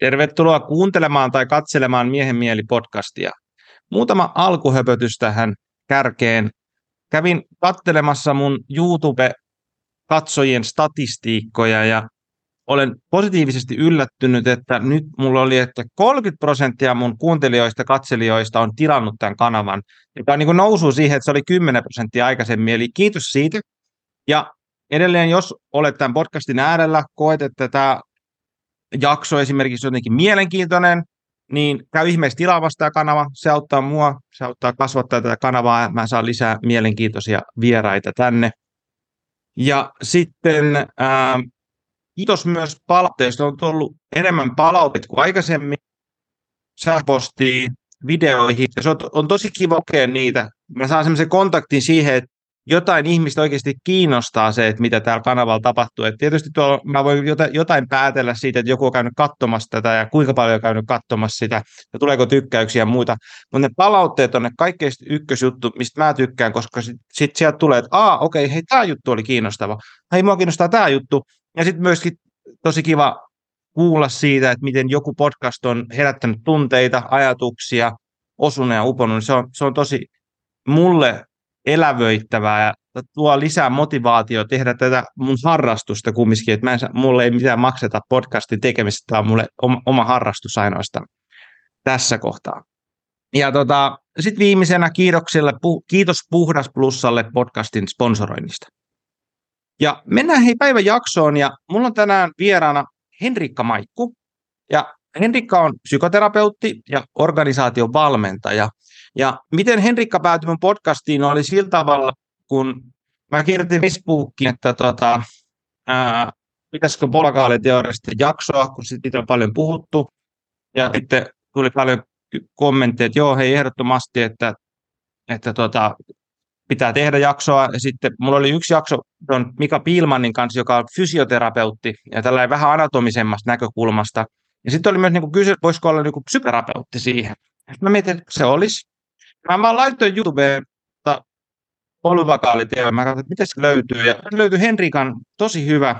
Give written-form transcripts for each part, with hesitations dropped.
Tervetuloa kuuntelemaan tai katselemaan Miehen mieli -podcastia. Muutama alkuhöpötys tähän kärkeen. Kävin katselemassa mun YouTube-katsojien statistiikkoja ja olen positiivisesti yllättynyt, että nyt mulla oli, että 30% mun kuuntelijoista, katselijoista on tilannut tämän kanavan, joka on niin kuin nousu siihen, että se oli 10% aikaisemmin, eli kiitos siitä. Ja edelleen, jos olet tämän podcastin äärellä, koet, että tämä jakso esimerkiksi jotenkin mielenkiintoinen, niin käy ihmeessä tilaamassa tämä kanava. Se auttaa mua, se auttaa kasvattaa tätä kanavaa, ja mä saan lisää mielenkiintoisia vieraita tänne. Ja sitten kiitos myös palautteista. On tullut enemmän palautteita kuin aikaisemmin sähköpostiin, videoihin. Ja se on tosi kiva lukea niitä. Mä saan semmoisen kontaktin siihen, että jotain ihmistä oikeasti kiinnostaa se, että mitä täällä kanavalla tapahtuu. Et tietysti mä voin jotain päätellä siitä, että joku on käynyt katsomassa tätä ja kuinka paljon on käynyt katsomassa sitä ja tuleeko tykkäyksiä ja muita. Mutta ne palautteet on ne kaikkein ykkösjuttu, mistä mä tykkään, koska sit sieltä tulee, että okei, hei, tämä juttu oli kiinnostava. Hei, mua kiinnostaa tämä juttu. Ja sitten myöskin tosi kiva kuulla siitä, että miten joku podcast on herättänyt tunteita, ajatuksia, osunut ja uponnut. Se on tosi mulle elävöittävää ja tuo lisää motivaatiota tehdä tätä mun harrastusta kumminkin, että mulle ei mitään makseta podcastin tekemistä, tämä on mulle oma harrastus ainoastaan tässä kohtaa. Ja sitten viimeisenä kiitos Puhdas Plusalle podcastin sponsoroinnista. Ja mennään päivän jaksoon, ja mulla on tänään vieraana Henrikka Maikku, ja Henrikka on psykoterapeutti ja organisaation valmentaja. Ja miten Henrikka päätyi mun podcastiin oli sillä tavalla, kun mä kirjoitin Facebookiin, että pitäisikö polykaaliteoriasta jaksoa, kun siitä on paljon puhuttu. Ja sitten tuli paljon kommentteja, että joo, hei, ehdottomasti, että pitää tehdä jaksoa. Ja sitten mulla oli yksi jakso Mika Piilmannin kanssa, joka on fysioterapeutti ja tällainen vähän anatomisemmasta näkökulmasta. Ja sitten oli myös kysymys, voisiko olla psykoterapeutti siihen. Mä mietin, että se olisi. Mä vaan laitoin YouTubeen polyvakaaliteoria. Mä katsoin, että miten se löytyy. Ja löytyi Henrikan tosi hyvä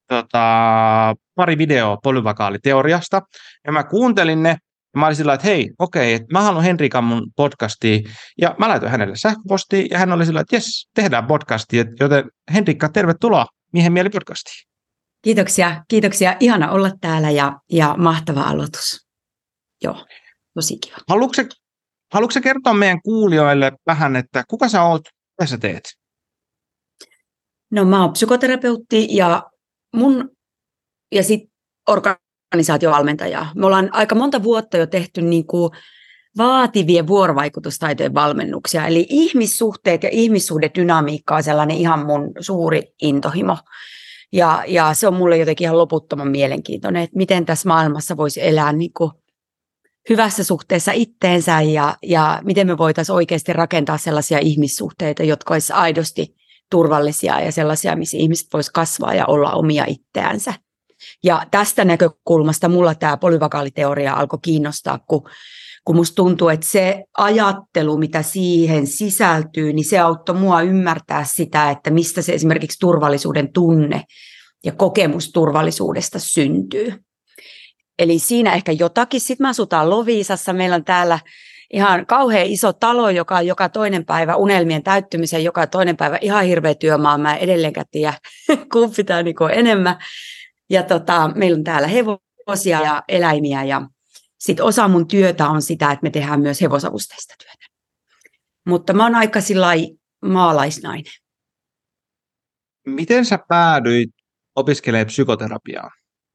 pari videoa polyvakaaliteoriasta. Ja mä kuuntelin ne. Ja mä olin sillä, että hei, okei, että mä haluan Henrikan mun podcastiin. Ja mä laitoin hänelle sähköpostiin. Ja hän oli sillä, että jes, tehdään podcastia. Joten Henrikka, tervetuloa Miehen mieli -podcastiin. Kiitoksia. Ihana olla täällä ja mahtava aloitus. Joo, tosi kiva. Haluatko sä kertoa meidän kuulijoille vähän, että kuka sä oot, mitä sä teet? No mä oon psykoterapeutti ja sit organisaatiovalmentaja. Me ollaan aika monta vuotta jo tehty vaativia vuorovaikutustaitojen valmennuksia. Eli ihmissuhteet ja ihmissuhdedynamiikka on sellainen ihan mun suuri intohimo. Ja se on mulle jotenkin ihan loputtoman mielenkiintoinen, että miten tässä maailmassa voisi elää hyvässä suhteessa itteensä ja miten me voitaisiin oikeasti rakentaa sellaisia ihmissuhteita, jotka olisi aidosti turvallisia ja sellaisia, missä ihmiset voisivat kasvaa ja olla omia itseänsä. Ja tästä näkökulmasta mulla tämä polyvakaaliteoria alkoi kiinnostaa, kun musta tuntuu, että se ajattelu, mitä siihen sisältyy, niin se auttoi mua ymmärtää sitä, että mistä se esimerkiksi turvallisuuden tunne ja kokemus turvallisuudesta syntyy. Eli siinä ehkä jotakin. Sitten me asutaan Loviisassa. Meillä on täällä ihan kauhean iso talo, joka on joka toinen päivä unelmien täyttymisen, joka toinen päivä ihan hirveä työmaa. Mä en edelleenkään tiedä, kumpi tämä on enemmän. Ja meillä on täällä hevosia ja eläimiä. Ja sitten osa mun työtä on sitä, että me tehdään myös hevosavusteista työtä. Mutta mä oon aika maalaisnainen. Miten sä päädyit opiskelemaan psykoterapiaa?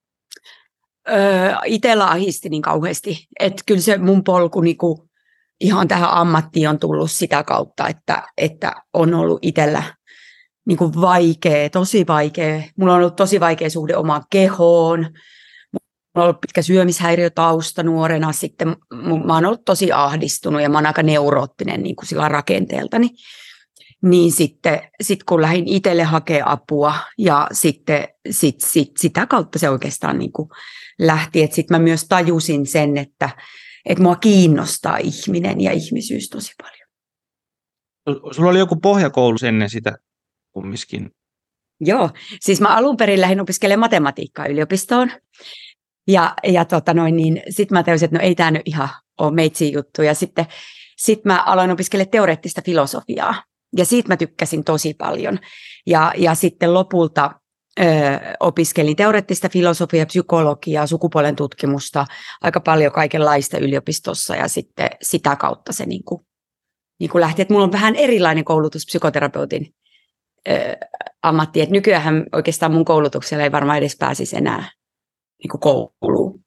Itsellä ahisti niin kauheasti, että kyllä se mun polku ihan tähän ammattiin on tullut sitä kautta, että on ollut itsellä vaikea, tosi vaikea. Mulla on ollut tosi vaikea suhde omaan kehoon. Mulla on ollut pitkä syömishäiriötausta nuorena. Sitten mä oon ollut tosi ahdistunut ja mä oon aika neuroottinen sillä rakenteeltani. Niin sitten kun lähdin itselle hakemaan apua ja sitten sitä kautta se oikeastaan lähti. Että sitten mä myös tajusin sen, että mua kiinnostaa ihminen ja ihmisyys tosi paljon. Sulla oli joku pohjakoulu ennen sitä kumminkin. Joo, siis mä alun perin lähdin opiskelemaan matematiikkaa yliopistoon. Niin sitten mä tajusin, että no ei tämä nyt ihan ole meitsin juttu. Ja sitten mä aloin opiskella teoreettista filosofiaa. Ja siitä mä tykkäsin tosi paljon. Ja sitten lopulta opiskelin teoreettista filosofiaa, psykologiaa, sukupuolen tutkimusta, aika paljon kaikenlaista yliopistossa. Ja sitten sitä kautta se niin kuin lähti. Että mulla on vähän erilainen koulutus psykoterapeutin ammatti. Että nykyään oikeastaan mun koulutuksella ei varmaan edes pääsisi enää niin kuin kouluun.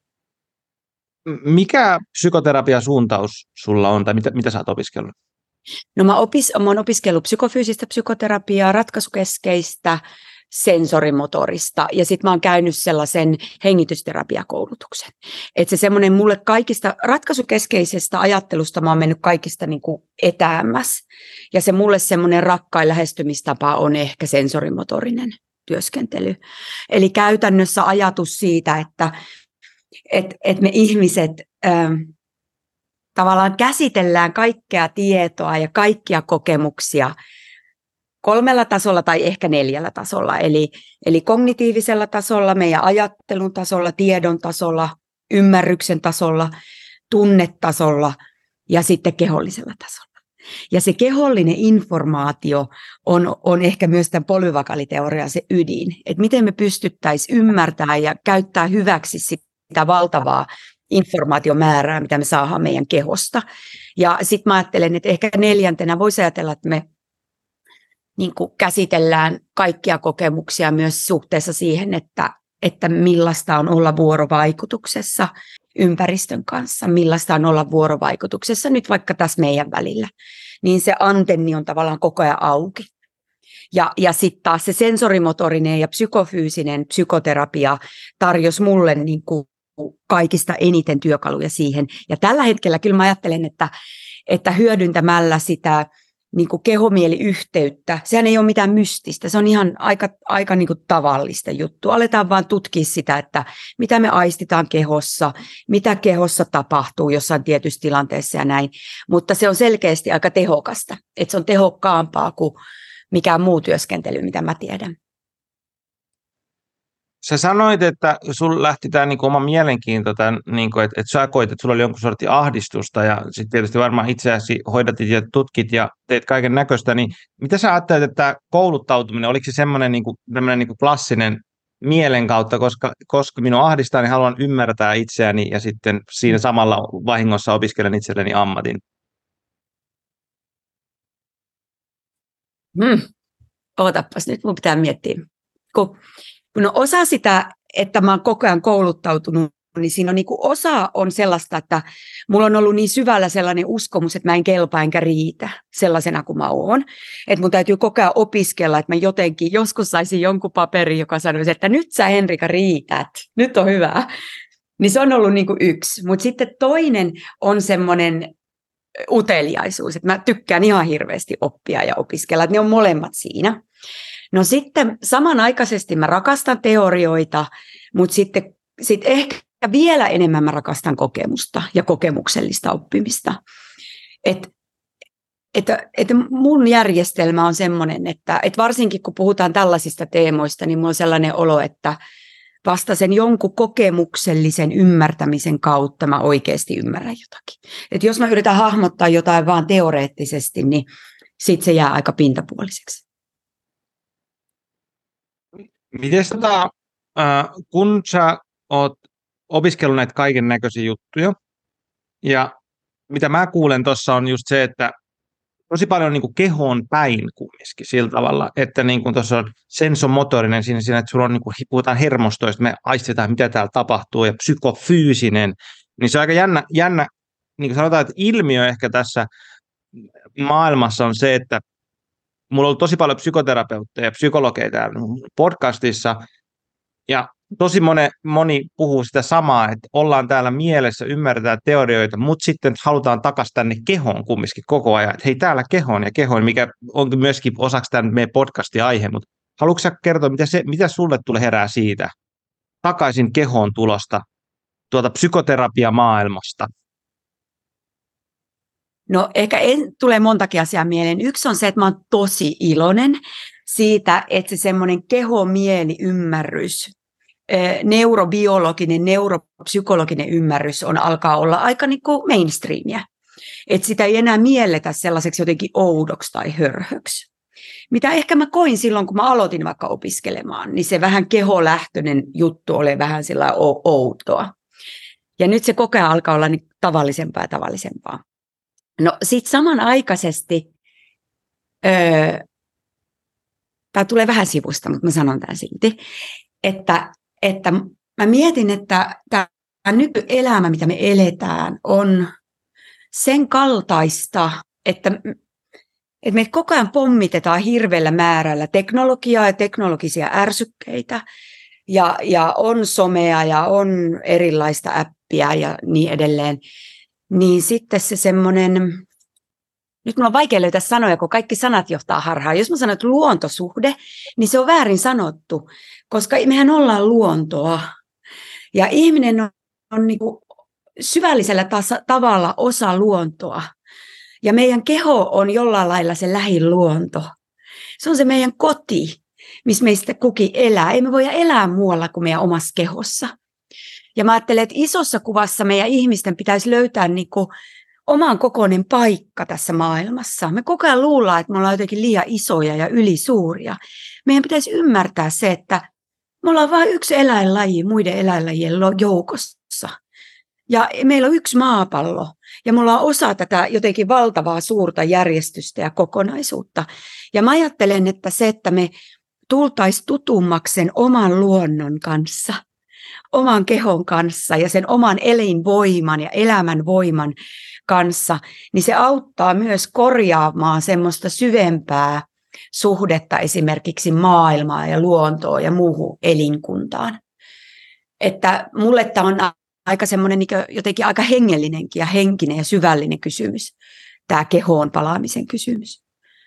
Mikä psykoterapiasuuntaus sulla on, tai mitä sä oot opiskellut? No mä oon opiskellut psykofyysistä psykoterapiaa, ratkaisukeskeistä, sensorimotorista, ja sitten mä oon käynyt sellaisen hengitysterapiakoulutuksen. Että se semmoinen mulle kaikista ratkaisukeskeisestä ajattelusta mä oon mennyt kaikista niin kuin etäämmäs, ja se mulle semmoinen rakkain lähestymistapa on ehkä sensorimotorinen työskentely. Eli käytännössä ajatus siitä, että me ihmiset tavallaan käsitellään kaikkea tietoa ja kaikkia kokemuksia 3 tasolla tai ehkä 4 tasolla. Eli kognitiivisella tasolla, meidän ajattelun tasolla, tiedon tasolla, ymmärryksen tasolla, tunnetasolla ja sitten kehollisella tasolla. Ja se kehollinen informaatio on ehkä myös tämän polyvagaliteorian se ydin, että miten me pystyttäisiin ymmärtämään ja käyttää hyväksi sitä valtavaa informaatiomäärää, mitä me saadaan meidän kehosta. Ja sitten mä ajattelen, että ehkä 4. voisi ajatella, että me niin kuin käsitellään kaikkia kokemuksia myös suhteessa siihen, että millaista on olla vuorovaikutuksessa ympäristön kanssa, millaista on olla vuorovaikutuksessa nyt vaikka tässä meidän välillä. Niin se antenni on tavallaan koko ajan auki. Ja sitten taas se sensorimotorinen ja psykofyysinen psykoterapia tarjosi mulle niin kuin kaikista eniten työkaluja siihen. Ja tällä hetkellä kyllä mä ajattelen, että hyödyntämällä sitä niin kuin kehomieliyhteyttä, sehän ei ole mitään mystistä, se on ihan aika niin kuin tavallista juttua. Aletaan vaan tutkia sitä, että mitä me aistitaan kehossa, mitä kehossa tapahtuu jossain tietyssä tilanteessa ja näin. Mutta se on selkeästi aika tehokasta, että se on tehokkaampaa kuin mikään muu työskentely, mitä mä tiedän. Sä sanoit, että sulla lähti tämä niinku oma mielenkiinto, niinku, että sä koit, että sulla oli jonkun sortin ahdistusta ja sitten tietysti varmaan itseäsi hoidatit ja tutkit ja teet kaiken näköistä, niin mitä sä ajattelet, että tämä kouluttautuminen, oliko se semmoinen niinku klassinen mielen kautta, koska minua ahdistaa, niin haluan ymmärtää itseäni ja sitten siinä samalla vahingossa opiskelen itselleni ammatin? Ootapas, nyt mun pitää miettiä. Kun osa sitä, että mä oon koko ajan kouluttautunut, niin siinä on niin kuin osa on sellaista, että mulla on ollut niin syvällä sellainen uskomus, että mä en kelpaa enkä riitä sellaisena kuin mä oon. Että mun täytyy koko ajan opiskella, että mä jotenkin joskus saisin jonkun paperin, joka sanoisi, että nyt sä Henrika riität, nyt on hyvä. Niin se on ollut niin kuin yksi. Mutta sitten toinen on semmoinen uteliaisuus, että mä tykkään ihan hirveästi oppia ja opiskella, että ne on molemmat siinä. No sitten samanaikaisesti mä rakastan teorioita, mutta sitten ehkä vielä enemmän mä rakastan kokemusta ja kokemuksellista oppimista. Että mun järjestelmä on semmoinen, että varsinkin kun puhutaan tällaisista teemoista, niin mulla on sellainen olo, että vasta sen jonkun kokemuksellisen ymmärtämisen kautta mä oikeasti ymmärrän jotakin. Että jos mä yritän hahmottaa jotain vaan teoreettisesti, niin sitten se jää aika pintapuoliseksi. Miten kun sä oot opiskellut näitä kaiken näköisiä juttuja, ja mitä mä kuulen tuossa on just se, että tosi paljon niin kuin kehoon päin kumminkin sillä tavalla, että niin kuin tuossa on sensomotorinen siinä, että sulla on, niin kuin, puhutaan hermostoista, me aistetaan, mitä täällä tapahtuu, ja psykofyysinen, niin se on aika jännä niin kuin sanotaan, että ilmiö ehkä tässä maailmassa on se, että mulla on ollut tosi paljon psykoterapeutteja ja psykologeja täällä podcastissa, ja tosi moni puhuu sitä samaa, että ollaan täällä mielessä, ymmärretään teorioita, mutta sitten halutaan takaisin tänne kehoon kumminkin koko ajan, että hei täällä kehoon, mikä onkin myöskin osaksi tämän meidän podcastin aihe, mutta haluatko sä kertoa, mitä sulle tulee herää siitä takaisin kehoon tulosta, tuota psykoterapiamaailmasta? No ehkä tulee montakin asiaa mieleen. Yksi on se, että mä oon tosi iloinen siitä, että se semmoinen keho-mieli-ymmärrys neurobiologinen, neuropsykologinen ymmärrys alkaa olla aika niin kuin mainstreamia. Että sitä ei enää mielletä sellaiseksi jotenkin oudoksi tai hörhöksi. Mitä ehkä mä koin silloin, kun mä aloitin vaikka opiskelemaan, niin se vähän keholähtöinen juttu oli vähän sillä outoa. Ja nyt se koko ajan alkaa olla niin tavallisempaa ja tavallisempaa. No sitten samanaikaisesti, tämä tulee vähän sivusta, mutta mä sanon tämän silti, että mä mietin, että tämä nykyelämä, mitä me eletään, on sen kaltaista, että me koko ajan pommitetaan hirveällä määrällä teknologiaa ja teknologisia ärsykkeitä, ja on somea ja on erilaista appia ja niin edelleen, niin sitten se semmoinen, nyt mulla on vaikea löytää sanoja, kun kaikki sanat johtaa harhaan. Jos mä sanon, että luontosuhde, niin se on väärin sanottu, koska mehän ollaan luontoa. Ja ihminen on niin kuin syvällisellä tavalla osa luontoa. Ja meidän keho on jollain lailla se lähiluonto. Se on se meidän koti, missä meistä kukin elää. Ei me voida elää muualla kuin meidän omassa kehossa. Ja mä ajattelen, että isossa kuvassa meidän ihmisten pitäisi löytää niin kuin oman kokoinen paikka tässä maailmassa. Me koko ajan luullaan, että me ollaan jotenkin liian isoja ja ylisuuria. Meidän pitäisi ymmärtää se, että me ollaan vain yksi eläinlaji muiden eläinlajien joukossa. Ja meillä on yksi maapallo. Ja me ollaan osa tätä jotenkin valtavaa suurta järjestystä ja kokonaisuutta. Ja mä ajattelen, että se, että me tultaisiin tutummaksi sen oman luonnon kanssa, oman kehon kanssa ja sen oman elinvoiman ja elämän voiman kanssa, niin se auttaa myös korjaamaan semmoista syvempää suhdetta esimerkiksi maailmaan ja luontoon ja muuhun elinkuntaan. Että mulle tämä on aika semmoinen niin jotenkin aika hengellinenkin ja henkinen ja syvällinen kysymys, tämä kehoon palaamisen kysymys.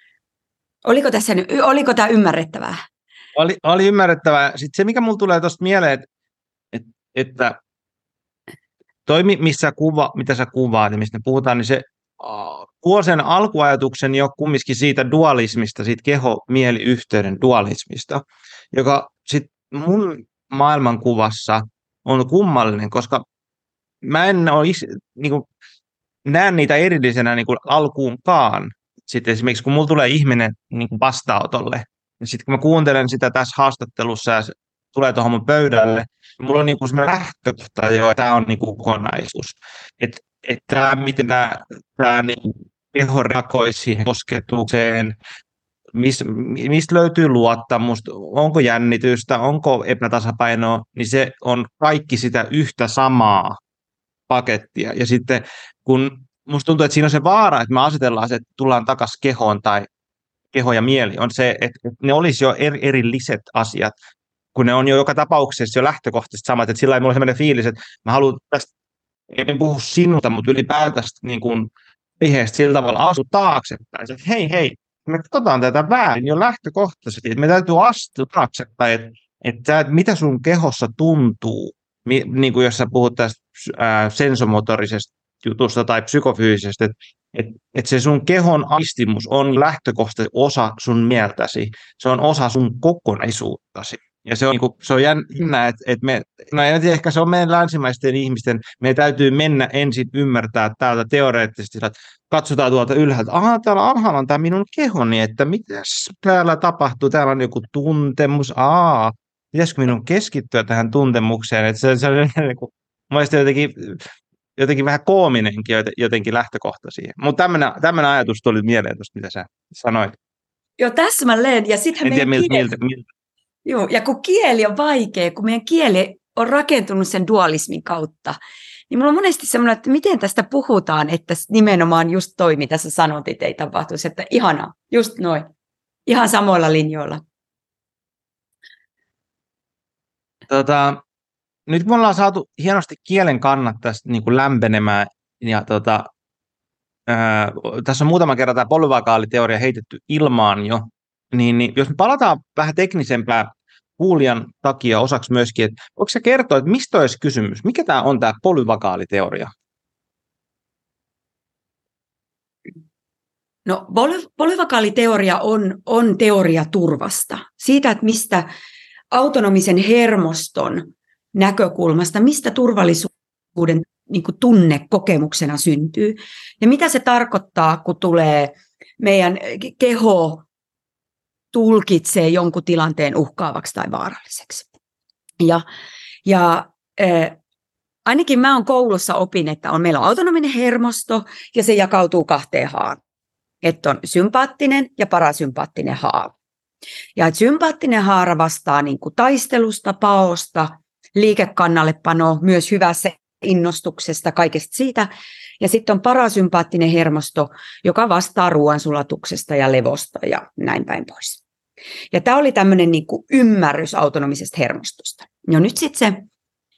Oliko tämä ymmärrettävää? Oli ymmärrettävää. Sitten se, mikä mulle tulee tuosta mieleen, että mitä sä kuvaat ja mistä me puhutaan, niin se tuo sen alkuajatuksen jo kumminkin siitä dualismista, siitä keho-mieli-yhteyden dualismista, joka sitten mun maailmankuvassa on kummallinen, koska mä en ole näe niitä erillisenä niin kuin alkuunkaan. Sitten esimerkiksi kun mulla tulee ihminen niin kuin vastaanotolle, ja sitten kun mä kuuntelen sitä tässä haastattelussa ja se tulee tuohon mun pöydälle, niin mulla on niin kuin semmoinen lähtökohta jo, että tämä on niin kuin kokonaisuus. Että miten tämä niin keho reagoi siihen kosketukseen, mistä löytyy luottamusta, onko jännitystä, onko epätasapainoa, niin se on kaikki sitä yhtä samaa pakettia. Ja sitten kun musta tuntuu, että siinä on se vaara, että me asetellaan se, että tullaan takaisin kehoon tai keho ja mieli, on se, että ne olisi jo erilliset asiat, kun ne on jo joka tapauksessa jo lähtökohtaisesti samat. Että sillä ei mulla sellainen fiilis, että mä haluan tästä, en puhu sinusta, mutta ylipäätään niin kuin aiheesta sillä tavalla astua taaksepäin. Että hei, me katsotaan tätä väärin jo lähtökohtaisesti, että me täytyy astua taaksepäin, että mitä sun kehossa tuntuu, niin kuin jos sä puhut tästä sensomotorisesta jutusta tai psykofyysisestä, että se sun kehon aistimus on lähtökohtaisesti osa sun mieltäsi, se on osa sun kokonaisuuttasi. Ja se on, se on jännä, että me, no en tiedä, ehkä se on meidän länsimaisten ihmisten, meidän täytyy mennä ensin ymmärtää täältä teoreettisesti, että katsotaan tuolta ylhäältä, täällä alhaalla on tämä minun kehoni, että mitä täällä tapahtuu, täällä on joku tuntemus, pitäisikö minun keskittyä tähän tuntemukseen, että se on mielestäni jotenkin vähän koominenkin jotenkin lähtökohta siihen. Mutta tämmöinen ajatus tuli mieleen tuosta, mitä sä sanoit. Joo, täsmälleen. Ja sittenhän miltä. Joo, ja kun kieli on vaikea, kun meidän kieli on rakentunut sen dualismin kautta, niin mulla on monesti semmoinen, että miten tästä puhutaan, että nimenomaan just toi, mitä sä sanotit, ei tapahtuisi, että ihanaa, just noin, ihan samoilla linjoilla. Nyt me ollaan saatu hienosti kielen kannat tästä niin kuin lämpenemään, ja tässä on muutama kerran tämä polyvagaaliteoria heitetty ilmaan jo, niin jos me palataan vähän teknisempään kuulijan takia osaksi myöskin, että voiko sä kertoa, että mistä olisi kysymys? Mikä tämä on tämä polyvagaaliteoria? No polyvagaaliteoria on teoria turvasta. Siitä, että mistä autonomisen hermoston näkökulmasta, mistä turvallisuuden niin kuin tunne kokemuksena syntyy. Ja mitä se tarkoittaa, kun tulee meidän keho tulkitsee jonkun tilanteen uhkaavaksi tai vaaralliseksi. Ainakin mä oon koulussa opin, että meillä on autonominen hermosto ja se jakautuu 2 haaraan. Että on sympaattinen ja parasympaattinen haara. Ja että sympaattinen haara vastaa niin kuin taistelusta, paosta, liikekannallepanoa, myös hyvässä innostuksesta, kaikesta siitä. Ja sitten on parasympaattinen hermosto, joka vastaa ruoansulatuksesta ja levosta ja näin päin pois. Ja tämä oli tämmöinen niin kuin ymmärrys autonomisesta hermostosta. No nyt sitten se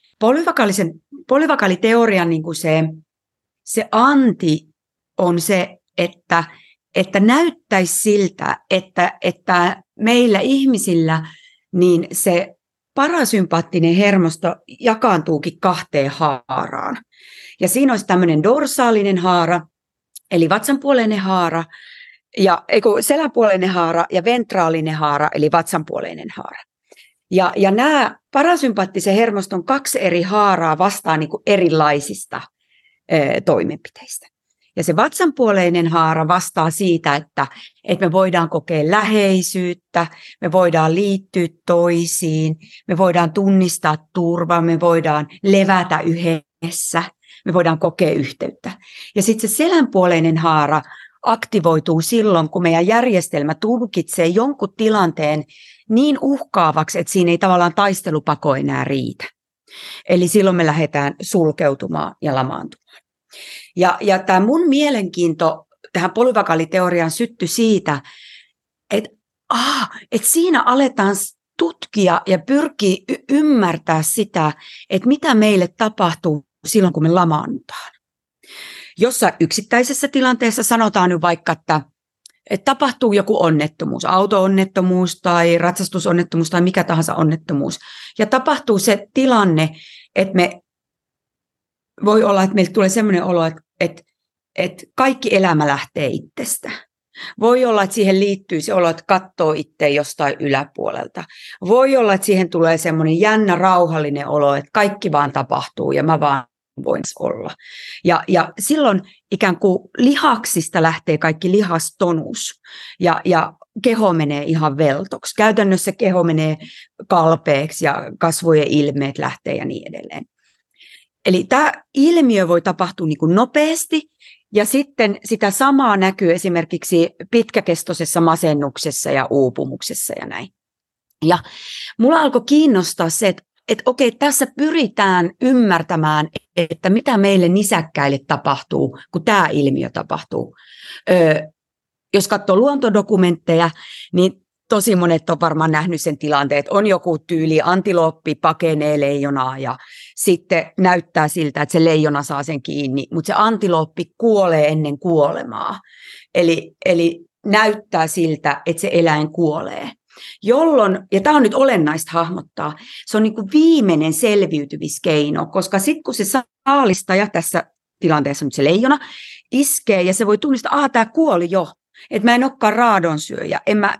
polyvakaaliteorian niin kuin se anti on se, että näyttäisi siltä, että meillä ihmisillä niin se parasympaattinen hermosto jakaantuukin 2 haaraan. Ja siinä olisi tämmöinen dorsaalinen haara, eli vatsanpuoleinen haara, selänpuoleinen haara ja ventraalinen haara, eli vatsanpuoleinen haara. Ja nämä parasympaattisen hermoston 2 eri haaraa vastaa niin kuin erilaisista toimenpiteistä. Ja se vatsanpuoleinen haara vastaa siitä, että me voidaan kokea läheisyyttä, me voidaan liittyä toisiin, me voidaan tunnistaa turvaa, me voidaan levätä yhdessä, me voidaan kokea yhteyttä. Ja sitten se selänpuoleinen haara aktivoituu silloin, kun meidän järjestelmä tulkitsee jonkun tilanteen niin uhkaavaksi, että siinä ei tavallaan taistelupako enää riitä. Eli silloin me lähdetään sulkeutumaan ja lamaantumaan. Ja tämä mun mielenkiinto tähän polyvakaaliteoriaan syttyi siitä, että siinä aletaan tutkia ja pyrkiä ymmärtää sitä, että mitä meille tapahtuu silloin, kun me lamaannutaan. Jossain yksittäisessä tilanteessa sanotaan nyt vaikka, että tapahtuu joku onnettomuus, auto-onnettomuus tai ratsastusonnettomuus tai mikä tahansa onnettomuus. Ja tapahtuu se tilanne, että voi olla, että meille tulee sellainen olo, että kaikki elämä lähtee itsestä. Voi olla, että siihen liittyy se olo, että katsoo itse jostain yläpuolelta. Voi olla, että siihen tulee semmoinen jännä, rauhallinen olo, että kaikki vaan tapahtuu ja mä vaan voin olla. Ja silloin ikään kuin lihaksista lähtee kaikki lihastonus ja keho menee ihan veltoksi. Käytännössä keho menee kalpeeksi ja kasvojen ilmeet lähtee ja niin edelleen. Eli tämä ilmiö voi tapahtua niin kuin nopeasti ja sitten sitä samaa näkyy esimerkiksi pitkäkestoisessa masennuksessa ja uupumuksessa ja näin. Ja mulla alkoi kiinnostaa se, että okei, tässä pyritään ymmärtämään, että mitä meille nisäkkäille tapahtuu, kun tämä ilmiö tapahtuu. Jos katsoo luontodokumentteja, niin tosi monet on varmaan nähnyt sen tilanteen, että on joku tyyli, antilooppi pakenee leijonaa ja sitten näyttää siltä, että se leijona saa sen kiinni, mutta se antilooppi kuolee ennen kuolemaa. Eli näyttää siltä, että se eläin kuolee. Jolloin, ja tämä on nyt olennaista hahmottaa, se on niin kuin viimeinen selviytymiskeino, koska sitten kun se saalistaja, tässä tilanteessa nyt se leijona, iskee ja se voi tunnistaa, että tämä kuoli jo, että mä en olekaan raadonsyöjä,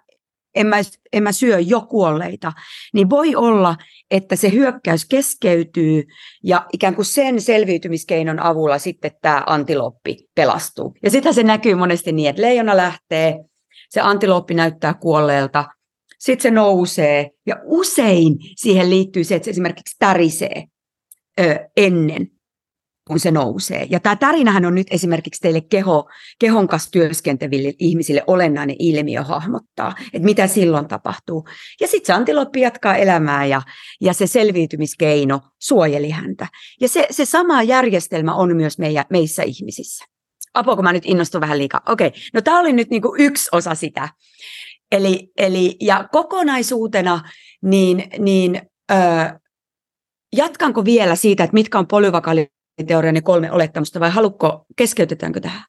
en mä syö jo kuolleita, niin voi olla, että se hyökkäys keskeytyy ja ikään kuin sen selviytymiskeinon avulla sitten tämä antilooppi pelastuu. Ja sitä se näkyy monesti niin, että leijona lähtee, se antilooppi näyttää kuolleelta, sitten se nousee ja usein siihen liittyy se, että se esimerkiksi tärisee ennen kun se nousee. Ja tämä tärinähän on nyt esimerkiksi teille kehon kanssa työskenteleville ihmisille olennainen ilmiö hahmottaa, että mitä silloin tapahtuu. Ja sitten se antilooppi jatkaa elämää ja se selviytymiskeino suojeli häntä. Ja se sama järjestelmä on myös meissä ihmisissä. Apo, kun mä nyt innostun vähän liikaa. Okei, no tämä oli nyt niinku yksi osa sitä. Ja kokonaisuutena, jatkanko vielä siitä, että mitkä on polyvakaaliteorian ne 3 olettamusta, vai keskeytetäänkö tähän?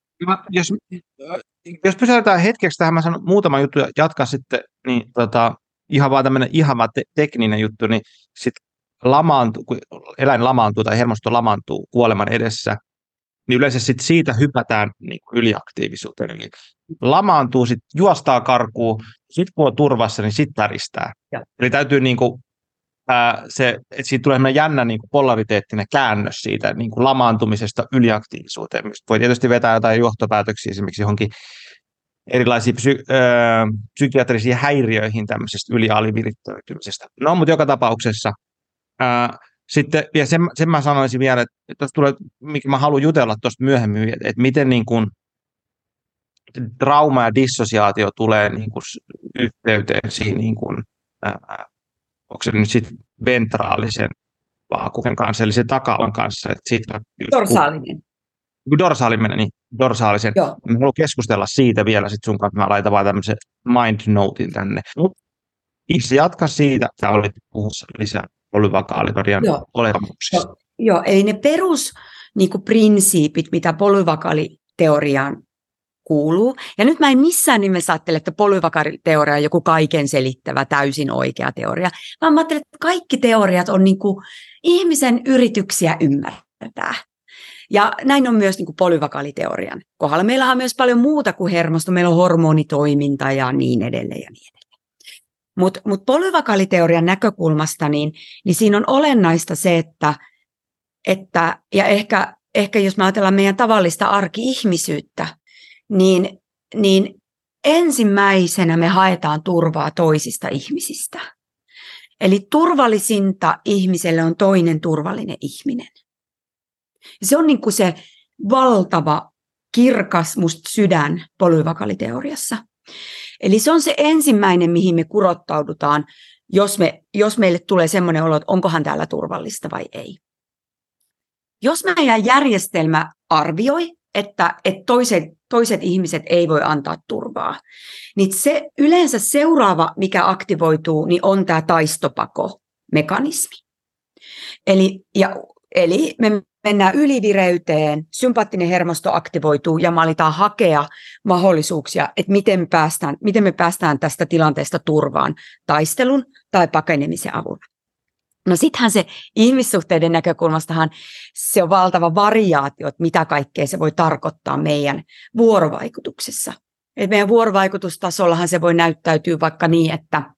Jos pysäytään hetkeksi tähän, mä sanon muutama juttu ja jatkan sitten, niin ihan vaan tämmöinen tekninen juttu, niin sitten kun eläin lamaantuu tai hermosto lamaantuu kuoleman edessä, niin yleensä siitä hypätään niin kuin yliaktiivisuuteen. Eli lamaantuu, sitten juostaa karkuun, sitten kun on turvassa, niin sitten täristää. Ja. Eli täytyy niin kuin, että siitä tulee jännä niin kuin polariteettinen käännös siitä niin kuin lamaantumisesta yliaktiivisuuteen. Voi tietysti vetää jotain johtopäätöksiä esimerkiksi johonkin erilaisiin psykiatrisiin häiriöihin tämmöisestä ylialivirittäytymisestä. No, mutta joka tapauksessa sitten, ja sen mä sanoisin vielä, että tuossa tulee, mikä mä haluan jutella tuosta myöhemmin, että miten niin kuin trauma ja dissosiaatio tulee niin kuin yhteyteen siihen, niin kuin, onko se nyt sitten ventraalisen vaakuen kanssa, eli sen takavan kanssa. Dorsaalinen. Dorsaalinen, niin dorsaalisen. Joo. Mä haluan keskustella siitä vielä sit sun kanssa, mä laitan vaan tämmöisen mind notein tänne. Itse jatka siitä, että olit puhussa lisää polyvakaaliteorian olemuksista. Joo, eli ne perusprinsiipit, mitä polyvakaaliteoriaan kuuluu. Ja nyt mä en missään nimessä ajattele, että polyvakaaliteoria on joku kaiken selittävä, täysin oikea teoria. Vaan mä ajattelen, että kaikki teoriat on niin kuin ihmisen yrityksiä ymmärtää. Ja näin on myös niin kuin polyvakaaliteorian kohdalla. Meillähän on myös paljon muuta kuin hermosto. Meillä on hormonitoiminta ja niin edelleen ja niin edelleen. Mutta polyvakaaliteorian näkökulmasta niin siinä on olennaista se, että ja ehkä jos me ajatellaan meidän tavallista arki-ihmisyyttä, niin ensimmäisenä me haetaan turvaa toisista ihmisistä. Eli turvallisinta ihmiselle on toinen turvallinen ihminen. Se on niin kuin se valtava, kirkas musta sydän polyvakaaliteoriassa. Eli se on se ensimmäinen, mihin me kurottaudutaan, jos meille tulee semmoinen olo, että onkohan täällä turvallista vai ei. Jos meidän järjestelmä arvioi, että toiset ihmiset ei voi antaa turvaa, niin se yleensä seuraava, mikä aktivoituu, niin on tämä taistopakomekanismi. Eli me mennään ylivireyteen, sympaattinen hermosto aktivoituu ja me aletaan hakea mahdollisuuksia, että miten me päästään tästä tilanteesta turvaan taistelun tai pakenemisen avulla. No sittenhän se ihmissuhteiden näkökulmastahan se on valtava variaatio, että mitä kaikkea se voi tarkoittaa meidän vuorovaikutuksessa. Et meidän vuorovaikutustasollahan se voi näyttäytyä vaikka niin,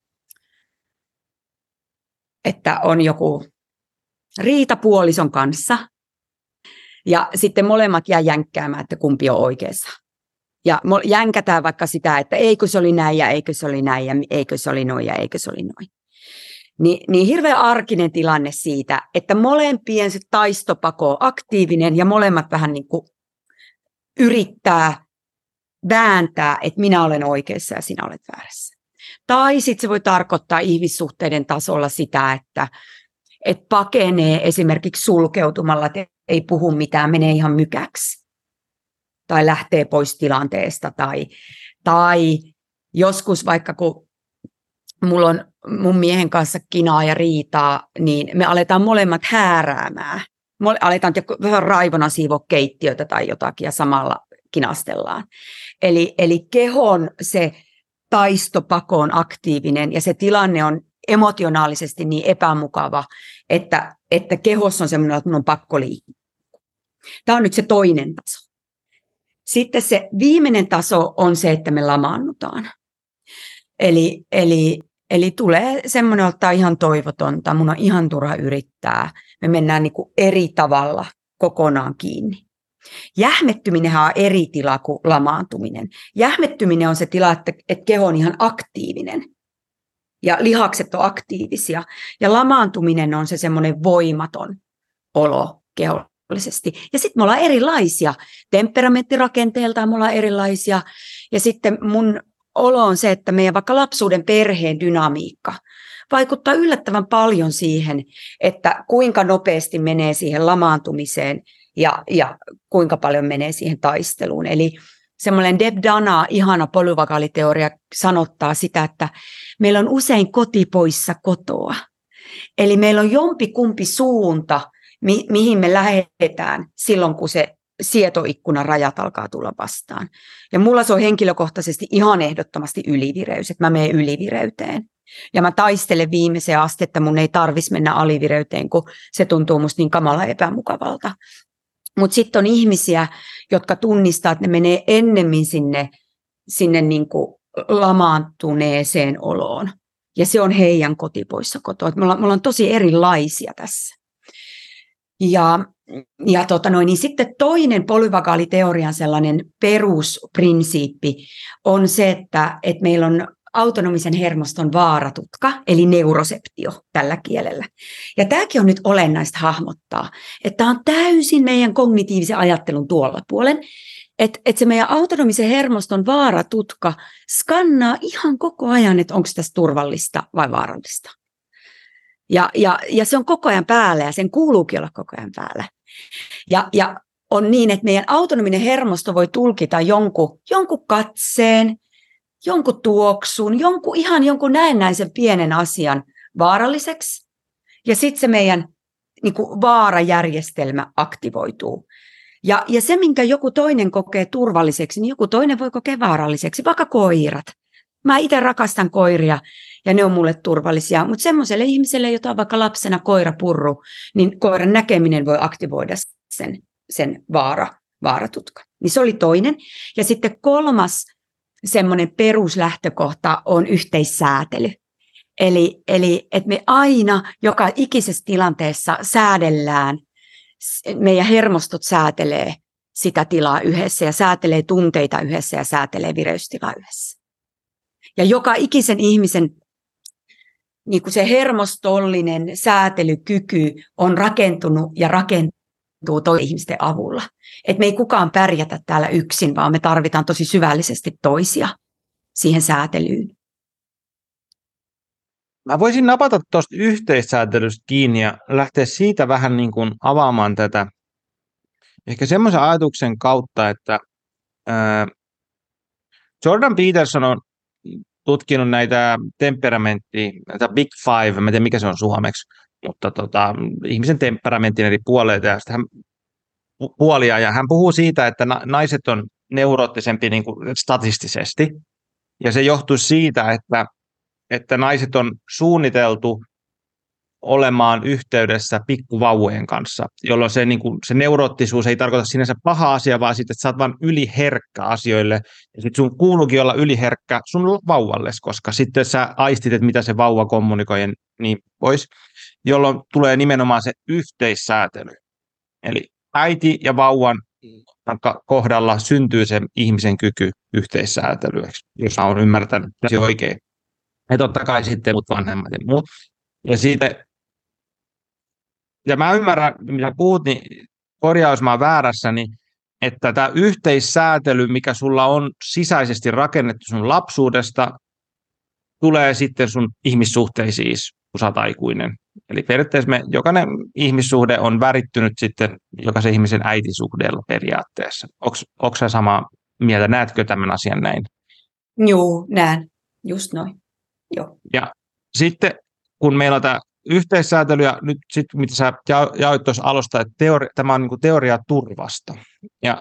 että on joku riita puolison kanssa ja sitten molemmat jää jänkkäämään, että kumpi on oikeassa. Ja jänkätään vaikka sitä, että eikö se oli näin ja eikö se oli näin ja eikö se oli noin ja eikö se oli noin. Niin hirveän arkinen tilanne siitä, että molempien se taistopako on aktiivinen ja molemmat vähän niin kuin yrittää vääntää, että minä olen oikeassa ja sinä olet väärässä. Tai sitten se voi tarkoittaa ihmissuhteiden tasolla sitä, että pakenee esimerkiksi sulkeutumalla, että ei puhu mitään, menee ihan mykäksi. Tai lähtee pois tilanteesta. Tai joskus vaikka kun mulla on mun miehen kanssa kinaa ja riitaa, niin me aletaan molemmat hääräämään. Aletaan vähän raivona siivoa keittiötä tai jotakin ja samalla kinastellaan. Eli kehon se taistopako on aktiivinen ja se tilanne on emotionaalisesti niin epämukava, että kehossa on semmoinen, että minun on pakko liikkua. Tämä on nyt se toinen taso. Sitten se viimeinen taso on se, että me lamaannutaan. Eli tulee semmoinen, että on ihan toivotonta, mun on ihan turha yrittää. Me mennään niin kuin eri tavalla kokonaan kiinni. Jähmettyminenhän on eri tila kuin lamaantuminen. Jähmettyminen on se tila, että keho on ihan aktiivinen ja lihakset on aktiivisia. Ja lamaantuminen on se semmoinen voimaton olo kehollisesti. Ja sitten me ollaan erilaisia. Temperamentirakenteeltaan me ollaan erilaisia. Ja sitten mun olo on se, että meidän vaikka lapsuuden perheen dynamiikka vaikuttaa yllättävän paljon siihen, että kuinka nopeasti menee siihen lamaantumiseen ja kuinka paljon menee siihen taisteluun. Eli semmoinen Deb Dana, ihana polyvakaaliteoria, sanottaa sitä, että meillä on usein koti poissa kotoa. Eli meillä on jompikumpi suunta, mihin me lähdetään silloin, kun se sietoikkunan rajat alkaa tulla vastaan. Ja mulla se on henkilökohtaisesti ihan ehdottomasti ylivireys, että mä menen ylivireyteen. Ja mä taistelen viimeiseen asti, että mun ei tarvitsisi mennä alivireyteen, kun se tuntuu musta niin kamala epämukavalta. Mutta sitten on ihmisiä, jotka tunnistaa, että ne menee ennemmin sinne niin kuin lamaantuneeseen oloon. Ja se on heidän kotipoissa kotoa. Me ollaan tosi erilaisia tässä. Niin sitten toinen polyvagaaliteorian sellainen perusprinsiippi on se, että meillä on autonomisen hermoston vaaratutka, eli neuroseptio tällä kielellä. Ja tämäkin on nyt olennaista hahmottaa, että tämä on täysin meidän kognitiivisen ajattelun tuolla puolen, että se meidän autonomisen hermoston vaaratutka skannaa ihan koko ajan, että onko tässä turvallista vai vaarallista. Ja se on koko ajan päällä ja sen kuuluukin olla koko ajan päällä. Ja on niin, että meidän autonominen hermosto voi tulkita jonkun katseen, jonkun tuoksun, jonkun näennäisen pienen asian vaaralliseksi. Ja sitten se meidän niin kuin vaarajärjestelmä aktivoituu. Ja se, minkä joku toinen kokee turvalliseksi, niin joku toinen voi kokea vaaralliseksi, vaikka koirat. Mä itse rakastan koiria ja ne on mulle turvallisia, mutta semmoiselle ihmiselle, jota on vaikka lapsena koirapurru, niin koiran näkeminen voi aktivoida sen vaaratutka. Niin se oli toinen. Ja sitten kolmas semmoinen peruslähtökohta on yhteissäätely. Eli että me aina joka ikisessä tilanteessa säädellään, meidän hermostot säätelee sitä tilaa yhdessä ja säätelee tunteita yhdessä ja säätelee vireystilaa yhdessä. Ja joka ikisen ihmisen niin kuin se hermostollinen säätelykyky on rakentunut ja rakentuu toisten ihmisten avulla. Et me ei kukaan pärjätä täällä yksin, vaan me tarvitaan tosi syvällisesti toisia siihen säätelyyn. Mä voisin napata tuosta yhteissäätelystä kiinni ja lähteä siitä vähän niin kuin avaamaan tätä ehkä semmoisen ajatuksen kautta, että Jordan Peterson on tutkinut näitä temperamenttia, näitä Big Five, mä en tiedä mikä se on suomeksi, mutta ihmisen temperamentin eri puoleita ja hän puhuu siitä, että naiset on neuroottisempi niin kuin statistisesti, ja se johtuu siitä, että naiset on suunniteltu olemaan yhteydessä pikkuvauvojen kanssa, jolloin se neuroottisuus ei tarkoita sinänsä paha asia, vaan sitten, että sä oot vaan yliherkkä asioille, ja sitten sun kuuluukin olla yliherkkä sun vauvalles, koska sitten sä aistit, että mitä se vauva kommunikoi niin pois, jolloin tulee nimenomaan se yhteissäätely. Eli äiti ja vauvan kohdalla syntyy se ihmisen kyky yhteissäätelyksi, jos mä oon ymmärtänyt oikein. Ja totta kai sitten muut vanhemmat ja muut. Ja mä ymmärrän, mitä puhut, niin korjaa, jos mä oon väärässä, niin että tämä yhteissäätely, mikä sulla on sisäisesti rakennettu sun lapsuudesta, tulee sitten sun ihmissuhteisiin, kun sä oot aikuinen. Eli periaatteessa jokainen ihmissuhde on värittynyt sitten jokaisen ihmisen äitisuhteella periaatteessa. Onko sä samaa mieltä? Näetkö tämän asian näin? Joo, näen. Just noin. Joo. Ja sitten kun meillä on tämä yhteissäätely, ja nyt sitten mitä sä jaoit tuossa alusta, että tämä on niin kuin teoria turvasta. Ja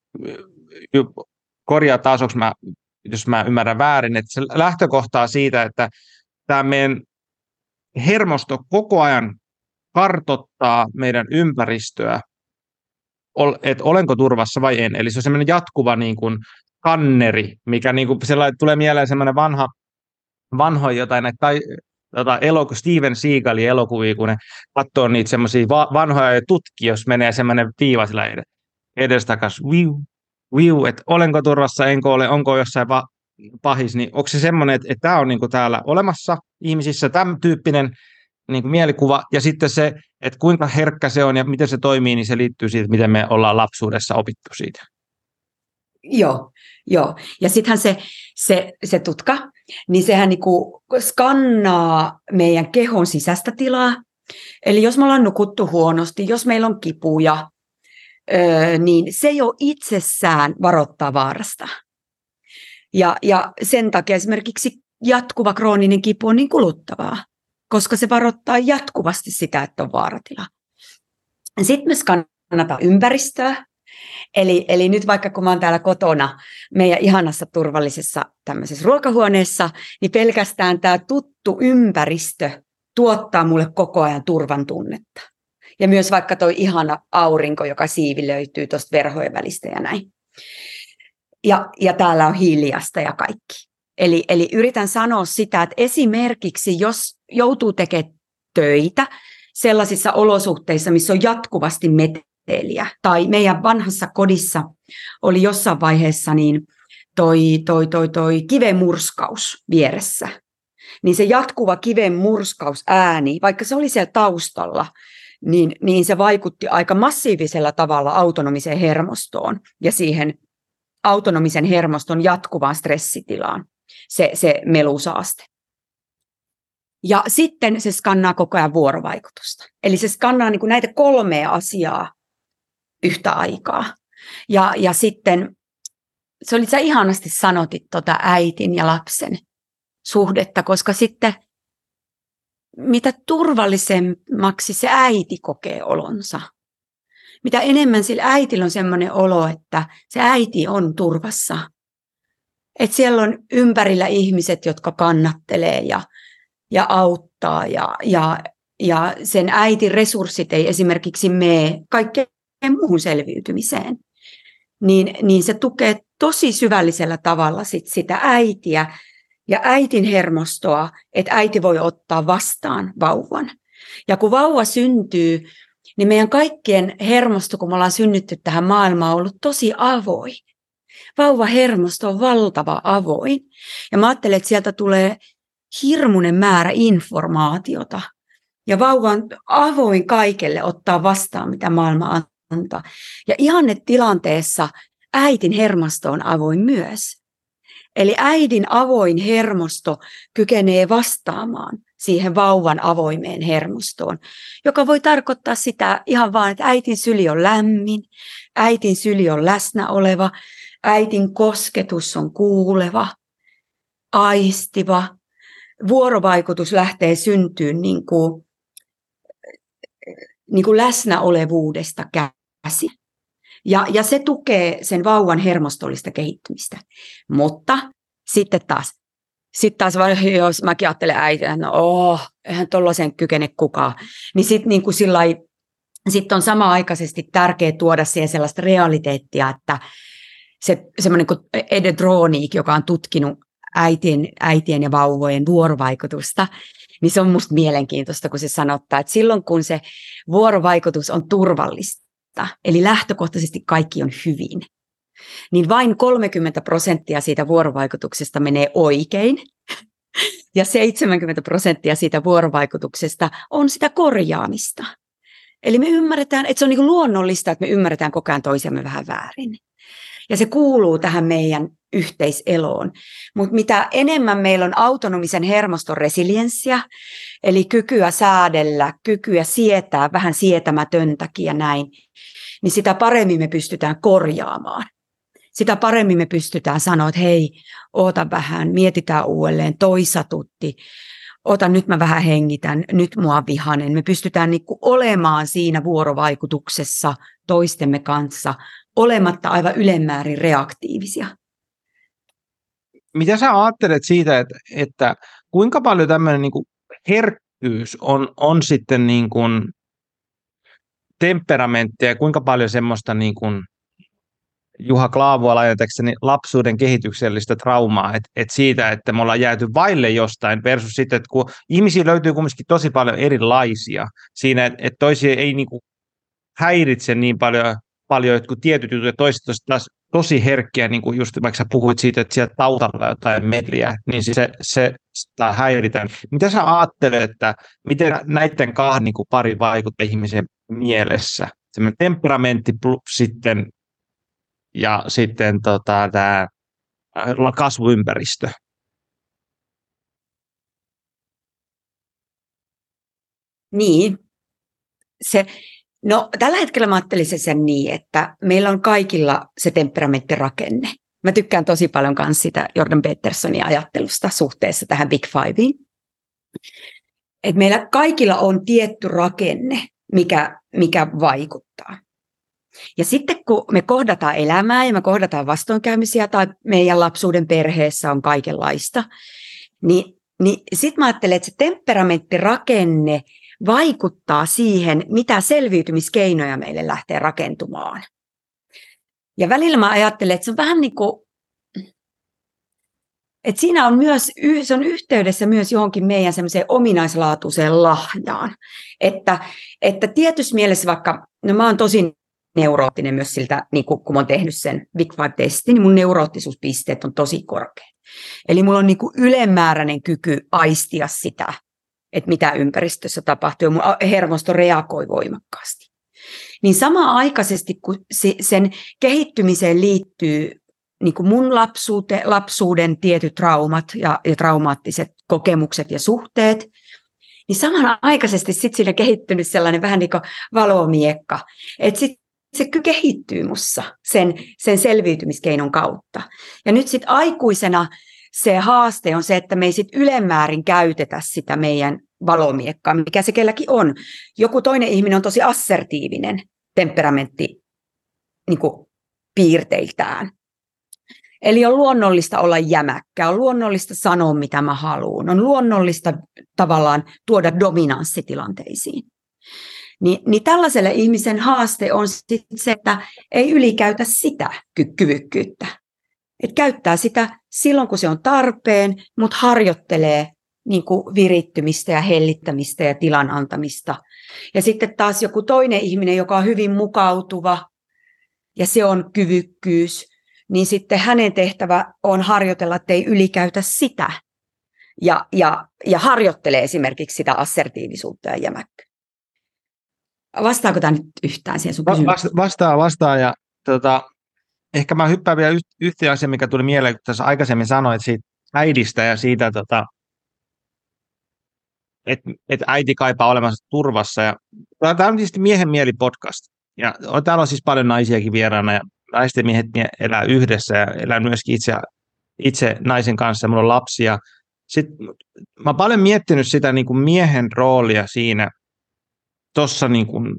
korjaa taas, jos mä ymmärrän väärin, että se lähtökohtaa siitä, että tämä meidän hermosto koko ajan kartoittaa meidän ympäristöä, että olenko turvassa vai en. Eli se on semmoinen jatkuva niin kuin kanneri, mikä niin kuin tulee mieleen semmoinen vanhoja jotain näitä Steven Seagalin elokuvia, kun ne katsoo niitä semmoisia vanhoja ja tutkii, jos menee semmoinen viiva sillä edestakas, että olenko turvassa, enkä ole, onko jossain pahis, niin onko se semmoinen, että tämä on niinku täällä olemassa ihmisissä, tämän tyyppinen niinku mielikuva, ja sitten se, että kuinka herkkä se on ja miten se toimii, niin se liittyy siitä, miten me ollaan lapsuudessa opittu siitä. Joo. Ja sittenhän se tutka, niin sehän niinku skannaa meidän kehon sisäistä tilaa. Eli jos me ollaan nukuttu huonosti, jos meillä on kipuja, niin se jo itsessään varoittaa vaarasta. Ja sen takia esimerkiksi jatkuva krooninen kipu on niin kuluttavaa, koska se varoittaa jatkuvasti sitä, että on vaaratila. Sitten me skannataan ympäristöä. Eli nyt vaikka kun mä oon täällä kotona meidän ihanassa turvallisessa tämmöisessä ruokahuoneessa, niin pelkästään tämä tuttu ympäristö tuottaa mulle koko ajan turvan tunnetta. Ja myös vaikka toi ihana aurinko, joka siivi löytyy tuosta verhojen välistä ja näin. Ja täällä on hiljasta ja kaikki. Eli yritän sanoa sitä, että esimerkiksi jos joutuu tekemään töitä sellaisissa olosuhteissa, missä on jatkuvasti meteliä, tai meidän vanhassa kodissa oli jossain vaiheessa niin toi kivenmurskaus vieressä, niin se jatkuva kivenmurskausääni, vaikka se oli siellä taustalla, niin se vaikutti aika massiivisella tavalla autonomiseen hermostoon ja siihen autonomisen hermoston jatkuvaan stressitilaan, se melusaaste. Ja sitten se skannaa koko ajan vuorovaikutusta. Eli se skannaa niin kuin näitä 3 asiaa yhtä aikaa. Ja sitten, se oli, sä ihanasti sanotit äitin ja lapsen suhdetta, koska sitten mitä turvallisemmaksi se äiti kokee olonsa, mitä enemmän sillä äitillä on semmoinen olo, että se äiti on turvassa. Että siellä on ympärillä ihmiset, jotka kannattelee ja auttaa ja sen äitin resurssit ei esimerkiksi mene kaikkeen muuhun selviytymiseen. Niin se tukee tosi syvällisellä tavalla sitä äitiä ja äitin hermostoa, että äiti voi ottaa vastaan vauvan. Ja kun vauva syntyy, niin meidän kaikkien hermosto, kun me ollaan synnytty tähän maailmaan, on ollut tosi avoin. Vauvahermosto on valtava avoin. Ja mä ajattelen, että sieltä tulee hirmuinen määrä informaatiota. Ja vauva on avoin kaikelle ottaa vastaan, mitä maailma antaa. Ja ihannetilanteessa äitin hermosto on avoin myös. Eli äidin avoin hermosto kykenee vastaamaan siihen vauvan avoimeen hermostoon, joka voi tarkoittaa sitä ihan vaan, että äitin syli on lämmin, äitin syli on läsnä oleva, äitin kosketus on kuuleva, aistiva. Vuorovaikutus lähtee syntyyn niin kuin läsnäolevuudesta käsin. Ja se tukee sen vauvan hermostollista kehittymistä. Mutta sitten taas jos mäkin ajattelen äitiä, eihän tuollaisen kykene kukaan, niin sitten niin sit on samaaikaisesti tärkeää tuoda siihen sellaista realiteettia, että semmoinen kuin Ede Droniik, joka on tutkinut äitien ja vauvojen vuorovaikutusta, niin se on musta mielenkiintoista, kun se sanottaa, että silloin kun se vuorovaikutus on turvallista, eli lähtökohtaisesti kaikki on hyvin, niin vain 30% siitä vuorovaikutuksesta menee oikein, ja 70% siitä vuorovaikutuksesta on sitä korjaamista. Eli me ymmärretään, että se on niin kuin luonnollista, että me ymmärretään koko ajan toisiamme vähän väärin. Ja se kuuluu tähän meidän yhteiseloon. Mutta mitä enemmän meillä on autonomisen hermoston resilienssiä, eli kykyä säädellä, kykyä sietää, vähän sietämätöntäkin ja näin, niin sitä paremmin me pystytään korjaamaan. Sitä paremmin me pystytään sanoa, että hei, oota vähän, mietitään uudelleen, toi satutti, oota nyt mä vähän hengitän, nyt mua on vihanen. Me pystytään niinku olemaan siinä vuorovaikutuksessa toistemme kanssa, olematta aivan ylemmäärin reaktiivisia. Mitä sä ajattelet siitä, että kuinka paljon tämmöinen niin kuin herkkyys on sitten niin kuin temperamenttia ja kuinka paljon semmoista niin kuin Juha Klaavua lainatakseni lapsuuden kehityksellistä traumaa, että siitä, että me ollaan jääty vaille jostain versus sitten, että kun ihmisiä löytyy kumminkin tosi paljon erilaisia siinä, että toisia ei niin kuin häiritse niin paljon jotkut tietyt jutut ja toiset taas tosi herkkiä, niin kuin just vaikka sä puhuit siitä, että sieltä taustalla jotain medliä, niin se sitä häiritään. Mitä sä ajattelet, että miten näiden kahden niin kuin pari vaikuttaa ihmisen mielessä? Semmoinen temperamentti plus sitten ja sitten tämä kasvuympäristö. Niin. Tällä hetkellä mä ajattelisin sen niin, että meillä on kaikilla se temperamenttirakenne. Mä tykkään tosi paljon myös sitä Jordan Petersonin ajattelusta suhteessa tähän Big Fiveen. Että meillä kaikilla on tietty rakenne, mikä vaikuttaa. Ja sitten kun me kohdataan elämää ja me kohdataan vastoinkäymisiä tai meidän lapsuuden perheessä on kaikenlaista, niin sitten mä ajattelen, että se temperamenttirakenne vaikuttaa siihen, mitä selviytymiskeinoja meille lähtee rakentumaan. Ja välillä mä ajattelen, että se on vähän niin kuin, että siinä on myös, se on yhteydessä myös johonkin meidän semmoiseen ominaislaatuiseen lahjaan. Että tietyssä mielessä vaikka, no mä oon tosi neuroottinen myös siltä, niin kun mä oon tehnyt sen Big Five-testin, niin mun neuroottisuuspisteet on tosi korkeat. Eli mulla on niin kuin ylimääräinen kyky aistia sitä, että mitä ympäristössä tapahtuu, ja mun hermosto reagoi voimakkaasti. Niin samanaikaisesti, kun sen kehittymiseen liittyy niin kuin mun lapsuuden tietyt traumat ja traumaattiset kokemukset ja suhteet, niin samanaikaisesti sitten siinä kehittynyt sellainen vähän niin kuin valomiekka, että sitten se kehittyy mussa sen selviytymiskeinon kautta. Ja nyt sitten aikuisena se haaste on se, että me ei sitten ylemmäärin käytetä sitä meidän valomiekkaa, mikä se kelläkin on. Joku toinen ihminen on tosi assertiivinen temperamentti niin kuin piirteiltään. Eli on luonnollista olla jämäkkä, on luonnollista sanoa, mitä mä haluan, on luonnollista tavallaan tuoda dominanssitilanteisiin. Niin tällaiselle ihmisen haaste on sitten se, että ei ylikäytä sitä kyvykkyyttä. Et käyttää sitä silloin, kun se on tarpeen, mutta harjoittelee niin kuin virittymistä ja hellittämistä ja tilan antamista. Ja sitten taas joku toinen ihminen, joka on hyvin mukautuva, ja se on kyvykkyys, niin sitten hänen tehtävä on harjoitella, että ei ylikäytä sitä. Ja harjoittelee esimerkiksi sitä assertiivisuutta ja jämäkkyyttä. Vastaako tämä nyt yhtään siihen sun kysymykseen? Vastaa. Ja ehkä mä hyppään vielä yhteen asiaan, mikä tuli mieleen, kun tässä aikaisemmin sanoit siitä äidistä ja siitä, että äiti kaipaa olevansa turvassa. Ja tämä on tietysti Miehen mieli podcast. Ja täällä on siis paljon naisiakin vieraana ja naisten miehet elää yhdessä ja elää myöskin itse naisen kanssa. Mulla on lapsia. Sitten mä oon paljon miettinyt sitä niin kuin miehen roolia siinä, tossa niin kuin,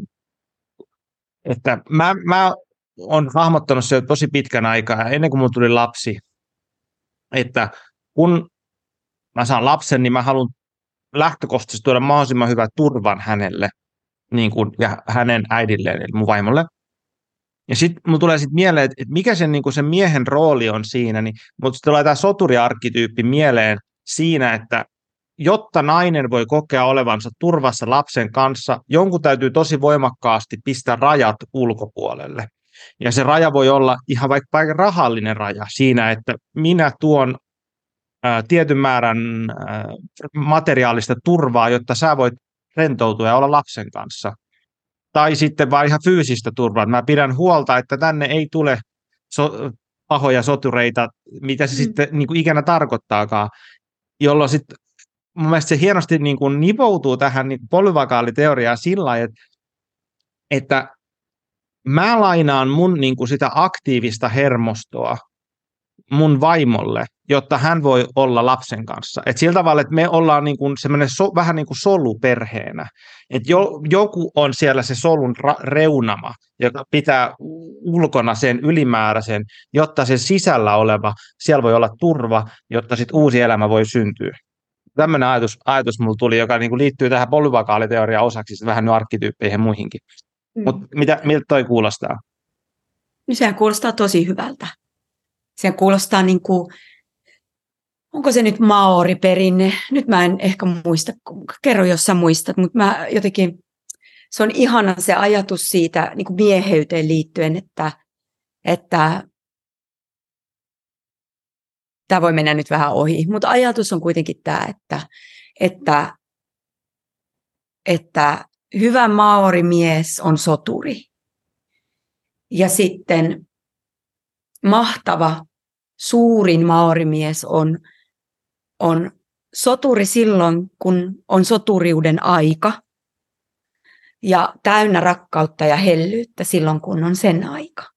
että mä oon hahmottanut se tosi pitkän aikaa, ennen kuin mulla tuli lapsi, että kun mä saan lapsen, niin mä haluan lähtökohtaisesti tuoda mahdollisimman hyvän turvan hänelle niin kuin, ja hänen äidilleen, eli mun vaimolle. Ja sitten mulla tulee sitten mieleen, että mikä sen, niin kuin sen miehen rooli on siinä, niin mutta tulee tämä soturiarkkityyppi mieleen siinä, että jotta nainen voi kokea olevansa turvassa lapsen kanssa, jonkun täytyy tosi voimakkaasti pistää rajat ulkopuolelle. Ja se raja voi olla ihan vaikka rahallinen raja siinä, että minä tuon tietyn määrän materiaalista turvaa, jotta sä voit rentoutua ja olla lapsen kanssa. Tai sitten vaan ihan fyysistä turvaa. Mä pidän huolta, että tänne ei tule pahoja sotureita, mitä se sitten niin kuin ikinä tarkoittaakaan, jolloin sitten mun mielestä se hienosti niin kuin nivoutuu tähän niin kuin polyvagaaliteoriaan sillä lailla, että mä lainaan mun niin kuin sitä aktiivista hermostoa mun vaimolle, jotta hän voi olla lapsen kanssa. Et sillä tavalla, että me ollaan niin kuin semmoinen vähän niin kuin soluperheenä. Että joku on siellä se solun reunama, joka pitää ulkona sen ylimääräisen, jotta sen sisällä oleva, siellä voi olla turva, jotta sitten uusi elämä voi syntyä. Tämmöinen ajatus mulla tuli, joka niin kuin liittyy tähän polyvagaaliteoriaan osaksi, vähän nyt arkkityyppeihin ja muihinkin. Mutta miltä toi kuulostaa? No sehän kuulostaa tosi hyvältä. Se kuulostaa niin kuin, onko se nyt maoriperinne? Nyt mä en ehkä muista, kerro jos sä muistat, mutta mä jotenkin, se on ihana se ajatus siitä niin kuin mieheyteen liittyen, että tämä voi mennä nyt vähän ohi, mutta ajatus on kuitenkin tämä, että hyvä maorimies on soturi. Ja sitten mahtava, suurin maorimies on soturi silloin, kun on soturiuden aika. Ja täynnä rakkautta ja hellyyttä silloin, kun on sen aika.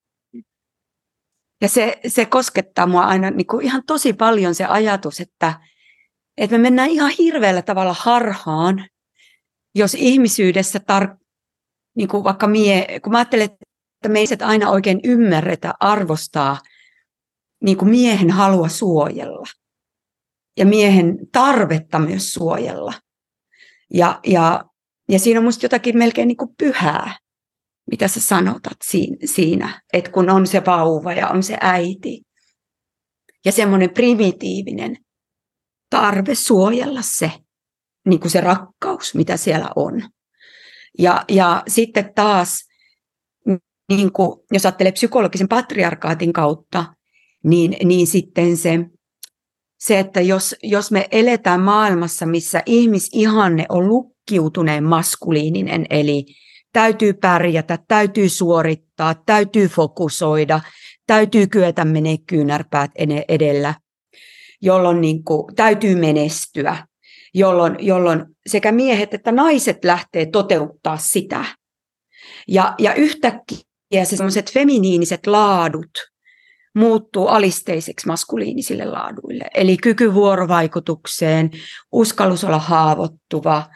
Ja se koskettaa mua aina niin kuin ihan tosi paljon se ajatus, että me mennään ihan hirveällä tavalla harhaan, jos ihmisyydessä, niin kuin vaikka kun mä ajattelen, että me ei aina oikein ymmärretä arvostaa niin kuin miehen halua suojella ja miehen tarvetta myös suojella. Ja Ja siinä on musta jotakin melkein niin kuin pyhää, mitä sä sanotat siinä, että kun on se vauva ja on se äiti. Ja semmoinen primitiivinen tarve suojella se, niin kuin se rakkaus, mitä siellä on. Ja sitten taas, niin kuin, jos ajattelee psykologisen patriarkaatin kautta, niin sitten se, että jos me eletään maailmassa, missä ihmisihanne on lukkiutuneen maskuliininen, eli täytyy pärjätä, täytyy suorittaa, täytyy fokusoida, täytyy kyetä menee kyynärpäät edellä, jolloin niin kuin, täytyy menestyä, jolloin sekä miehet että naiset lähtee toteuttaa sitä. Ja yhtäkkiä sellaiset feminiiniset laadut muuttuu alisteiseksi maskuliinisille laaduille. Eli kyky vuorovaikutukseen, uskallus olla haavoittuva,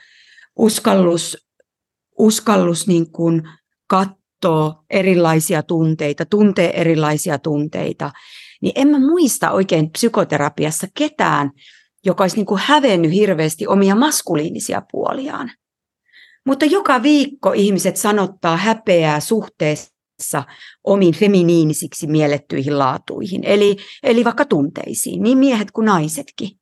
uskallus niin kuin katsoa erilaisia tunteita, tuntee erilaisia tunteita. Niin en mä muista oikein psykoterapiassa ketään, joka olisi niin kuin hävennyt hirveästi omia maskuliinisia puoliaan. Mutta joka viikko ihmiset sanottaa häpeää suhteessa omiin feminiinisiksi miellettyihin laatuihin, eli vaikka tunteisiin, niin miehet kuin naisetkin.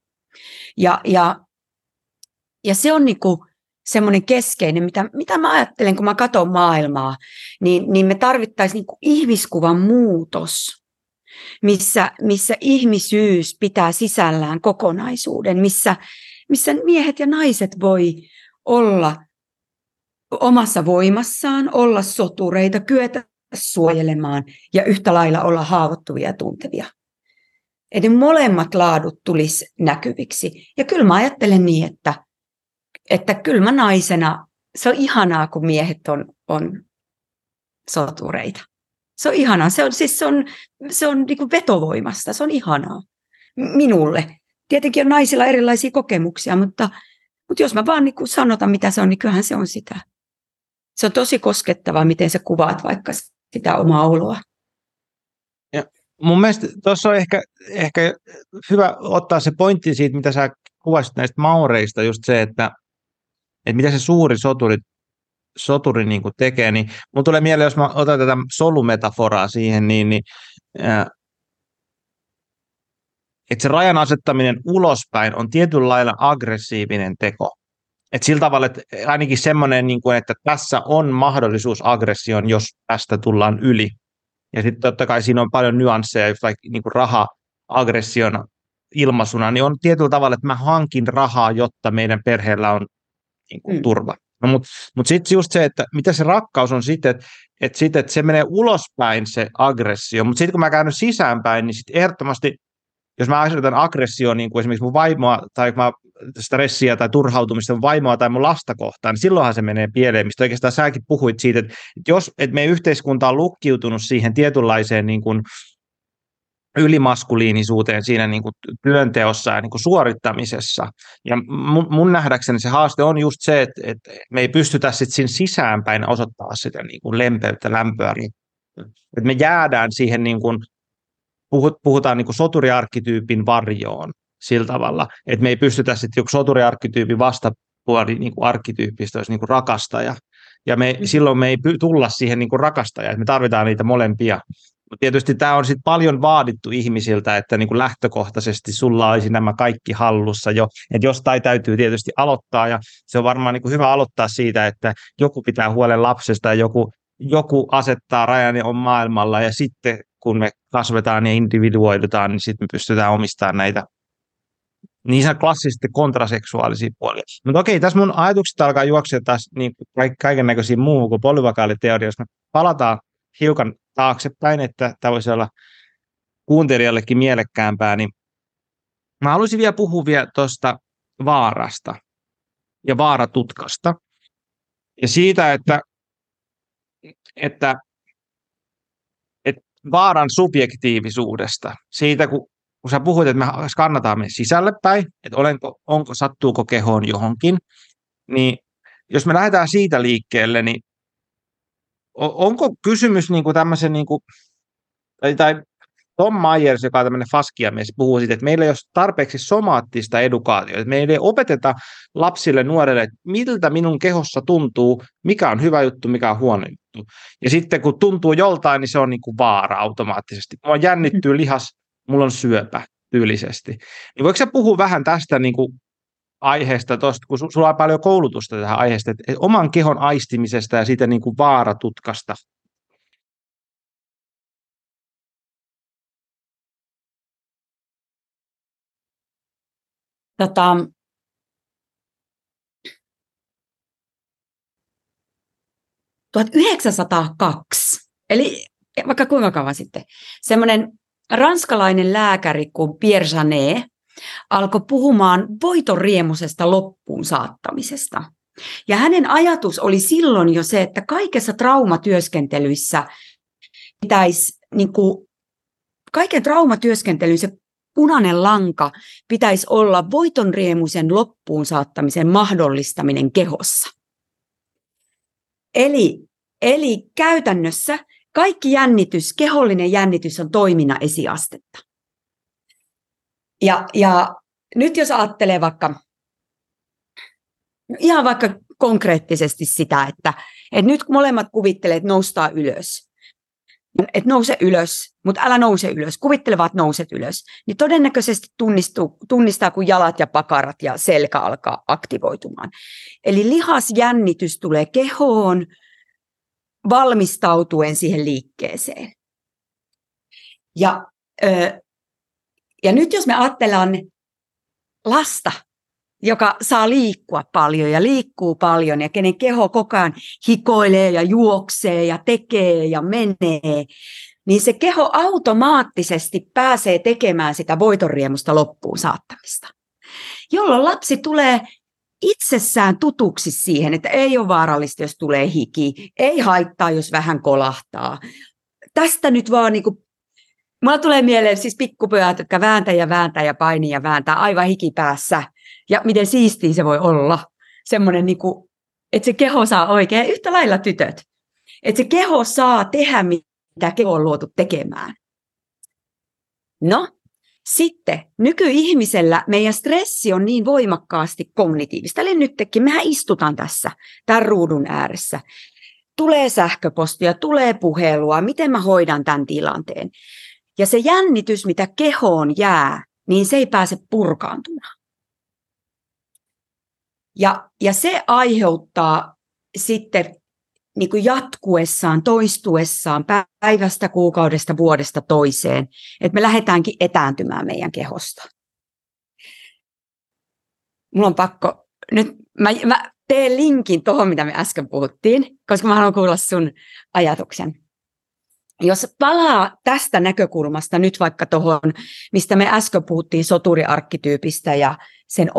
Ja se on niinku semmoinen keskeinen, mitä mä ajattelen, kun mä katson maailmaa, niin me tarvittaisiin niinku ihmiskuvan muutos, missä ihmisyys pitää sisällään kokonaisuuden, missä miehet ja naiset voi olla omassa voimassaan, olla sotureita, kyetä suojelemaan ja yhtä lailla olla haavoittuvia ja tuntevia. Eli molemmat laadut tulisi näkyviksi. Ja kyllä mä ajattelen niin, että kyllä mä naisena, se on ihanaa, kun miehet on sotureita. Se on ihanaa. Se on niin kuin vetovoimasta. Se on ihanaa minulle. Tietenkin on naisilla erilaisia kokemuksia, mutta jos mä vaan niin kuin sanotan, mitä se on, niin kyllähän se on sitä. Se on tosi koskettavaa, miten sä kuvaat vaikka sitä omaa oloa. Ja mun mielestä tuossa on ehkä hyvä ottaa se pointti siitä, mitä sä kuvasit näistä maureista, just se, että mitä se suuri soturi niin kuin tekee. Niin mun tulee mieleen, jos mä otan tätä solumetaforaa siihen, että se rajan asettaminen ulospäin on tietyllä lailla aggressiivinen teko. Et sillä tavalla, että ainakin semmoinen, että tässä on mahdollisuus aggressioon, jos tästä tullaan yli. Ja sitten totta kai siinä on paljon nyansseja, jos vaikka niin kuin raha-aggression ilmaisuna, niin on tietyllä tavalla, että mä hankin rahaa, jotta meidän perheellä on niin kuin turva. No, mutta sitten just se, että mitä se rakkaus on sitten, että se menee ulospäin se aggressio, mutta sitten kun mä käyn sisäänpäin, niin sitten ehdottomasti, jos mä asetan aggressioon niin kuin esimerkiksi mun vaimoa tai stressiä tai turhautumista mun vaimoa tai mun lasta kohtaan, niin silloinhan se menee pieleen, mistä oikeastaan säkin puhuit siitä, että meidän yhteiskunta on lukkiutunut siihen tietynlaiseen niin kuin ylimaskuliinisuuteen siinä niin kuin työnteossa ja niin kuin suorittamisessa. Ja mun nähdäkseni se haaste on just se, että me ei pystytä sitten siinä sisäänpäin osoittaa sitä niin kuin lempeyttä, lämpöä. Että me jäädään siihen, niin kuin, puhutaan niin kuin soturiarkkityypin varjoon sillä tavalla, että me ei pystytä sitten joku soturiarkkityypin vastapuoli niin kuin arkkityyppistä olisi niin kuin rakastaja. Ja silloin me ei tulla siihen niin kuin rakastajaan, että me tarvitaan niitä molempia. Mutta tietysti tämä on sit paljon vaadittu ihmisiltä, että niin kuin lähtökohtaisesti sulla olisi nämä kaikki hallussa jo, että jostain täytyy tietysti aloittaa, ja se on varmaan niin kuin hyvä aloittaa siitä, että joku pitää huolen lapsesta ja joku asettaa rajan ja on maailmalla, ja sitten kun me kasvetaan ja individuoidutaan, niin sitten me pystytään omistamaan näitä niin sanottu klassisesti kontraseksuaalisia puolia. Mutta okei, tässä mun ajatukset alkaa juoksia taas niin kaiken näköisiä muuhun kuin polyvagaaliteoria. Jos me palataan hiukan taaksepäin, että tämä voisi olla kuuntelijallekin mielekkäämpää, niin mä haluaisin vielä puhua tuosta vaarasta ja vaaratutkasta. Ja siitä, että vaaran subjektiivisuudesta. Siitä, kun sä puhuit, että me skannataan me sisälle päin, että sattuuko kehoon johonkin, niin jos me lähdetään siitä liikkeelle, niin onko kysymys niin kuin tämmöisen, niin kuin, tai Tom Myers, joka on tämmöinen faskiamies, puhuu siitä, että meillä ei ole tarpeeksi somaattista edukaatiota. Että meillä ei opeteta lapsille, nuorille, että miltä minun kehossa tuntuu, mikä on hyvä juttu, mikä on huono juttu. Ja sitten kun tuntuu joltain, niin se on niin kuin vaara automaattisesti. Mua jännittyy lihas, mulla on syöpä tyylisesti. Niin voiko sä puhua vähän tästä niin kuin aiheesta, tosta, kun sulla on paljon koulutusta tähän aiheesta, että oman kehon aistimisesta ja siitä niin kuin vaaratutkasta? Tota, 1902, eli vaikka kuinka kauan sitten, semmoinen ranskalainen lääkäri kuin Pierre Janet alkoi puhumaan voitonriemuisesta loppuun saattamisesta. Ja hänen ajatus oli silloin jo se, että kaikessa traumatyöskentelyissä pitäisi, kaiken traumatyöskentelyn se punainen lanka pitäisi olla voitonriemuisen loppuun saattamisen mahdollistaminen kehossa. Eli käytännössä kaikki jännitys, kehollinen jännitys on toiminnan esiastetta. Ja nyt jos ajattelee ihan vaikka konkreettisesti sitä, että nyt molemmat kuvittelee, että noustaan ylös. Että nouse ylös, mutta älä nouse ylös. Kuvittele vaan, että nouset ylös. Niin todennäköisesti tunnistaa, kun jalat ja pakarat ja selkä alkaa aktivoitumaan. Eli lihasjännitys tulee kehoon valmistautuen siihen liikkeeseen. Ja nyt jos me ajatellaan lasta, joka saa liikkua paljon ja liikkuu paljon ja kenen keho koko ajan hikoilee ja juoksee ja tekee ja menee, niin se keho automaattisesti pääsee tekemään sitä voitonriemusta loppuun saattamista. Jolloin lapsi tulee itsessään tutuksi siihen, että ei ole vaarallista, jos tulee hiki, ei haittaa, jos vähän kolahtaa. Tästä nyt vaan mulla tulee mieleen siis pikkupojat, jotka vääntää ja painii ja vääntää aivan hikipäässä. Ja miten siistiä se voi olla. Semmoinen, että se keho saa oikein, yhtä lailla tytöt. Että se keho saa tehdä, mitä keho on luotu tekemään. No, sitten nykyihmisellä meidän stressi on niin voimakkaasti kognitiivista. Eli nytkin mehän istutaan tässä, tämän ruudun ääressä. Tulee sähköpostia, tulee puhelua, miten mä hoidan tämän tilanteen. Ja se jännitys, mitä kehoon jää, niin se ei pääse purkaantumaan. Ja se aiheuttaa sitten jatkuessaan, toistuessaan, päivästä, kuukaudesta, vuodesta toiseen, että me lähdetäänkin etääntymään meidän kehosta. Mulla on pakko, nyt mä teen linkin tuohon, mitä me äsken puhuttiin, koska mä haluan kuulla sun ajatuksen. Jos palaa tästä näkökulmasta nyt vaikka tuohon, mistä me äsken puhuttiin soturiarkkityypistä ja sen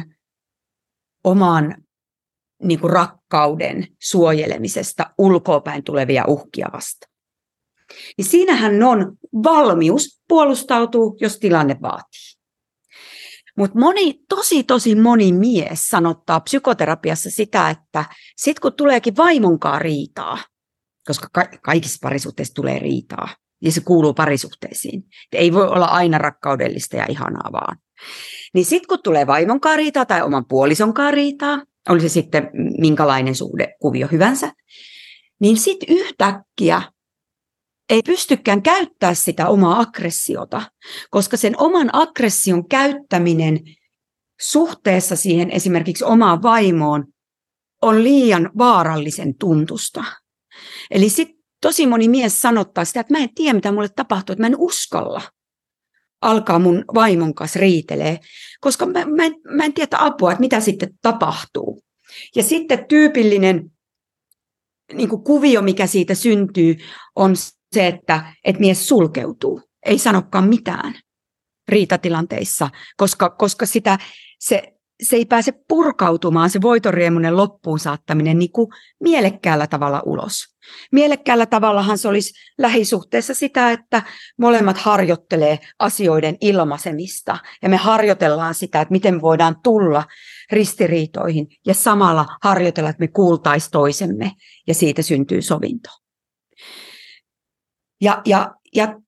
oman rakkauden suojelemisesta ulkoapäin tulevia uhkia vastaan. Niin siinähän on valmius puolustautua, jos tilanne vaatii. Mutta tosi moni mies sanottaa psykoterapiassa sitä, että sitten kun tuleekin vaimonkaan riitaa, koska kaikissa parisuhteissa tulee riitaa, ja se kuuluu parisuhteisiin. Ei voi olla aina rakkaudellista ja ihanaa vaan. Niin sitten kun tulee vaimonkaan riitaa tai oman puolisonkaan riitaa, oli se sitten minkälainen suhdekuvio hyvänsä, niin sitten yhtäkkiä ei pystykään käyttää sitä omaa aggressiota, koska sen oman aggression käyttäminen suhteessa siihen esimerkiksi omaan vaimoon on liian vaarallisen tuntusta. Eli sitten tosi moni mies sanottaa sitä, että mä en tiedä, mitä mulle tapahtuu, että mä en uskalla alkaa mun vaimon kanssa riitelee, koska mä en tiedä apua, että mitä sitten tapahtuu. Ja sitten tyypillinen kuvio, mikä siitä syntyy, on se, että mies sulkeutuu, ei sanokaan mitään riitatilanteissa, koska se ei pääse purkautumaan, se voitonriemuinen loppuun saattaminen mielekkäällä tavalla ulos. Mielekkäällä tavallahan se olisi lähisuhteessa sitä, että molemmat harjoittelee asioiden ilmaisemista ja me harjoitellaan sitä, että miten me voidaan tulla ristiriitoihin ja samalla harjoitella, että me kuultaisiin toisemme ja siitä syntyy sovinto. Ja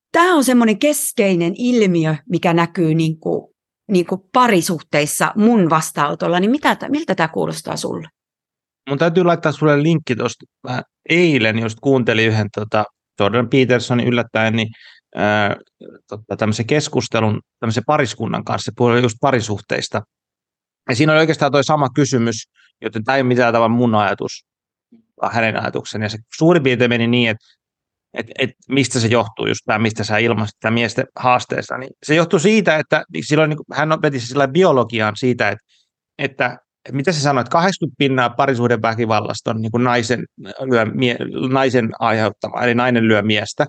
tämä on semmoinen keskeinen ilmiö, mikä näkyy niin kuin parisuhteissa mun vastaanotolla, niin miltä tämä kuulostaa sulle? Mun täytyy laittaa sulle linkki tuosta. Mä eilen just kuuntelin yhden Jordan Petersonin yllättäen niin, tämmöisen keskustelun tämmöisen pariskunnan kanssa, puhuin just parisuhteista. Ja siinä oli oikeastaan toi sama kysymys, joten tämä ei ole mitään tavalla mun ajatus, vaan hänen ajatukseni. Ja se suurin piirtein meni niin, että mistä se johtuu, just tämä, mistä sä ilmaisit tämä miesten haasteesta. Niin se johtuu siitä, että silloin, niin hän opeti sillä biologiaan siitä, että mitä se sanoi, että 80% parisuhden väkivallasta on niin kuin naisen aiheuttama, eli nainen lyö miestä.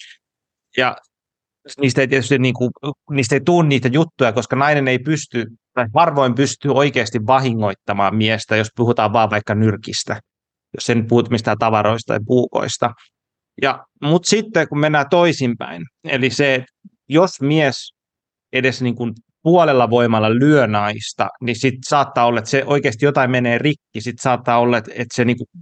Ja niistä ei tietysti niistä ei tule niitä juttuja, koska nainen ei pysty, tai harvoin pystyy oikeasti vahingoittamaan miestä, jos puhutaan vaan vaikka nyrkistä, jos en puhuta mistään tavaroista tai puukoista. Mutta sitten kun mennään toisinpäin, eli se, että jos mies edes niin kuin puolella voimalla lyö naista, niin sitten saattaa olla, että se oikeasti jotain menee rikki, sitten saattaa olla, että se, niin kuin,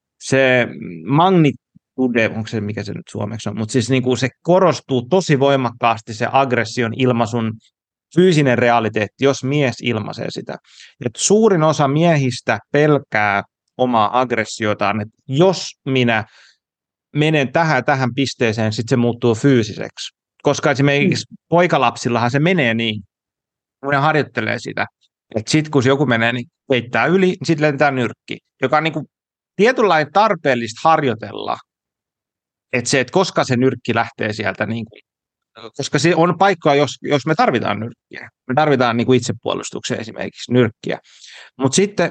se magnitude, onko se mikä se nyt suomeksi on, mutta siis niin kuin se korostuu tosi voimakkaasti se aggression ilmaisun fyysinen realiteetti, jos mies ilmaisee sitä. Et suurin osa miehistä pelkää omaa aggressiotaan, että jos minä menen tähän pisteeseen, sitten se muuttuu fyysiseksi. Koska esimerkiksi poikalapsillahan se menee niin, kun ne harjoittelee sitä, että sitten kun joku menee, niin peittää yli, niin sitten lentää nyrkki, joka on niin kuin tietynlainen tarpeellista harjoitella, että koska se nyrkki lähtee sieltä, niin kuin, koska se on paikkaa, jos me tarvitaan nyrkkiä. Me tarvitaan niin kuin itsepuolustukseen esimerkiksi nyrkkiä. Mutta sitten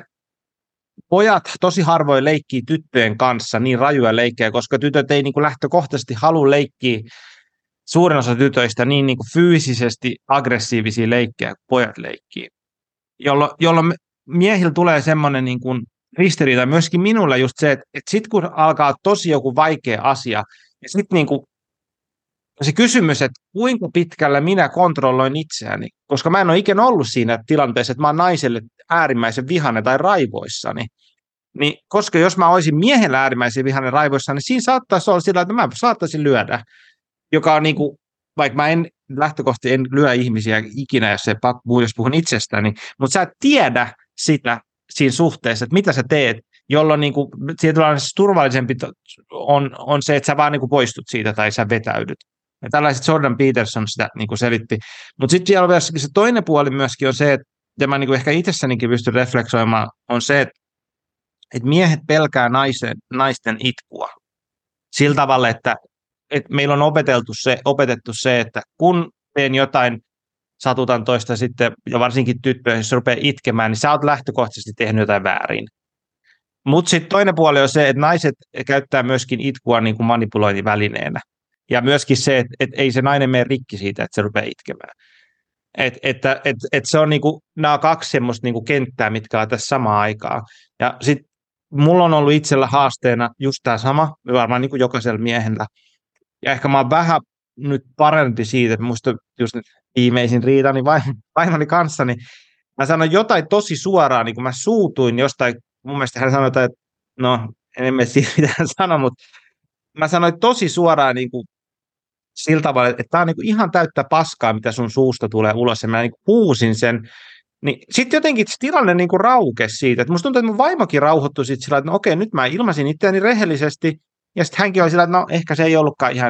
pojat tosi harvoin leikkii tyttöjen kanssa niin rajuja leikkejä, koska tytöt ei niin kuin lähtökohtaisesti halua leikkiä suurin osa tytöistä niin kuin fyysisesti aggressiivisia leikkejä kuin pojat leikkii. Jolloin miehillä tulee semmoinen niin kuin ristiriita, myöskin minulla just se, että sitten kun alkaa tosi joku vaikea asia, ja sitten niin kuin se kysymys, että kuinka pitkällä minä kontrolloin itseäni, koska mä en ole ikinä ollut siinä tilanteessa, että mä oon naiselle äärimmäisen vihainen tai raivoissani, niin koska jos mä olisin miehellä äärimmäisen vihainen raivoissani, niin siinä saattaisi olla sillä, että mä saattaisin lyödä, joka on niin kuin, vaikka mä en lähtökohtaisesti en lyö ihmisiä ikinä, jos puhun itsestäni, mutta sä et tiedä sitä siinä suhteessa, että mitä sä teet, jolloin niin kuin, turvallisempi on se, että sä vaan niin kuin poistut siitä tai sä vetäydyt. Ja tällaiset Jordan Peterson sitä niin kuin selitti. Mutta sitten vielä se toinen puoli myöskin on se, että ja mä niin kuin ehkä itsessänikin pystyn refleksoimaan, on se, että miehet pelkää naisten itkua. Sillä tavalla, että meillä on opetettu se, että kun teen jotain, satutan toista sitten, ja varsinkin tyttöjä, jos se rupeaa itkemään, niin sä oot lähtökohtaisesti tehnyt jotain väärin. Mutta sitten toinen puoli on se, että naiset käyttää myöskin itkua niin kuin manipulointivälineenä. Ja myöskin se, että ei se nainen mene rikki siitä, että se rupeaa itkemään. Että se on niinku, nämä on kaksi semmoista niinku kenttää, mitkä on tässä samaan aikaan. Ja sitten mulla on ollut itsellä haasteena just tämä sama, varmaan niinku jokaisella miehellä. Ja ehkä mä oon vähän nyt parempi siitä, että musta just nyt viimeisin riitani vaimoni kanssa, niin mä sanoin jotain tosi suoraan, niin kun mä suutuin jostain, mun mielestä hän sanoi, että no, en mene siitä mitään sanoa, mutta mä sanoin tosi suoraan niin kuin sillä tavalla, että tämä on niin kuin ihan täyttä paskaa, mitä sun suusta tulee ulos, ja mä niin kuin huusin sen. Niin sitten jotenkin se tilanne niin kuin raukesi siitä, että musta tuntuu, että mun vaimokin rauhoittui siitä sillä, että no okei, nyt mä ilmasin itseäni rehellisesti, ja sitten hänkin oli sillä, että no ehkä se ei ollutkaan ihan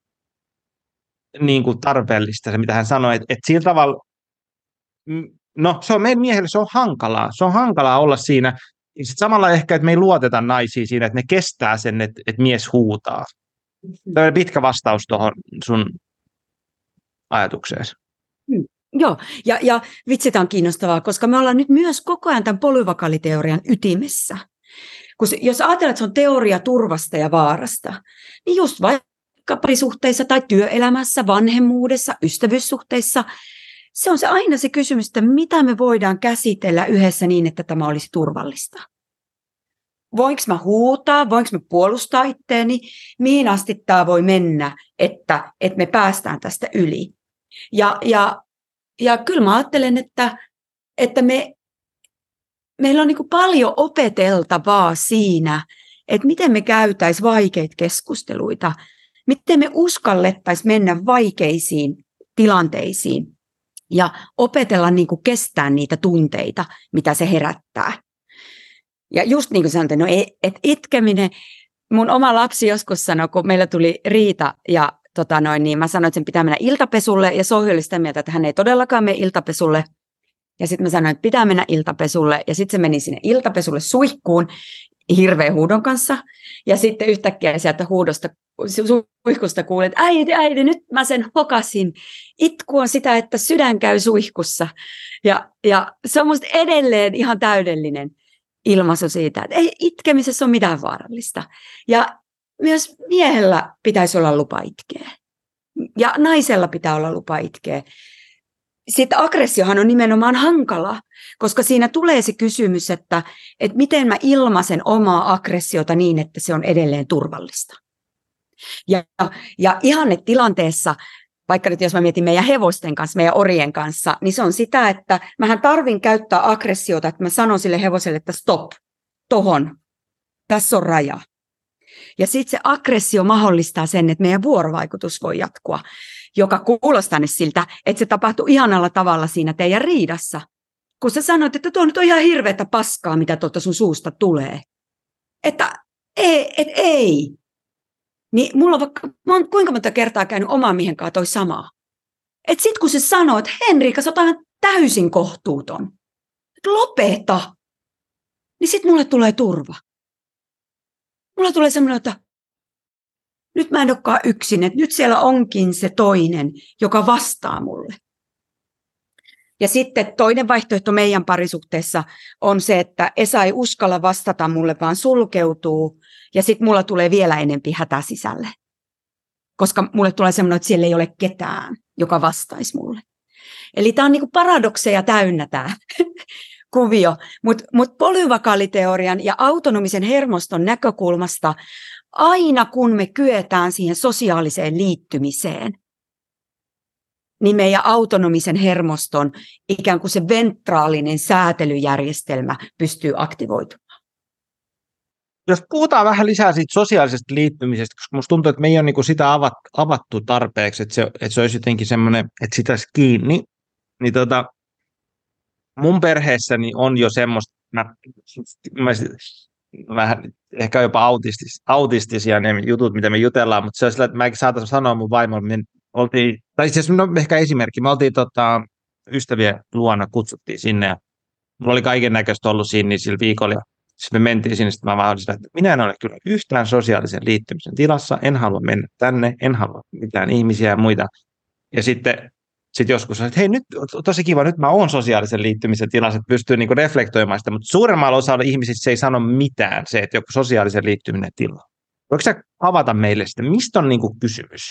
niin kuin tarpeellista se, mitä hän sanoi, että sillä tavalla, no se on meidän miehelle, se on hankalaa olla siinä, ja sitten samalla ehkä, että me ei luoteta naisiin siinä, että ne kestää sen, että mies huutaa. Tämä on pitkä vastaus tuohon sun ajatukseen. Joo, ja vitsi, tämä on kiinnostavaa, koska me ollaan nyt myös koko ajan tämän polyvakaaliteorian ytimessä. Jos ajatellaan, että se on teoria turvasta ja vaarasta, niin just vaikka parisuhteissa tai työelämässä, vanhemmuudessa, ystävyyssuhteissa, se on aina se kysymys, että mitä me voidaan käsitellä yhdessä niin, että tämä olisi turvallista. Voinko mä huutaa, voinko mä puolustaa itteeni, mihin asti tämä voi mennä, että me päästään tästä yli. Ja kyllä mä ajattelen, että meillä on niin kuin paljon opeteltavaa siinä, että miten me käytäisiin vaikeita keskusteluita, Miten me uskallettaisiin mennä vaikeisiin tilanteisiin ja opetella niin kuin kestää niitä tunteita, mitä se herättää. Ja just niin kuin sanoin, että itkeminen, mun oma lapsi joskus sanoi, kun meillä tuli riita ja niin mä sanoin, että sen pitää mennä iltapesulle ja Sohi oli sitä mieltä, että hän ei todellakaan mene iltapesulle. Ja sitten mä sanoin, että pitää mennä iltapesulle ja sitten se meni sinne iltapesulle suihkuun hirveän huudon kanssa. Ja sitten yhtäkkiä sieltä suihkusta kuulin, että äiti, nyt mä sen hokasin. Itku on sitä, että sydän käy suihkussa. Ja se on musta edelleen ihan täydellinen ilmaisu siitä, että ei itkemisessä ole mitään vaarallista. Ja myös miehellä pitäisi olla lupa itkeä. Ja naisella pitää olla lupa itkeä. Sitten aggressiohan on nimenomaan hankala, koska siinä tulee se kysymys, että miten mä ilmaisen omaa aggressiota niin, että se on edelleen turvallista. Ja ihannetilanteessa, vaikka nyt jos mä mietin meidän hevosten kanssa, meidän orien kanssa, niin se on sitä, että mähän tarvin käyttää aggressiota, että mä sanon sille hevoselle, että stop, tohon, tässä on raja. Ja sitten se aggressio mahdollistaa sen, että meidän vuorovaikutus voi jatkua, joka kuulostaa nyt siltä, että se tapahtuu ihanalla tavalla siinä teidän riidassa. Kun sä sanoit, että tuo nyt on ihan hirveätä paskaa, mitä tuolta sun suusta tulee. Että ei. Niin mulla on vaikka, mä oon kuinka monta kertaa käynyt oman miehen kanssa toi samaa. Että sit kun se sanoo, että Henriikka, sä oot aivan täysin kohtuuton. Että lopeta. Niin sit mulle tulee turva. Mulla tulee semmoinen, että nyt mä en olekaan yksin, että nyt siellä onkin se toinen, joka vastaa mulle. Ja sitten toinen vaihtoehto meidän parisuhteessa on se, että Esa ei uskalla vastata mulle, vaan sulkeutuu. Ja sitten mulla tulee vielä enempi hätä sisälle. Koska mulle tulee semmoinen, että siellä ei ole ketään, joka vastaisi mulle. Eli tämä on niinku paradokseja täynnä tämä kuvio. Mutta polyvakaaliteorian ja autonomisen hermoston näkökulmasta aina kun me kyetään siihen sosiaaliseen liittymiseen, niin meidän autonomisen hermoston ikään kuin se ventraalinen säätelyjärjestelmä pystyy aktivoitumaan. Jos puhutaan vähän lisää siitä sosiaalisesta liittymisestä, koska musta tuntuu, että me ei ole niinku sitä avattu tarpeeksi, että se olisi jotenkin semmoinen, että sitä olisi kiinni, niin mun perheessäni on jo semmoista, mä vähän ehkä jopa autistisia ne jutut, mitä me jutellaan, mutta se on sillä, että mäkin saatan sanoa mun vaimolle, tai itse asiassa ehkä esimerkki, me oltiin ystävien luona, kutsuttiin sinne ja mulla oli kaiken näköistä ollut siinä sillä viikolla ja sitten me mentiin sinne, sitten mä vaan olin että minä en ole kyllä yhtään sosiaalisen liittymisen tilassa, en halua mennä tänne, en halua mitään ihmisiä ja muita. Ja sitten joskus sanoin, että hei nyt tosi kiva, nyt mä oon sosiaalisen liittymisen tilassa, että pystyy niinku reflektoimaan sitä, mutta suuremmalla osalla ihmisistä se ei sano mitään, se, että joku sosiaalisen liittyminen tila. Voitko sä avata meille sitä, mistä on niinku kysymys?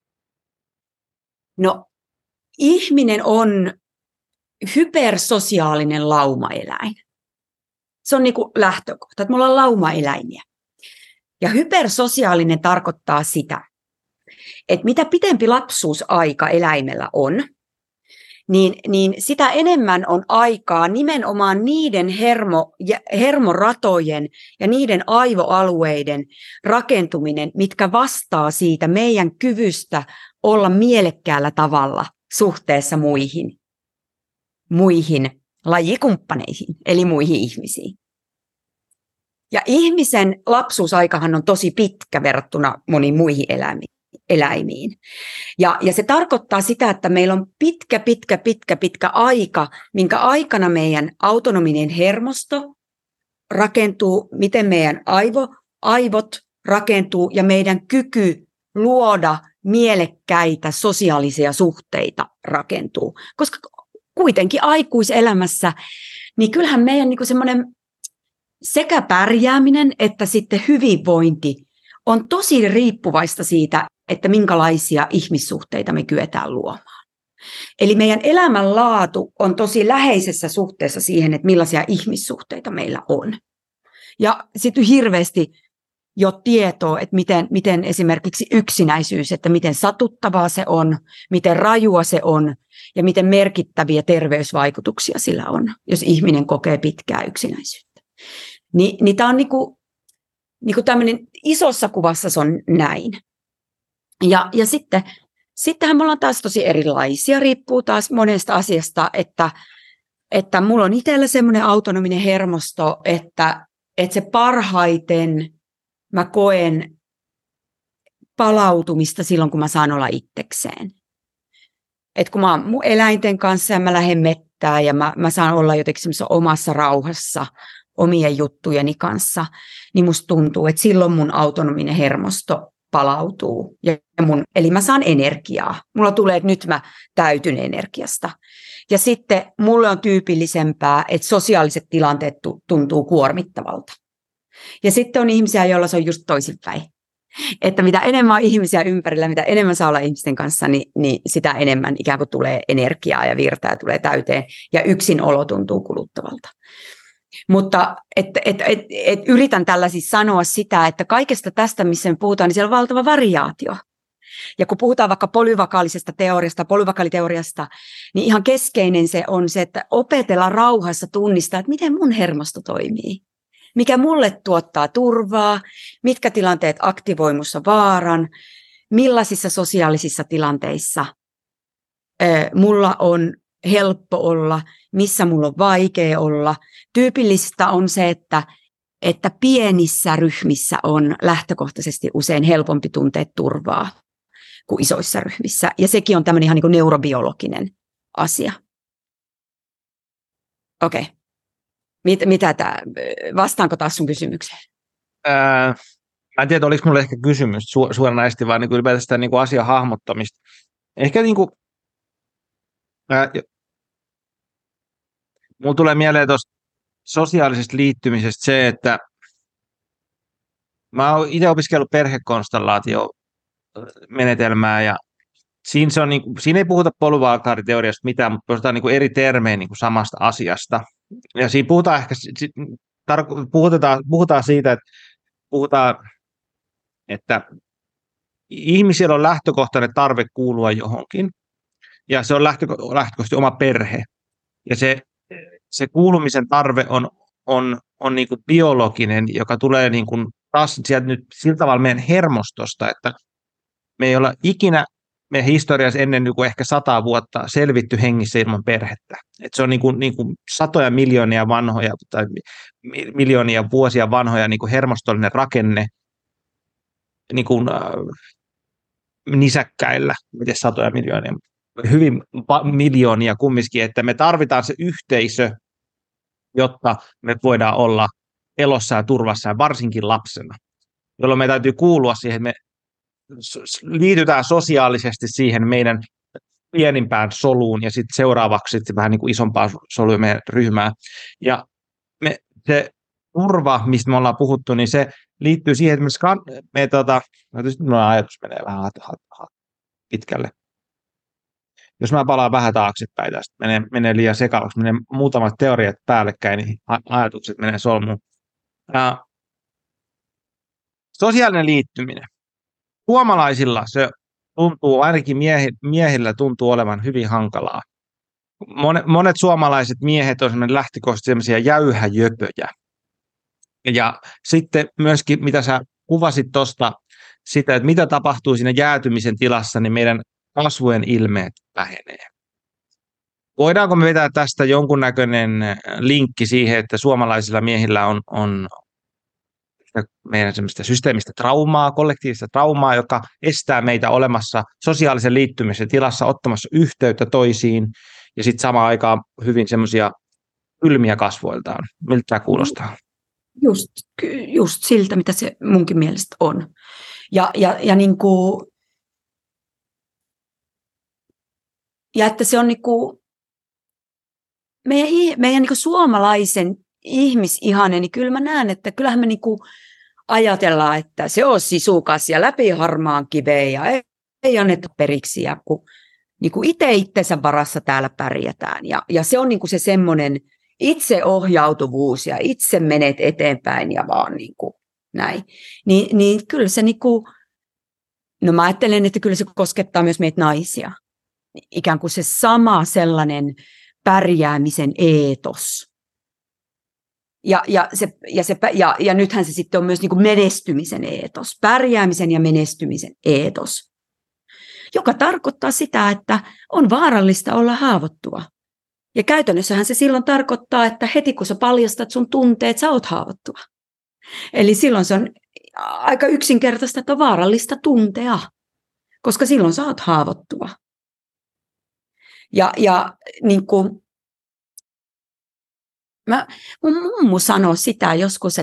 No, ihminen on hypersosiaalinen laumaeläin. Se on niinku lähtökohta, että me ollaan laumaeläimiä. Ja hypersosiaalinen tarkoittaa sitä, että mitä pitempi lapsuusaika eläimellä on, niin sitä enemmän on aikaa nimenomaan niiden hermoratojen ja niiden aivoalueiden rakentuminen, mitkä vastaa siitä meidän kyvystä olla mielekkäällä tavalla suhteessa muihin lajikumppaneihin, eli muihin ihmisiin. Ja ihmisen lapsuusaikahan on tosi pitkä verrattuna moniin muihin eläimiin. Ja se tarkoittaa sitä, että meillä on pitkä aika, minkä aikana meidän autonominen hermosto rakentuu, miten meidän aivot rakentuu ja meidän kyky luoda mielekkäitä sosiaalisia suhteita rakentuu. Koska kuitenkin aikuiselämässä, niin kyllähän meidän niin semmoinen sekä pärjääminen että sitten hyvinvointi on tosi riippuvaista siitä, että minkälaisia ihmissuhteita me kyetään luomaan. Eli meidän elämänlaatu on tosi läheisessä suhteessa siihen, että millaisia ihmissuhteita meillä on. Ja sitten hirveästi jo tietoa, että miten esimerkiksi yksinäisyys, että miten satuttavaa se on, miten rajua se on ja miten merkittäviä terveysvaikutuksia sillä on, jos ihminen kokee pitkää yksinäisyyttä. Niin tämä on niinku tämmöinen isossa kuvassa se on näin. Ja sittenhän me ollaan taas tosi erilaisia, riippuu taas monesta asiasta, että mulla on itsellä semmoinen autonominen hermosto, että se parhaiten mä koen palautumista silloin, kun mä saan olla itsekseen. Että kun mä oon mun eläinten kanssa ja mä lähden mettään ja mä saan olla jotenkin semmoisessa omassa rauhassa omien juttujeni kanssa, niin musta tuntuu, että silloin mun autonominen hermosto palautuu. Eli mä saan energiaa. Mulla tulee, että nyt mä täytyn energiasta. Ja sitten mulle on tyypillisempää, että sosiaaliset tilanteet tuntuu kuormittavalta. Ja sitten on ihmisiä, joilla se on just toisinpäin. Että mitä enemmän on ihmisiä ympärillä, mitä enemmän saa olla ihmisten kanssa, niin sitä enemmän ikään kuin tulee energiaa ja virtaa tulee täyteen. Ja yksinolo tuntuu kuluttavalta. Mutta yritän tällä siis sanoa sitä, että kaikesta tästä, missä me puhutaan, niin siellä on valtava variaatio. Ja kun puhutaan vaikka polyvakaalisesta teoriasta, polyvakaaliteoriasta, niin ihan keskeinen se on se, että opetella rauhassa tunnistaa, että miten mun hermosto toimii. Mikä mulle tuottaa turvaa, mitkä tilanteet aktivoi musta vaaran, millaisissa sosiaalisissa tilanteissa mulla on helppo olla, missä mulla on vaikea olla. Tyypillistä on se, että pienissä ryhmissä on lähtökohtaisesti usein helpompi tuntea turvaa kuin isoissa ryhmissä. Ja sekin on tämmöinen ihan niin kuin neurobiologinen asia. Okei. Mitä tämä, vastaanko taas sun kysymykseen? Mä en tiedä, oliko mulle ehkä kysymys suoranaisesti, vaan niin ylipäätään sitä niin asian hahmottamista. Ehkä niin kuin, mulla tulee mieleen tuosta sosiaalisesta liittymisestä se, että mä oon itse opiskellut perhekonstellaatiomenetelmää ja siinä ei puhuta polyvakaariteoriasta mitään, mutta puhutaan niin kuin eri termein niin kuin samasta asiasta. Ja siinä puhutaan ehkä puhutaan siitä, että ihmisillä on lähtökohtainen tarve kuulua johonkin, ja se on lähtökohtaisesti oma perhe. Ja se kuulumisen tarve on niin kuin biologinen, joka tulee niin kuin taas sieltä nyt sillä tavalla meidän hermostosta, että me ei olla ikinä meidän historiassa ennen niin kuin ehkä 100 vuotta selvitty hengissä ilman perhettä. Et se on niin kuin satoja miljoonia vanhoja tai miljoonia vuosia vanhoja niin kuin hermostollinen rakenne niin kuin, nisäkkäillä, miten satoja miljoonia, hyvin miljoonia kumminkin, että me tarvitaan se yhteisö, jotta me voidaan olla elossa ja turvassa ja varsinkin lapsena, jolloin me täytyy kuulua siihen, että me liitytään sosiaalisesti siihen meidän pienimpään soluun ja sitten seuraavaksi sitten vähän niin kuin isompaan soluun meidän ryhmään. Ja se turva, mistä me ollaan puhuttu, niin se liittyy siihen, että ajatus menee vähän pitkälle. Jos mä palaan vähän taaksepäin tästä, menee liian sekavaksi, menee muutamat teoriat päällekkäin, niin ajatukset menee solmuun. Sosiaalinen liittyminen. Suomalaisilla se tuntuu, ainakin miehillä tuntuu olevan hyvin hankalaa. Monet suomalaiset miehet on lähtökohtaisesti sellaisia jäyhäjöpöjä. Ja sitten myöskin, mitä sä kuvasit tuosta, sitä, että mitä tapahtuu siinä jäätymisen tilassa, niin meidän kasvojen ilmeet vähenee. Voidaanko me vetää tästä jonkunnäköinen linkki siihen, että suomalaisilla miehillä on meidän semmoista systeemistä traumaa, kollektiivista traumaa, joka estää meitä olemassa sosiaalisen liittymisen tilassa, ottamassa yhteyttä toisiin, ja sitten samaan aikaan hyvin semmoisia kylmiä kasvoiltaan. Miltä tämä kuulostaa? Just siltä, mitä se munkin mielestä on. Ja niin kuin, ja että se on niin kuin, meidän niin kuin suomalaisen ihmisihanne, niin kyllä mä näen, että kyllähän me niin kuin ajatellaan, että se on sisukas ja läpi harmaan kiveen ja ei anneta periksi ja kun niin kuin itse itsensä varassa täällä pärjätään. Ja se on niin kuin se semmoinen itseohjautuvuus ja itse menet eteenpäin ja vaan niin kuin näin. Niin kyllä se niin kuin, no mä ajattelen, että kyllä se koskettaa myös meitä naisia. Ikään kuin se sama sellainen pärjäämisen eetos. Ja nythän se sitten on myös niin kuin menestymisen eetos, pärjäämisen ja menestymisen eetos joka tarkoittaa sitä, että on vaarallista olla haavoittuva. Ja käytännössähän se silloin tarkoittaa, että heti kun sä paljastat sun tunteet, sä oot haavoittuva. Eli silloin se on aika yksinkertaista, että on vaarallista tuntea, koska silloin sä oot haavoittuva. Ja niin kuin, mun mummu sanoi sitä joskus,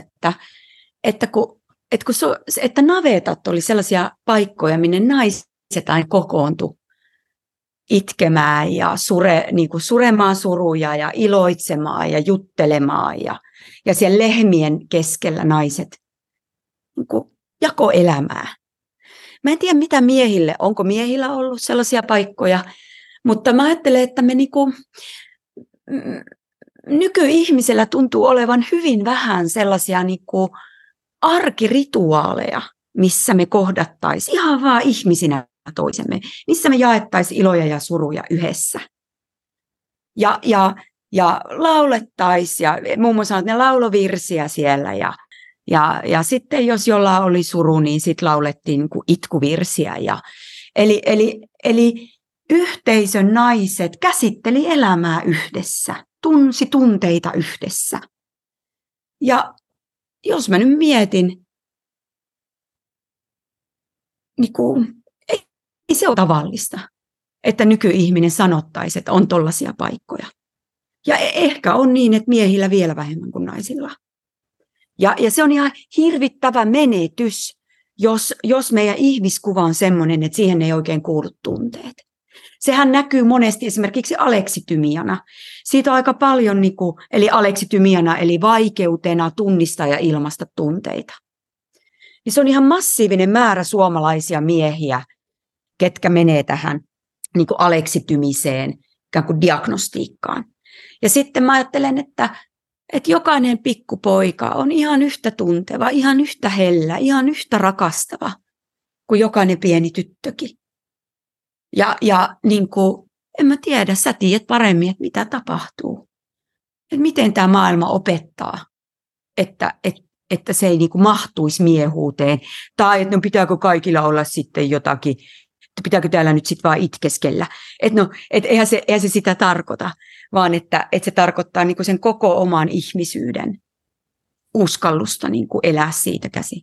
että navetat oli sellaisia paikkoja, minne naiset aina kokoontui itkemään ja suremaan suruja ja iloitsemaan ja juttelemaan. Ja siellä lehmien keskellä naiset niin kuin jako elämää. Mä en tiedä mitä miehille, onko miehillä ollut sellaisia paikkoja, mutta mä ajattelen, että me nykyihmisellä tuntuu olevan hyvin vähän sellaisia arkirituaaleja, missä me kohdattaisiin ihan vaan ihmisinä toisemme, missä me jaettaisiin iloja ja suruja yhdessä. Ja laulettaisiin, ja muun muassa ne laulovirsiä siellä, ja sitten jos jollain oli suru, niin sitten laulettiin niin kuin itkuvirsiä. Eli yhteisön naiset käsitteli elämää yhdessä, tunsi tunteita yhdessä. Ja jos mä nyt mietin, niin ei se ole tavallista, että nykyihminen sanottaisi, että on tollaisia paikkoja. Ja ehkä on niin, että miehillä vielä vähemmän kuin naisilla. Ja se on ihan hirvittävä menetys, jos meidän ihmiskuva on semmoinen, että siihen ei oikein kuulu tunteet. Sehän näkyy monesti esimerkiksi aleksitymiana. Siitä on aika paljon, eli aleksitymiana, eli vaikeutena tunnistaa ja ilmaista tunteita. Ja se on ihan massiivinen määrä suomalaisia miehiä, ketkä menee tähän aleksitymiseen ikään kuin diagnostiikkaan. Ja sitten mä ajattelen, että jokainen pikkupoika on ihan yhtä tunteva, ihan yhtä hellä, ihan yhtä rakastava kuin jokainen pieni tyttökin. Ja en mä tiedä, sä tiedät paremmin, että mitä tapahtuu. Että miten tämä maailma opettaa, että se ei mahtuisi miehuuteen. Tai että pitääkö kaikilla olla sitten jotakin, että pitääkö täällä nyt sitten vaan itkeskellä. Että eihän se sitä tarkoita, vaan että se tarkoittaa sen koko oman ihmisyyden uskallusta elää siitä käsin.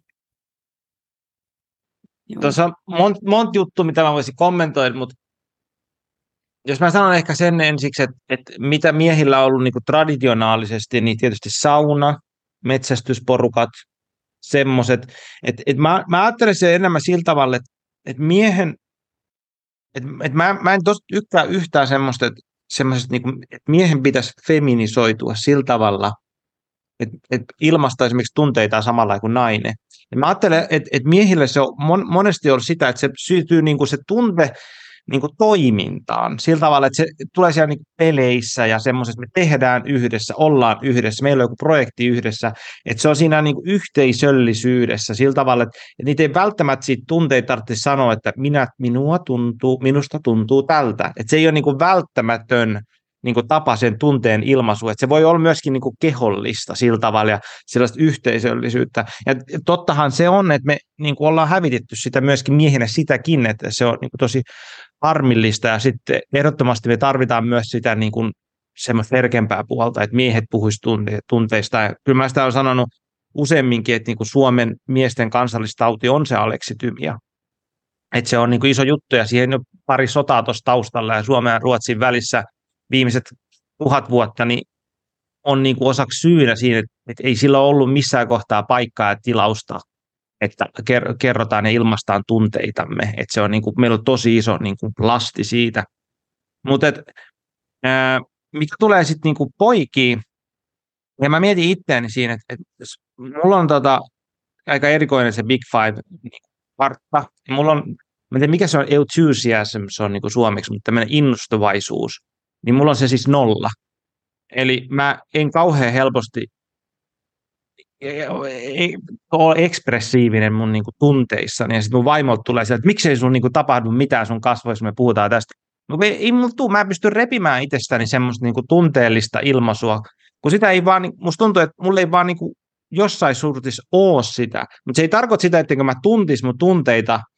Tuossa on monta juttua, mitä mä voisin kommentoida, mutta jos mä sanon ehkä sen ensiksi, että mitä miehillä on ollut traditionaalisesti, niin tietysti sauna, metsästysporukat, semmoiset. Mä ajattelen sen enemmän sillä tavalla, että miehen, mä en tykkää yhtään semmoista, että miehen pitäisi feminisoitua sillä tavalla, että ilmaista esimerkiksi tunteita samalla kuin nainen. Ja mä ajattelen, että miehille se on monesti ollut sitä, että se sytyy se tunte toimintaan. Sillä tavalla, että se tulee siellä peleissä ja semmoisessa, me tehdään yhdessä, ollaan yhdessä, meillä on joku projekti yhdessä, että se on siinä yhteisöllisyydessä sillä tavalla, että niitä ei välttämättä siitä tunteita tarvitse sanoa, että minusta tuntuu tältä. Että se ei ole välttämätön tapa sen tunteen ilmaisu, että se voi olla myöskin kehollista sillä tavalla ja sellaista yhteisöllisyyttä. Ja tottahan se on, että me ollaan hävitetty sitä myöskin miehinä sitäkin, että se on tosi harmillista ja sitten ehdottomasti me tarvitaan myös sitä semmoista herkempää puolta, että miehet puhuisivat tunteista. Ja kyllä mä sitä olen sanonut useamminkin, että Suomen miesten kansallistauti on se aleksitymia. Että se on iso juttu ja siihen on pari sotaa tuossa taustalla ja Suomen ja Ruotsin välissä viimeiset 1000 vuotta niin on osaksi syynä siinä, että ei sillä ollut missään kohtaa paikkaa ja tilausta, että kerrotaan ja ilmaistaan tunteitamme. Että se on meillä on tosi iso lasti siitä. Mutta mikä tulee sitten poikiin, ja mä mietin itseäni siinä, että mulla on aika erikoinen se Big Five kartta. Mulla on, mä en tiedä mikä se on, enthusiasm, se on suomeksi, mutta tämmöinen innostuvaisuus. Niin mulla on se siis 0. Eli mä en kauhean helposti ole ekspressiivinen mun tunteissani. Ja sitten mun vaimolta tulee sieltä, että miksei sun tapahdu mitään sun kasvoissa, me puhutaan tästä. No, ei mulla tule, mä pystyn repimään itsestäni semmoista tunteellista ilmaisua, kun sitä ei vaan, musta tuntuu, että mulla ei vaan jossain suhteessa ole sitä. Mutta se ei tarkoita sitä, etteikö mä tuntis mun tunteita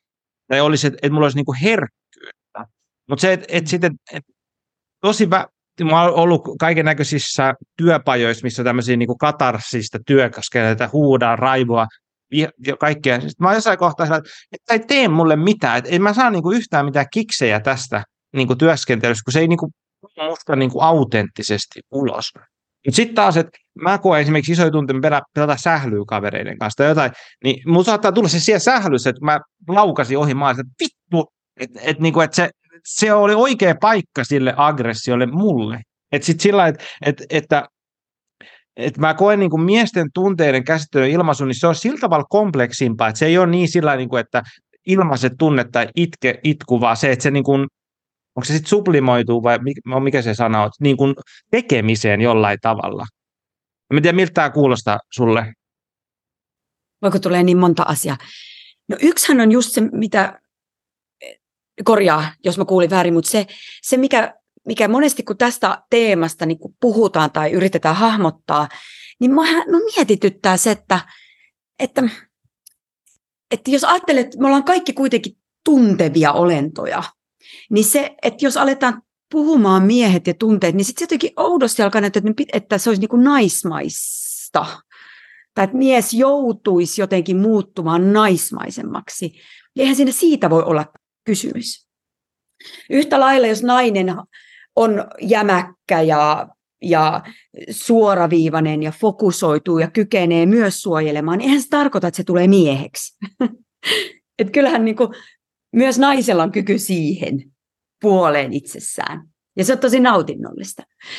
tai olisi, että mulla olisi niin kuin herkkyyttä. Mutta se, että sitten tosi mä oon ollut kaiken näköisissä työpajoissa, missä on tämmöisiä niin kuin katarsista työskentelyä, huudaa, raivoa, ja kaikkea. Sitten mä oon jossain kohtaa että ei tee mulle mitään, että en mä saa niin kuin yhtään mitään kiksejä tästä niin kuin työskentelystä, kun se ei niin kuin musta niin kuin autenttisesti ulos. Mutta sitten taas, että mä koen esimerkiksi isoja tunteja pelata sählyä kavereiden kanssa tai jotain, niin mulla saattaa tulla se siellä sählyssä, että mä laukasin ohi maan, että vittu, niinku, että se oli oikea paikka sille aggressiolle mulle. Että sitten sillä että mä koen niin kuin miesten tunteiden käsittelyn ilmaisun, niin se on sillä tavalla kompleksimpaa, että se ei ole niin sillä niin kuin, että ilmaiset tunne tai itku, vaan se, että se niin kuin, onko se sitten sublimoituu vai mikä se sana on, niin kuin tekemiseen jollain tavalla. En tiedä, miltä tämä kuulostaa sulle. Voiko tulee niin monta asiaa? No yksihän on just se, mitä, korjaa, jos mä kuulin väärin, mutta se mikä monesti kun tästä teemasta niin kun puhutaan tai yritetään hahmottaa, niin mä mietityttää se, että jos ajattelet, että me ollaan kaikki kuitenkin tuntevia olentoja, niin se, että jos aletaan puhumaan miehet ja tunteet, niin sitten se jotenkin oudosti alkaa näyttää, että se olisi niin kuin naismaista. Tai että mies joutuisi jotenkin muuttumaan naismaisemmaksi. Eihän siinä siitä voi olla kysymys. Yhtä lailla, jos nainen on jämäkkä ja suoraviivainen ja fokusoituu ja kykenee myös suojelemaan, niin eihän se tarkoita, että se tulee mieheksi. Et kyllähän niin kuin, myös naisella on kyky siihen puoleen itsessään. Ja se on tosi nautinnollista.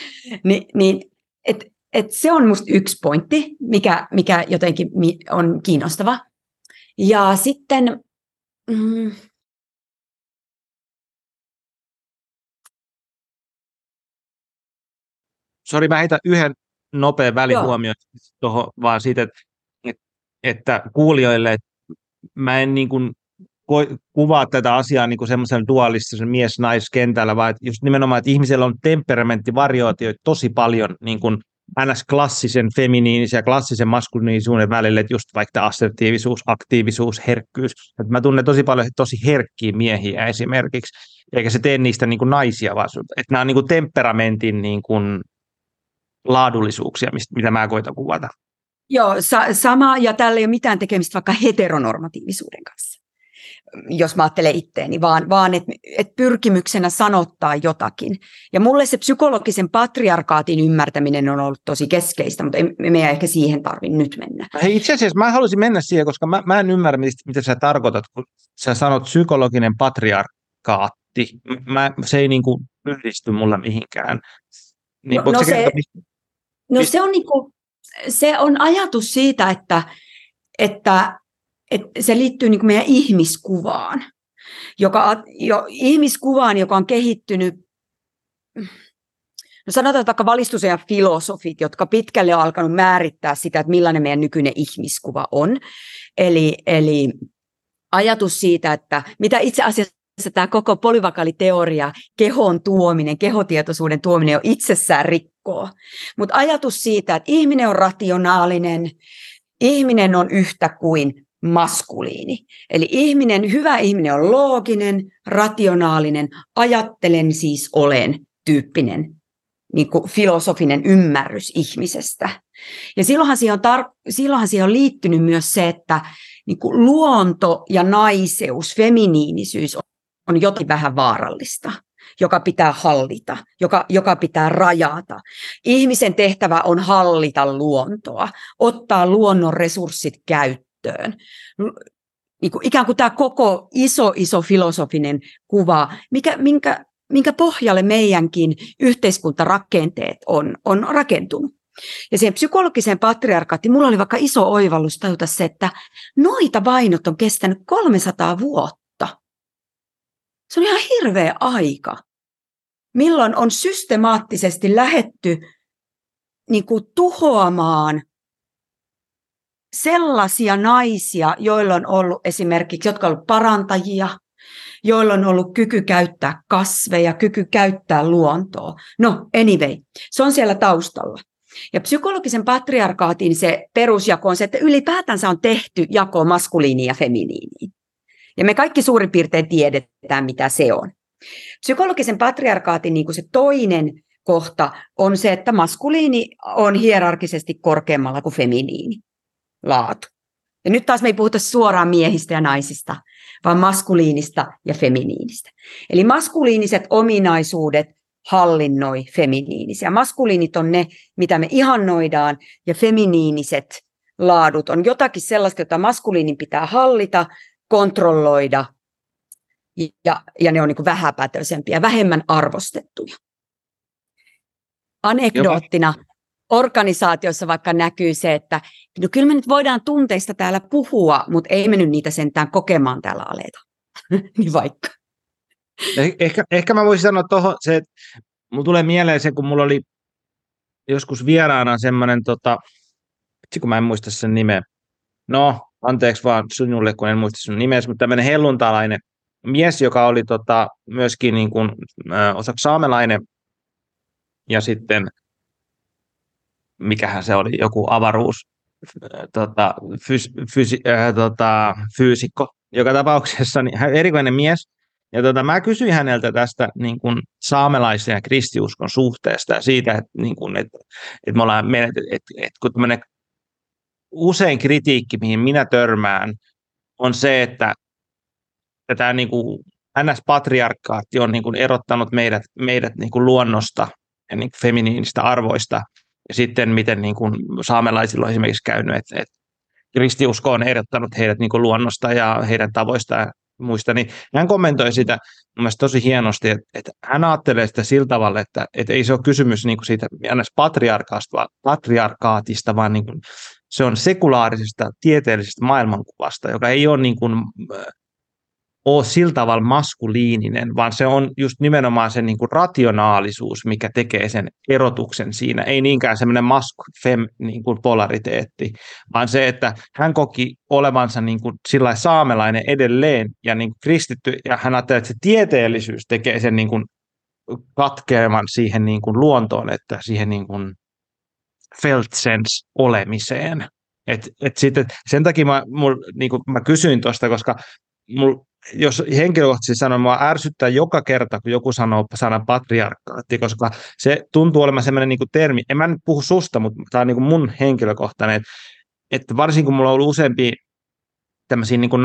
Et se on musta yksi pointti, mikä jotenkin on kiinnostava. Ja sitten Sori, mä heitän yhden nopean välihuomioon tuohon vaan siitä, että kuulijoille, että mä en niin kuin kuvaa tätä asiaa niin kuin semmoisen dualistisen mies-naiskentällä, vaan että just nimenomaan, että ihmisellä on temperamenttivariaatioita tosi paljon niin kuin NS-klassisen feminiinisen ja klassisen maskuliinisuuden välillä, että just vaikka assertiivisuus, aktiivisuus, herkkyys. Että mä tunnen tosi paljon tosi herkkiä miehiä esimerkiksi, eikä se tee niistä niin kuin naisia, vaan että nämä on niin kuin temperamentin niin kuin laadullisuuksia, mitä mä koitan kuvata. Joo, sama, ja tällä ei ole mitään tekemistä vaikka heteronormatiivisuuden kanssa, jos mä ajattelen itteeni, vaan että pyrkimyksenä sanottaa jotakin. Ja mulle se psykologisen patriarkaatin ymmärtäminen on ollut tosi keskeistä, mutta me ei ehkä siihen tarvitse nyt mennä. Hei, itse asiassa mä haluaisin mennä siihen, koska mä en ymmärrä, mitä sä tarkoitat, kun sä sanot psykologinen patriarkaatti. Se ei niin kuin yhdisty mulle mihinkään. Niin, se on niinku, se on ajatus siitä, että se liittyy niinku meidän ihmiskuvaan, ihmiskuvaan, joka on kehittynyt, no sanotaan vaikka valistusajan filosofit, jotka pitkälle on alkanut määrittää sitä, että millainen meidän nykyinen ihmiskuva on. Eli ajatus siitä, että mitä itse asiassa tämä koko polyvakaaliteoria, kehon tuominen, kehotietoisuuden tuominen on itsessään rikkoo. Mutta ajatus siitä, että ihminen on rationaalinen, ihminen on yhtä kuin maskuliini. Eli hyvä ihminen on looginen, rationaalinen, ajattelen siis olen tyyppinen niin kuin filosofinen ymmärrys ihmisestä. Ja silloinhan siihen on liittynyt myös se, että niin kuin luonto ja naiseus, feminiinisyys on jotain vähän vaarallista, joka pitää hallita, joka pitää rajata. Ihmisen tehtävä on hallita luontoa, ottaa luonnon resurssit käyttöön. Niin kuin ikään kuin tämä koko iso filosofinen kuva, minkä pohjalle meidänkin yhteiskuntarakenteet on rakentunut. Ja siihen psykologiseen patriarkaattiin mulla oli vaikka iso oivallus tajuta se, että noita vainot on kestänyt 300 vuotta. Se on ihan hirveä aika, milloin on systemaattisesti lähdetty niin kuin tuhoamaan sellaisia naisia, joilla on ollut esimerkiksi, jotka ovat parantajia, joilla on ollut kyky käyttää kasveja, kyky käyttää luontoa. No anyway, se on siellä taustalla. Ja psykologisen patriarkaatin se perusjako on se, että ylipäätänsä on tehty jako maskuliiniin ja feminiiniin. Ja me kaikki suurin piirtein tiedetään, mitä se on. Psykologisen patriarkaatin niin kuin se toinen kohta on se, että maskuliini on hierarkisesti korkeammalla kuin feminiini laatu. Ja nyt taas me ei puhuta suoraan miehistä ja naisista, vaan maskuliinista ja feminiinistä. Eli maskuliiniset ominaisuudet hallinnoi feminiinisiä. Maskuliinit on ne, mitä me ihannoidaan, ja feminiiniset laadut on jotakin sellaista, jota maskuliinin pitää hallita, kontrolloida, ja ne on niin kuin vähäpätöisempiä, vähemmän arvostettuja. Anekdoottina organisaatiossa vaikka näkyy se, että no kyllä me nyt voidaan tunteista täällä puhua, mutta ei me nyt niitä sentään kokemaan täällä aleta. Niin vaikka. Ehkä mä voisin sanoa tuohon se, että mulla tulee mieleen se, kun mulla oli joskus vieraana semmoinen, kun mä en muista sen nimeä. No, anteeksi vaan sinulle, kun en muista sun nimeä, mutta tämmöinen helluntalainen mies, joka oli myöskin niin kuin, osaksi saamelainen, ja sitten mikähän se oli, joku avaruus, fyysikko, joka tapauksessa niin hän erikoinen mies. Ja mä kysyin häneltä tästä niin kuin saamelaisen ja kristiuskon suhteesta ja siitä, että, niin kuin, että me ollaan, että kun tämmöinen usein kritiikki, mihin minä törmään, on se, että tämä niin kuin NS-patriarkaatti on niin kuin erottanut meidät niin kuin luonnosta ja niin kuin feminiinistä arvoista. Ja sitten miten niin kuin saamelaisilla on esimerkiksi käynyt, että kristiusko on erottanut heidät niin kuin luonnosta ja heidän tavoista ja muista, niin hän kommentoi sitä mun mielestä tosi hienosti, että hän ajattelee sitä sillä tavalla, että ei se ole kysymys niin kuin siitä patriarkaatista, vaan niin kuin se on sekulaarisesta tieteellisestä maailmankuvasta, joka ei ole niin kuin ole sillä tavalla maskuliininen, vaan se on just nimenomaan se niin kuin rationaalisuus, mikä tekee sen erotuksen siinä. Ei niinkään semmoinen masku-fem niin kuin polariteetti, vaan se, että hän koki olevansa niin kuin sillai saamelainen edelleen ja niin kuin kristitty, ja hän ajattelee, että se tieteellisyys tekee sen niin kuin katkeaman siihen niin kuin luontoon, että siihen niin kuin felt sense olemiseen. Sitten sen takia mä kysyin tuosta, koska jos henkilökohtaisesti sanon, mua ärsyttää joka kerta, kun joku sanoo sanan patriarkaatti, koska se tuntuu olemaan sellainen niin kuin termi. En mä nyt puhu susta, mutta tämä on niin kuin mun henkilökohtainen, että varsinkin kun mulla on ollut useampia tämmöisiä niin kuin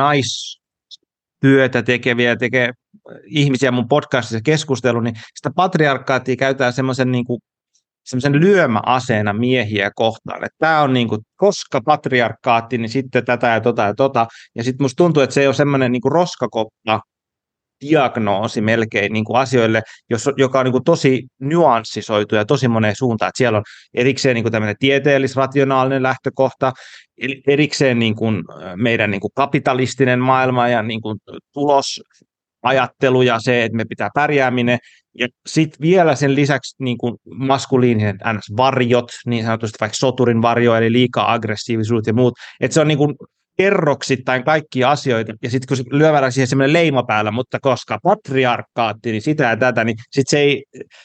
naistyötä tekeviä ihmisiä mun podcastissa keskustelu, niin sitä patriarkaattia käytetään semmoisen niin kuin semmoisen lyömäaseena miehiä kohtaan, että tämä on niin kuin, koska patriarkaatti, niin sitten tätä ja tota. Ja sitten musta tuntuu, että se ei ole semmoinen niin kuin roskakoppa diagnoosi melkein niin kuin asioille, joka on niin kuin tosi nyanssisoitu ja tosi moneen suuntaan. Että siellä on erikseen niin kuin tämmöinen tieteellis-rationaalinen lähtökohta, erikseen niin kuin meidän niin kuin kapitalistinen maailma ja niin kuin tulosajattelu ja se, että me pitää pärjääminen. Ja sitten vielä sen lisäksi niin kuin maskuliininen varjot, niin sanotusti vaikka soturin varjo, eli liikaa aggressiivisuus ja muut, että se on niin kuin kerroksittain kaikkia asioita, ja sitten kun se lyövään siihen semmoinen leima päällä, mutta koska patriarkaatti, niin sitä ja tätä, niin sitten se ei,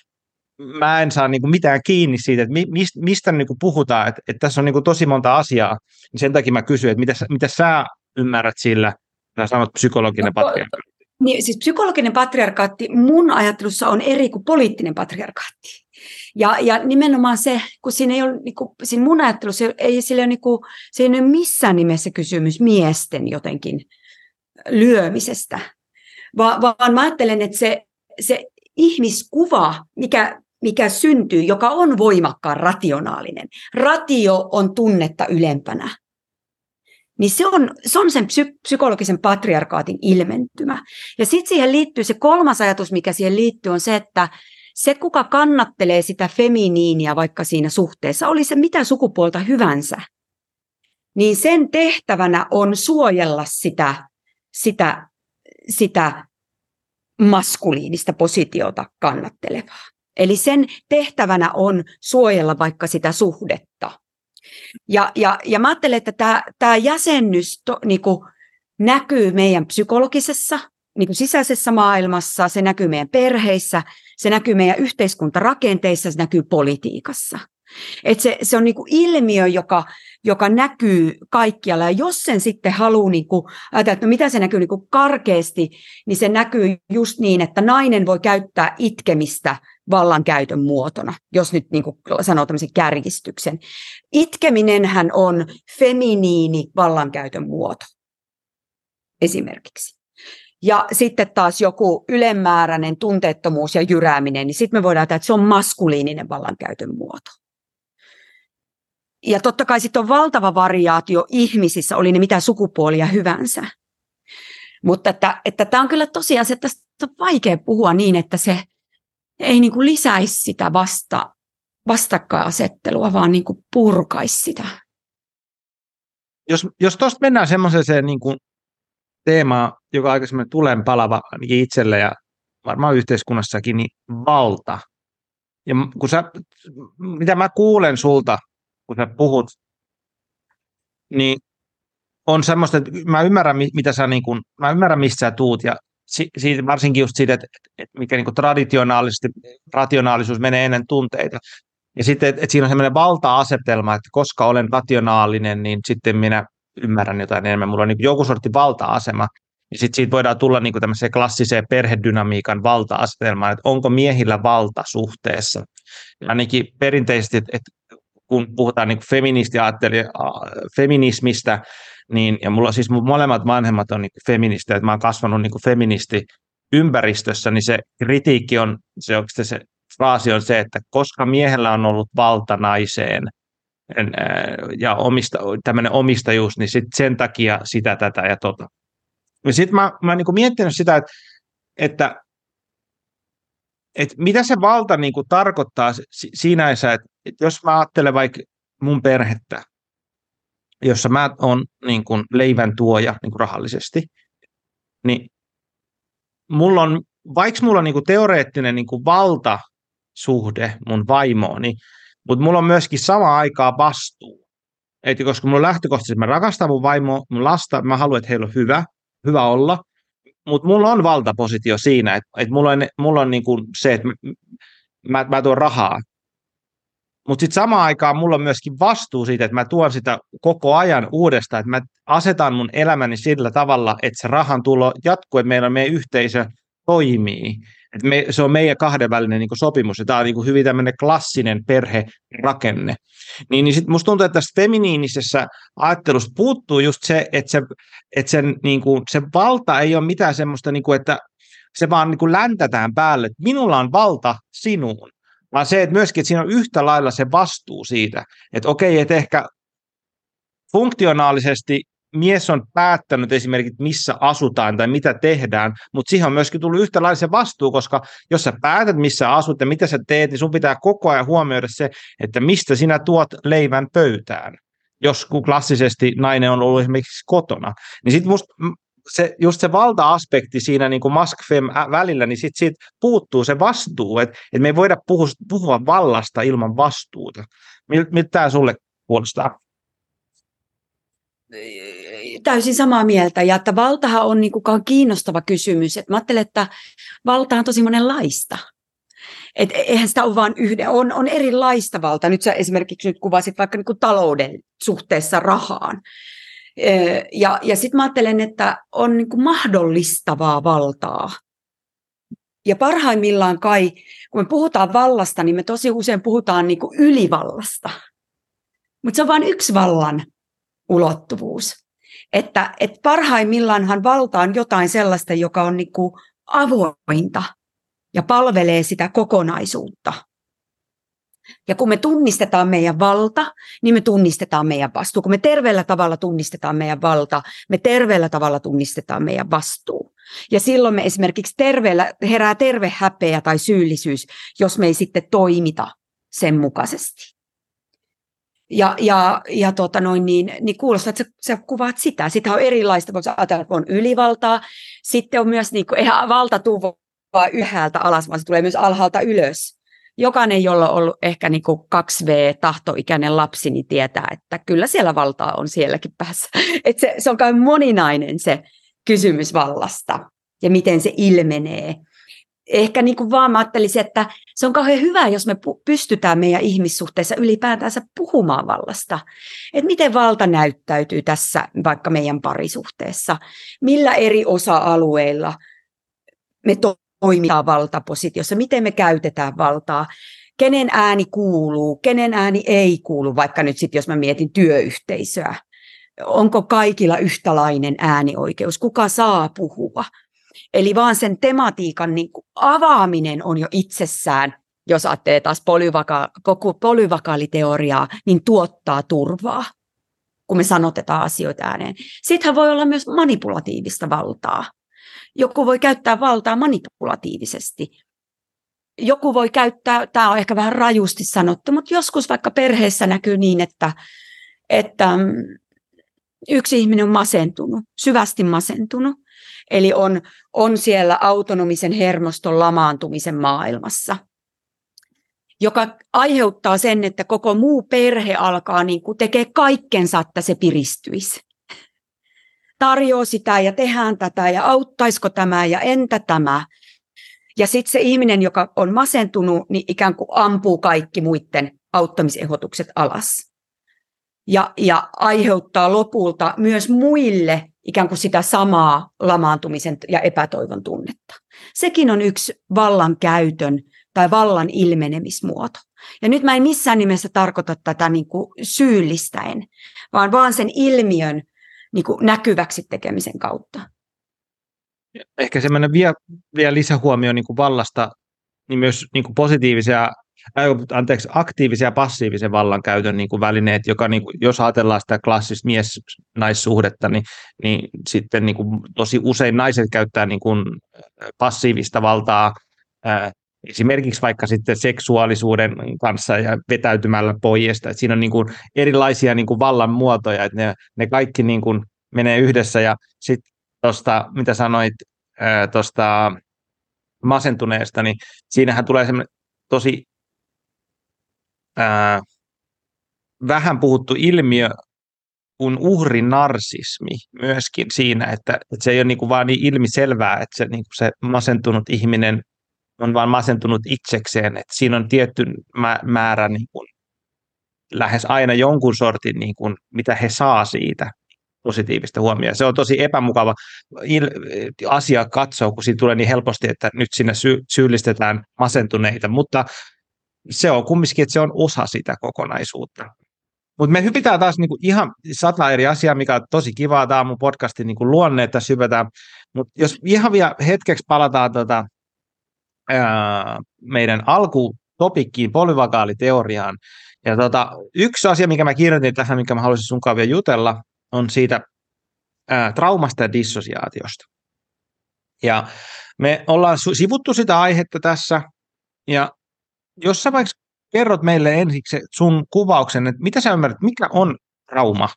mä en saa niin kuin mitään kiinni siitä, että mistä niin kuin puhutaan, että tässä on niin kuin tosi monta asiaa, niin sen takia mä kysyn, että mitä sä ymmärrät sillä, sä sanot psykologinen patriarkaatti. Niin, siis psykologinen patriarkaatti mun ajattelussa on eri kuin poliittinen patriarkaatti. Ja nimenomaan se, kun siinä ei ole, niin kuin, siinä mun ajattelussa ei, niin kuin, se ei ole missään nimessä kysymys miesten jotenkin lyömisestä, vaan mä ajattelen, että se ihmiskuva, mikä syntyy, joka on voimakkaan rationaalinen, ratio on tunnetta ylempänä, niin se on sen psykologisen patriarkaatin ilmentymä. Ja sitten siihen liittyy se kolmas ajatus, mikä siihen liittyy, on se, että se, kuka kannattelee sitä feminiiniä vaikka siinä suhteessa, oli se mitä sukupuolta hyvänsä, niin sen tehtävänä on suojella sitä maskuliinista positiota kannattelevaa. Eli sen tehtävänä on suojella vaikka sitä suhdetta. Ja mä ajattelen, että tämä jäsennys niinku näkyy meidän psykologisessa, niinku sisäisessä maailmassa, se näkyy meidän perheissä, se näkyy meidän yhteiskuntarakenteissa, se näkyy politiikassa. Et se on niin kuin ilmiö, joka näkyy kaikkialla. Ja jos sen sitten haluaa niin kuin ajatella, että no mitä se näkyy niin kuin karkeasti, niin se näkyy just niin, että nainen voi käyttää itkemistä vallankäytön muotona, jos nyt niin kuin sanoo tämmöisen kärjistyksen. Itkeminenhän on feminiini vallankäytön muoto esimerkiksi. Ja sitten taas joku ylemmääräinen tunteettomuus ja jyrääminen, niin sitten me voidaan ajatella, että se on maskuliininen vallankäytön muoto. Ja totta kai sitten on valtava variaatio ihmisissä, oli ne mitä sukupuolia hyvänsä. Mutta että tämä on kyllä tosiaan, että tästä on vaikea puhua niin, että se ei niin kuin lisäisi sitä vastakkainasettelua, vaan niin kuin purkaisi sitä. Jos tuosta mennään semmoiseen niin kuin teemaan, joka aika semmoinen tulen palava ainakin itselle ja varmaan yhteiskunnassakin, niin valta. Ja mitä mä kuulen sulta, kun sä puhut, niin on semmoista, että mä ymmärrän, mitä sä niin kuin, mä ymmärrän, mistä sä tuut, ja siitä, varsinkin just siitä, että mikä niin kuin traditionaalisesti rationaalisuus menee ennen tunteita. Ja sitten, että siinä on semmoinen valta-asetelma, että koska olen rationaalinen, niin sitten minä ymmärrän jotain enemmän. Mulla on niin joku sortti valta-asema. Ja sitten siitä voidaan tulla niin kuin tämmöiseen klassiseen perhedynamiikan valta-asetelmaan, että onko miehillä valta suhteessa. Ja ainakin perinteisesti, että kun puhutaan niin feminismistä, niin, ja mulla siis mun molemmat vanhemmat on niin feministejä, että mä oon kasvanut niin feministiympäristössä, niin se kritiikki on, se fraasi on se, että koska miehellä on ollut valta naiseen ja tämmöinen omistajuus, niin sit sen takia sitä, tätä ja tota. Ja sitten mä oon niin miettinyt sitä, että mitä se valta niin kuin tarkoittaa siinä, että jos mä ajattelen vaikka mun perhettä, jossa mä oon niin kuin leivän tuoja niin kuin rahallisesti, niin vaikka mulla on niin kuin teoreettinen niin kuin valtasuhde mun vaimooni, mutta mulla on myöskin samaan aikaan vastuu. Et koska mulla on lähtökohtaisesti, mä rakastan mun vaimoa, mun lasta, mä haluan, että heillä on hyvä olla, mutta mulla on valtapositio siinä, että mulla on niin kuin se, että mä tuon rahaa. Mutta sitten samaan aikaan mulla on myöskin vastuu siitä, että mä tuon sitä koko ajan uudestaan, että mä asetan mun elämäni sillä tavalla, että se rahan tulo jatkuu, että meidän yhteisö toimii. Että se on meidän kahdenvälinen niin kuin sopimus, ja tämä on niin kuin hyvin tämmöinen klassinen perherakenne. Niin sitten musta tuntuu, että tästä feminiinisessä ajattelussa puuttuu just se, että se valta ei ole mitään semmoista, niin kuin, että se vaan niin kuin läntätään päälle, että minulla on valta sinuun. Vaan se, että myöskin, että siinä on yhtä lailla se vastuu siitä, että okei, että ehkä funktionaalisesti mies on päättänyt esimerkiksi, missä asutaan tai mitä tehdään, mutta siihen on myöskin tullut yhtä lailla se vastuu, koska jos sä päätät, missä asut ja mitä sä teet, niin sun pitää koko ajan huomioida se, että mistä sinä tuot leivän pöytään. Jos klassisesti nainen on ollut esimerkiksi kotona, niin sitten musta just se valta-aspekti siinä niin kuin mask-fem välillä, niin sitten siitä puuttuu se vastuu, että me ei voida puhua vallasta ilman vastuuta. Miltä tämä sulle puolustaa? Täysin samaa mieltä, ja että valtahan on niin kuin kiinnostava kysymys. Että mä ajattelen, että valta on tosi monenlaista. Et eihän sitä ole vain yhden, on erilaista valtaa. Nyt sä esimerkiksi kuvasit vaikka niin kuin talouden suhteessa rahaan. Ja sitten mä ajattelen, että on niin kuin mahdollistavaa valtaa. Ja parhaimmillaan kai, kun me puhutaan vallasta, niin me tosi usein puhutaan niin kuin ylivallasta. Mutta se on vain yksi vallan ulottuvuus. Että parhaimmillaanhan valta on jotain sellaista, joka on niin kuin avointa ja palvelee sitä kokonaisuutta. Ja kun me tunnistetaan meidän valta, niin me tunnistetaan meidän vastuu. Kun me terveellä tavalla tunnistetaan meidän valta, me terveellä tavalla tunnistetaan meidän vastuu. Ja silloin me esimerkiksi herää terve häpeä tai syyllisyys, jos me ei sitten toimita sen mukaisesti. Niin kuulostaa, että sä kuvaat sitä. Sitä on erilaista, voisi ajatella, että on ylivaltaa. Sitten on myös, niin kuin, eihän valta tule vaan ylhäältä alas, vaan se tulee myös alhaalta ylös. Jokainen, jolla on ollut ehkä niin kuin 2V-tahtoikäinen lapsi, niin tietää, että kyllä siellä valtaa on sielläkin päässä. Että se on kai moninainen se kysymys vallasta ja miten se ilmenee. ehkä niin kuin vaan mä ajattelisin, että se on kauhean hyvä, jos me pystytään meidän ihmissuhteissa ylipäätänsä puhumaan vallasta. Että miten valta näyttäytyy tässä vaikka meidän parisuhteessa, millä eri osa-alueilla me toimitaan valtapositiossa, miten me käytetään valtaa, kenen ääni kuuluu, kenen ääni ei kuulu, vaikka nyt sitten jos mä mietin työyhteisöä. Onko kaikilla yhtälainen äänioikeus, kuka saa puhua? Eli vaan sen tematiikan niin kuin avaaminen on jo itsessään, jos ajattelee taas polyvakaaliteoriaa, niin tuottaa turvaa, kun me sanotetaan asioita ääneen. Sittenhän voi olla myös manipulatiivista valtaa. Joku voi käyttää valtaa manipulatiivisesti. Joku voi käyttää, tämä on ehkä vähän rajusti sanottu, mutta joskus vaikka perheessä näkyy niin, että yksi ihminen on masentunut, syvästi masentunut. Eli on siellä autonomisen hermoston lamaantumisen maailmassa, joka aiheuttaa sen, että koko muu perhe alkaa niin kuin tekee kaikkensa, että se piristyisi. Tarjoaa sitä ja tehdään tätä ja auttaisiko tämä ja entä tämä. Ja sitten se ihminen, joka on masentunut, niin ikään kuin ampuu kaikki muiden auttamisehdotukset alas. Ja aiheuttaa lopulta myös muille ikään kuin sitä samaa lamaantumisen ja epätoivon tunnetta. Sekin on yksi vallan käytön tai vallan ilmenemismuoto. Ja nyt mä en missään nimessä tarkoita tätä niin kuin syyllistäen, vaan sen ilmiön niin kuin näkyväksi tekemisen kautta. Ehkä semmoinen vielä lisähuomio niin kuin vallasta, niin myös niin kuin aktiivisia ja passiivisen vallankäytön niin kuin välineet, joka niin kuin, jos ajatellaan sitä klassista mies-naissuhdetta, niin sitten niin kuin, tosi usein naiset käyttää niin kuin, passiivista valtaa esimerkiksi vaikka sitten seksuaalisuuden kanssa ja vetäytymällä pois. Siinä on niin kuin, erilaisia niin kuin, vallan muotoja, että ne kaikki niin kuin, menee yhdessä ja sitten tuosta, mitä sanoit tuosta masentuneesta, niin siinähän tulee semmoinen tosi vähän puhuttu ilmiö kuin uhrinarsismi myöskin siinä, että se ei ole niin kuin vaan niin ilmiselvää, että se, niin kuin se masentunut ihminen on vaan masentunut itsekseen, että siinä on tietty määrä niin kuin lähes aina jonkun sortin, niin kuin, mitä he saa siitä positiivista huomioon. Se on tosi epämukava asia katsoa, kun siinä tulee niin helposti, että nyt siinä syyllistetään masentuneita, mutta se on kumminkin, että se on osa sitä kokonaisuutta. Mutta me hypitään taas niinku ihan 100 eri asiaa, mikä on tosi kivaa. Tämä on mun podcastin niinku luonne, että syvetään. Mutta jos ihan vielä hetkeksi palataan meidän alkutopikkiin, polyvakaaliteoriaan. Ja yksi asia, mikä mä kirjoitin tähän, mikä mä haluaisin sunkaan vielä jutella, on siitä traumasta ja dissosiaatiosta. Ja me ollaan sivuttu sitä aihetta tässä, ja jos sä vaikka kerrot meille ensiksi sun kuvauksen, että mitä sä ymmärrät, mikä on trauma?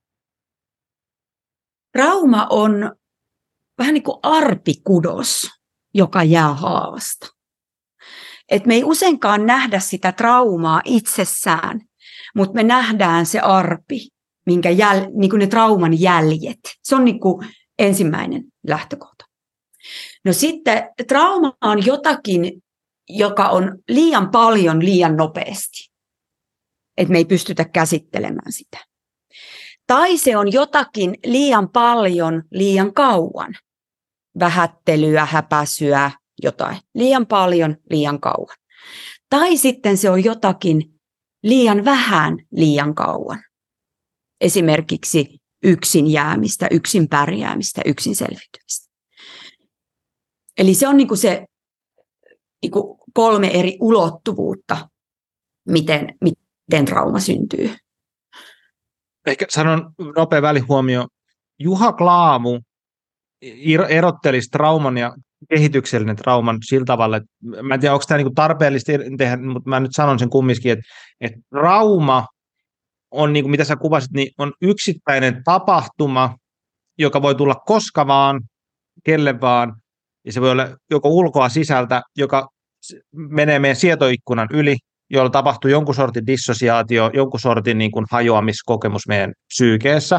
Trauma on vähän niin kuin arpikudos, joka jää haavasta. Et me ei useinkaan nähdä sitä traumaa itsessään, mutta me nähdään se arpi, niin kuin ne trauman jäljet. Se on niin kuin ensimmäinen lähtökohta. No sitten trauma on jotakin, joka on liian paljon liian nopeasti, että me ei pystytä käsittelemään sitä. Tai se on jotakin liian paljon liian kauan, vähättelyä, häpäisyä, jotain. Liian paljon liian kauan. Tai sitten se on jotakin liian vähän liian kauan. Esimerkiksi yksin jäämistä, yksin pärjäämistä, yksin selviytymistä. Eli se on niin kuin se niin kuin 3 eri ulottuvuutta, miten trauma syntyy. Ehkä sanon nopea välihuomio. Juha Klaamu erottelisi trauman ja kehityksellinen trauman sillä tavalla, että mä en tiedä, onko tämä niinku tarpeellista tehdä, mutta mä nyt sanon sen kumminkin, että trauma on, niin kuin mitä sä kuvasit, niin on yksittäinen tapahtuma, joka voi tulla koska vaan, kelle vaan, ja se voi olla joko ulkoa sisältä, joka menee meidän sietoikkunan yli, jolla tapahtuu jonkun sortin dissosiaatio, jonkun sortin niin kuin hajoamiskokemus meidän psyykeessä,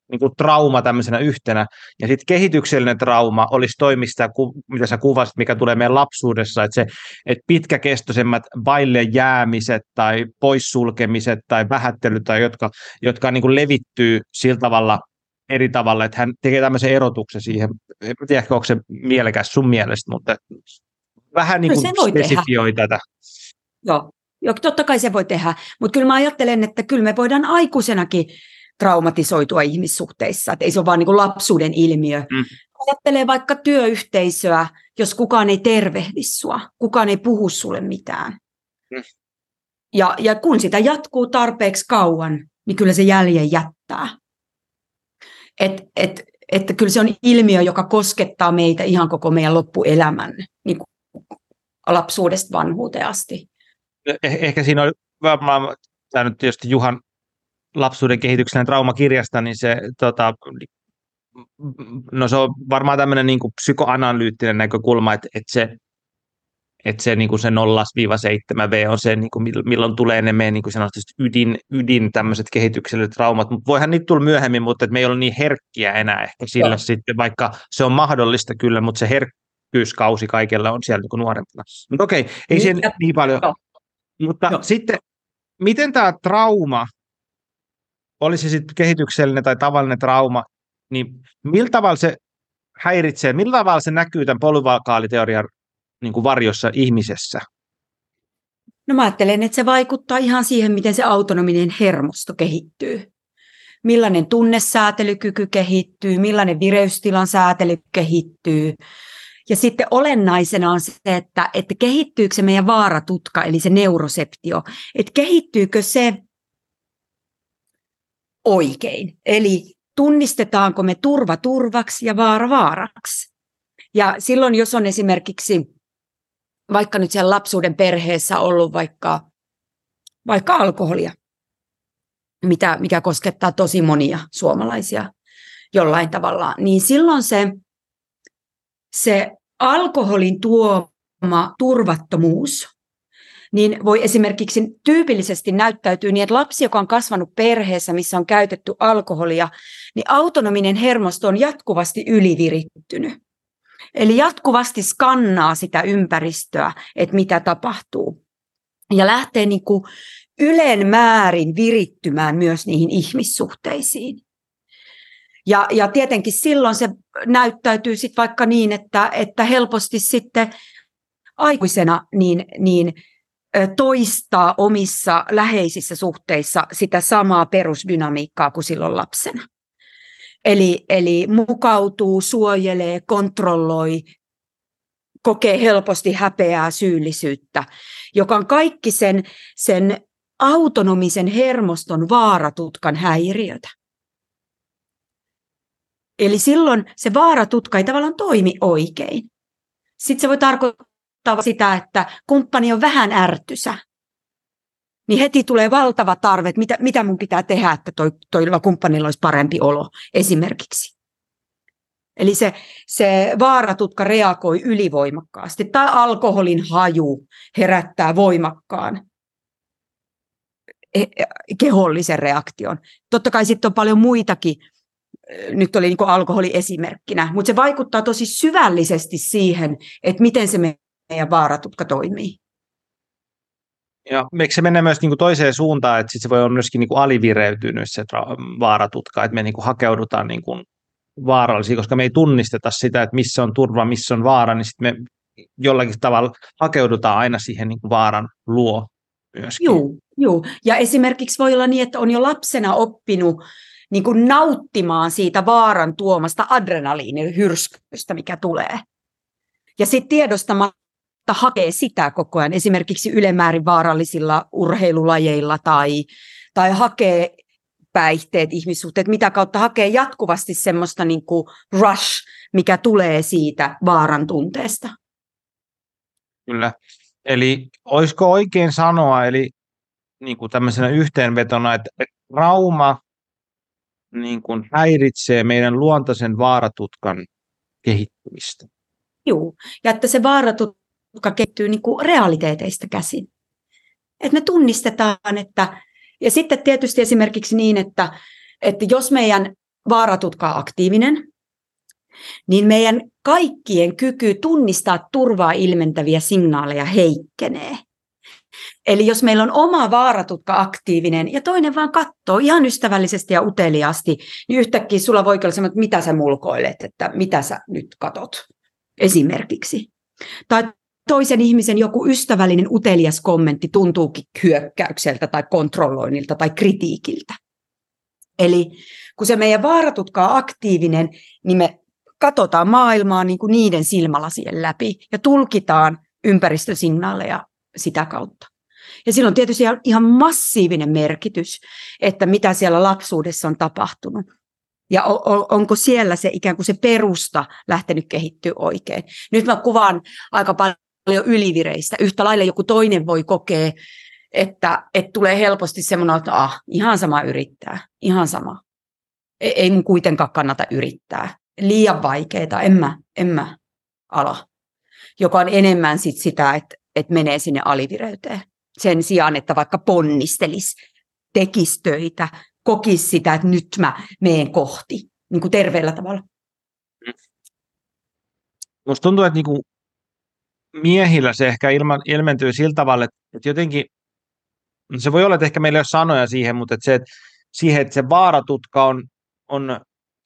niin kuin trauma tämmöisenä yhtenä, ja sitten kehityksellinen trauma olisi toimista, mitä sä kuvasit, mikä tulee meidän lapsuudessa, että pitkäkestoisemmat vaille jäämiset tai poissulkemiset tai vähättelyt, tai jotka niin kuin levittyy sillä tavalla eri tavalla, että hän tekee tämmöisen erotuksen siihen. En tiedä, ehkä onko se mielekäs sun mielestä, mutta vähän niin kuin spesifioi tätä. Joo, totta kai se voi tehdä, mutta kyllä mä ajattelen, että kyllä me voidaan aikuisenakin traumatisoitua ihmissuhteissa, että ei se ole vaan niin kuin lapsuuden ilmiö. Ajattelee vaikka työyhteisöä, jos kukaan ei tervehdi sua, kukaan ei puhu sulle mitään. Ja kun sitä jatkuu tarpeeksi kauan, niin kyllä se jäljen jättää. Että kyllä se on ilmiö, joka koskettaa meitä ihan koko meidän loppuelämän, niin kuin lapsuudesta vanhuuteen asti. Ehkä siinä on varmaan, tämä nyt tietysti Juhan lapsuuden kehityksellinen traumakirjasta, niin se, se on varmaan tämmöinen niin kuin psykoanalyyttinen näkökulma, että se, niin kuin se 0-7V on se, niin kuin milloin tulee ne meidän niin kuin ydin tämmöiset kehitykselliset traumat, mutta voihan niitä tulla myöhemmin, mutta me ei ole niin herkkiä enää ehkä sillä sitten, vaikka se on mahdollista kyllä, mutta se herkkyyskausi kaikella on siellä niin nuorempana. Mutta okei, ei sen niin paljon. Mutta sitten, miten tämä trauma, olisi se sitten kehityksellinen tai tavallinen trauma, niin millä tavalla se häiritsee, millä tavalla se näkyy tämän polyvagaaliteorian niin kuin varjossa ihmisessä? No mä ajattelen, että se vaikuttaa ihan siihen, miten se autonominen hermosto kehittyy. Millainen tunnesäätelykyky kehittyy, millainen vireystilan säätely kehittyy. Ja sitten olennaisena on se, että kehittyykö se meidän vaaratutka, eli se neuroseptio, että kehittyykö se oikein. Eli tunnistetaanko me turva turvaksi ja vaara vaaraksi. Ja silloin, jos on esimerkiksi vaikka nyt siellä lapsuuden perheessä ollut vaikka alkoholia, mikä koskettaa tosi monia suomalaisia jollain tavalla, niin silloin se alkoholin tuoma turvattomuus niin voi esimerkiksi tyypillisesti näyttäytyä niin, että lapsi, joka on kasvanut perheessä, missä on käytetty alkoholia, niin autonominen hermosto on jatkuvasti ylivirittynyt. Eli jatkuvasti skannaa sitä ympäristöä, että mitä tapahtuu. Ja lähtee niin kuin ylen määrin virittymään myös niihin ihmissuhteisiin. Ja tietenkin silloin se näyttäytyy sit vaikka niin, että helposti sitten aikuisena niin toistaa omissa läheisissä suhteissa sitä samaa perusdynamiikkaa kuin silloin lapsena. Eli mukautuu, suojelee, kontrolloi, kokee helposti häpeää, syyllisyyttä, joka on kaikki sen autonomisen hermoston vaaratutkan häiriötä. Eli silloin se vaaratutka ei tavallaan toimi oikein. Sitten se voi tarkoittaa sitä, että kumppani on vähän ärtysä. Niin heti tulee valtava tarve, että mitä mun pitää tehdä, että toilla kumppanilla olisi parempi olo esimerkiksi. Eli se vaaratutka reagoi ylivoimakkaasti. Tai alkoholin haju herättää voimakkaan kehollisen reaktion. Totta kai sitten on paljon muitakin. Nyt oli niin kuin alkoholi esimerkkinä, mutta se vaikuttaa tosi syvällisesti siihen, että miten se meidän vaaratutka toimii. Ja eikö se mennä myös niin kuin toiseen suuntaan, että sit se voi olla myöskin niin kuin alivireytynyt se vaaratutka, että me niin kuin hakeudutaan niin kuin vaarallisiin, koska me ei tunnisteta sitä, että missä on turva, missä on vaara, niin sitten me jollakin tavalla hakeudutaan aina siihen niin kuin vaaran luo myöskin. Joo. Ja esimerkiksi voi olla niin, että on jo lapsena oppinut niin kuin nauttimaan siitä vaaran tuomasta adrenaliinihyrskystä, mikä tulee. Ja sitten tiedostamatta hakee sitä koko ajan, esimerkiksi ylemmäärin vaarallisilla urheilulajeilla tai hakee päihteet, ihmissuhteet, mitä kautta hakee jatkuvasti semmoista niin kuin rush, mikä tulee siitä vaaran tunteesta. Kyllä. Eli olisiko oikein sanoa, eli niin kuin tämmöisenä yhteenvetona, että trauma niin kuin häiritsee meidän luontaisen vaaratutkan kehittymistä. Joo, ja että se vaaratutka kehittyy niin kuin realiteeteista käsin. Että me tunnistetaan, ja sitten tietysti esimerkiksi niin, että jos meidän vaaratutka aktiivinen, niin meidän kaikkien kyky tunnistaa turvaa ilmentäviä signaaleja heikkenee. Eli jos meillä on oma vaaratutka aktiivinen ja toinen vaan katsoo ihan ystävällisesti ja uteliaasti, niin yhtäkkiä sulla voi olla semmoinen, että mitä sä mulkoilet, että mitä sä nyt katot esimerkiksi. Tai toisen ihmisen joku ystävällinen utelias kommentti tuntuukin hyökkäykseltä tai kontrolloinnilta tai kritiikiltä. Eli kun se meidän vaaratutka on aktiivinen, niin me katsotaan maailmaa niin kuin niiden silmälasien läpi ja tulkitaan ympäristösignaaleja sitä kautta. Ja sillä on tietysti ihan massiivinen merkitys, että mitä siellä lapsuudessa on tapahtunut. Ja onko siellä se ikään kuin se perusta lähtenyt kehittyä oikein. Nyt mä kuvaan aika paljon ylivireistä. Yhtä lailla joku toinen voi kokea, että tulee helposti semmoinen, että ihan sama yrittää, ihan sama. Ei mun kuitenkaan kannata yrittää. Liian vaikeaa, en mä ala. Joka on enemmän sitä, että menee sinne alivireyteen. Sen sijaan, että vaikka ponnistelisi, tekisi töitä, kokisi sitä, että nyt mä menen kohti, niin kuin terveellä tavalla. Musta tuntuu, että niinku miehillä se ehkä ilmentyy sillä tavalla, että jotenkin, se voi olla, että ehkä meillä ei ole sanoja siihen, mutta että se vaaratutka on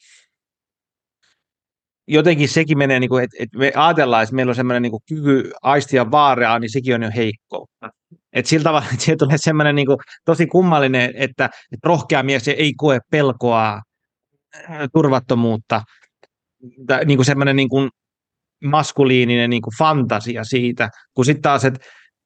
jotenkin sekin menee, niin kuin, että me ajatellaan, että meillä on semmoinen niin kuin kyky aistia vaaraa, niin sekin on jo heikkoutta. Että sillä tavalla, että siitä tulee semmoinen niin kuin tosi kummallinen, että rohkea mies ei koe pelkoa, turvattomuutta, niin kuin semmoinen niin kuin maskuliininen niin kuin fantasia siitä, kun sitten taas, että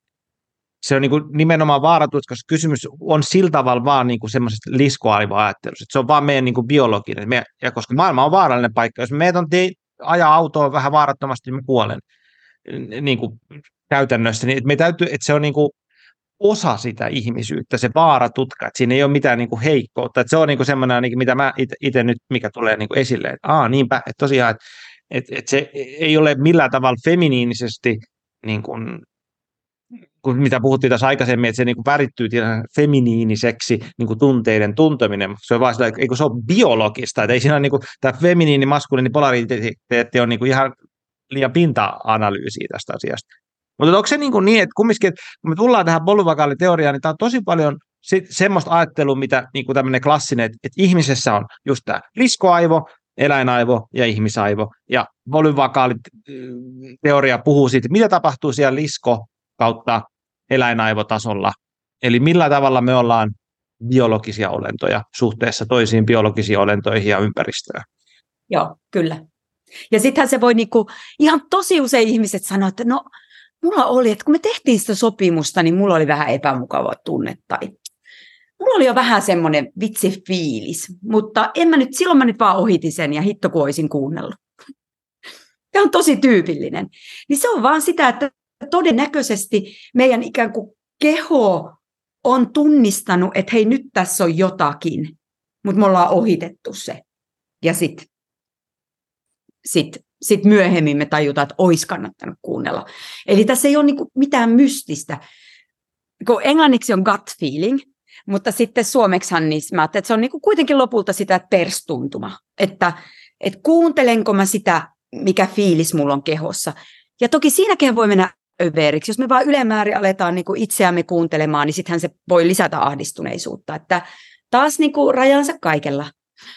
se on niin kuin nimenomaan vaaratutka, koska kysymys on sillä tavalla vaan niin kuin semmoisesta liskoaivoajattelusta, että se on vaan meidän niin kuin biologinen, ja koska maailma on vaarallinen paikka, jos meitä on ajaa autoa vähän vaarattomasti, niin me kuolen niin kuin käytännössä, niin me täytyy, että se on niin kuin osa sitä ihmisyyttä, se vaaratutka, että siinä ei ole mitään niin kuin heikkoutta, että se on niin kuin semmoinen, ainakin, mitä mä itse nyt, mikä tulee niin kuin esille, että niinpä, että tosiaan, että se ei ole millään tavalla feminiinisesti niin kuin kun mitä puhuttiin tässä aikaisemmin, että se niin kuin värittyy feminiiniseksi niin kuin tunteiden tunteminen. Se on vaan sitä, eikö se ole biologista, että ei siinä niin kuin, tämä feminiini, maskuliini polariteetti on niin kuin ihan liian pinta-analyysiä tästä asiasta. Mutta onko se niin, että kumminkin, että kun me tullaan tähän polyvagaaliteoriaan, niin tämä on tosi paljon semmoista ajattelua, mitä niin kuin tämmöinen klassinen, että ihmisessä on just tämä liskoaivo, eläinaivo ja ihmisaivo. Ja polyvagaaliteoria puhuu siitä, mitä tapahtuu siellä lisko kautta eläinaivotasolla. Eli millä tavalla me ollaan biologisia olentoja suhteessa toisiin biologisiin olentoihin ja ympäristöön. Joo, kyllä. Ja sittenhän se voi ihan tosi usein ihmiset sanoa, että no mulla oli, että kun me tehtiin sitä sopimusta, niin mulla oli vähän epämukava tunne tai mulla oli jo vähän semmoinen vitsifiilis, mutta silloin mä nyt vaan ohitin sen ja hitto kun olisin kuunnellut. Tämä on tosi tyypillinen. Niin se on vaan sitä, että todennäköisesti meidän ikään kuin keho on tunnistanut, että hei nyt tässä on jotakin, mutta me ollaan ohitettu se. Ja sit myöhemmin me tajutaan, että olisi kannattanut kuunnella. Eli tässä ei ole mitään mystistä. Kun englanniksi on gut feeling, mutta sitten suomeksihan niin mä ajattelin, että se on kuitenkin lopulta sitä perstuntuma. Että kuuntelenko mä sitä, mikä fiilis mulla on kehossa. Ja toki siinäkin voi mennä överiksi. Jos me vaan ylemmäärin aletaan itseämme kuuntelemaan, niin sittenhän se voi lisätä ahdistuneisuutta. Että taas rajansa kaikella.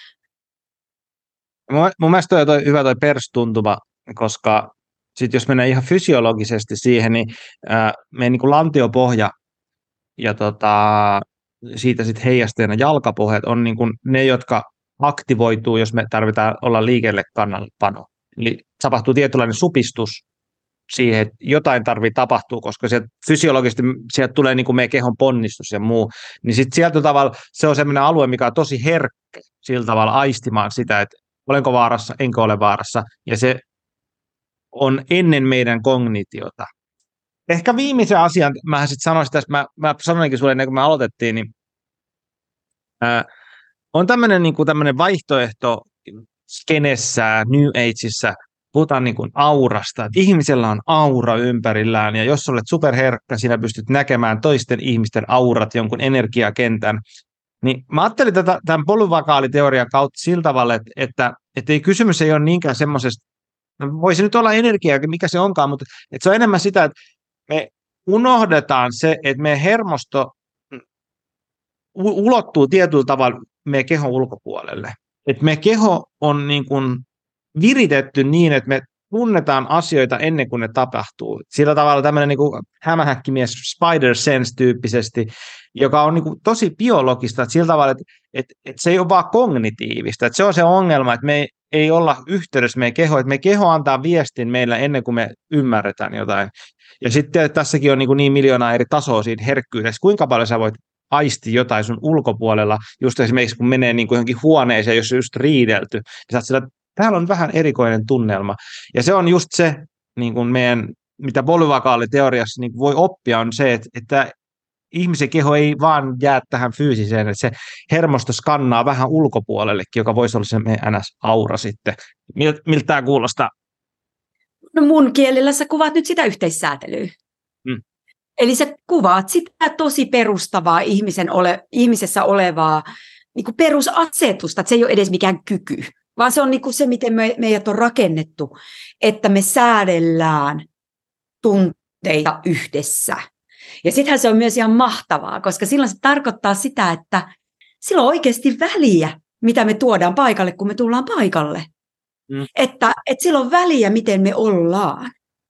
Mun mielestä toi hyvä toi perstuntuma, koska sit jos mennään ihan fysiologisesti siihen, niin meidän lantiopohja ja siitä sitten heijasteena jalkapohjat on ne, jotka aktivoituu, jos me tarvitaan olla liikelle kannallepano. Eli tapahtuu tietynlainen supistus siihen, että jotain tarvitsee tapahtua, koska sieltä fysiologisesti sieltä tulee meidän kehon ponnistus ja muu, niin sitten sieltä tavalla se on sellainen alue, mikä on tosi herkkä sillä tavalla aistimaan sitä, että olenko vaarassa, enkö ole vaarassa, ja se on ennen meidän kognitiota. Ehkä viimeisen asian, mä sitten sanoisin tässä, mä sanoinkin sulle ennen kuin me aloitettiin, niin on tämmöinen vaihtoehto skenessä, New Ageissa, puhutaan aurasta, että ihmisellä on aura ympärillään, ja jos olet superherkkä, sinä pystyt näkemään toisten ihmisten aurat, jonkun energiakentän, Niin mä ajattelin tämän polyvakaaliteorian kautta sillä tavalla, että ei kysymys ei ole niinkään semmoisesta, no voisi nyt olla energiaa, mikä se onkaan, mutta että se on enemmän sitä, että me unohdetaan se, että meidän hermosto ulottuu tietyllä tavalla meidän kehon ulkopuolelle. Että meidän keho on niin kuin viritetty niin, että me tunnetaan asioita ennen kuin ne tapahtuu. Sillä tavalla tämmöinen niin kuin hämähäkkimies spider sense-tyyppisesti, joka on niin kuin tosi biologista, että sillä tavalla, että se ei ole vaan kognitiivista. Että se on se ongelma, että me ei olla yhteydessä meidän kehoon, että meidän keho antaa viestin meillä ennen kuin me ymmärretään jotain. Ja sitten tässäkin on niin miljoonaa eri tasoa siinä herkkyydessä, kuinka paljon sä voit aisti jotain sun ulkopuolella, just esimerkiksi kun menee niin kuin johonkin huoneeseen, jos on just riidelty, niin sä oot sillä, täällä on vähän erikoinen tunnelma. Ja se on just se, niin kuin meidän, mitä polyvakaaliteoriassa niin voi oppia, on se, että ihmisen keho ei vaan jää tähän fyysiseen, että se hermosto skannaa vähän ulkopuolellekin, joka voisi olla se meidän NS-aura sitten. Miltä tämä kuulostaa? No mun kielellä sä kuvaat nyt sitä yhteissäätelyä. Eli sä kuvaat sitä tosi perustavaa ihmisessä olevaa niin kuin perusasetusta, että se ei ole edes mikään kyky, vaan se on niin kuin se, miten meidät on rakennettu, että me säädellään tunteita yhdessä. Ja sittenhän se on myös ihan mahtavaa, koska silloin se tarkoittaa sitä, että sillä on oikeasti väliä, mitä me tuodaan paikalle, kun me tullaan paikalle. Että sillä on väliä, miten me ollaan.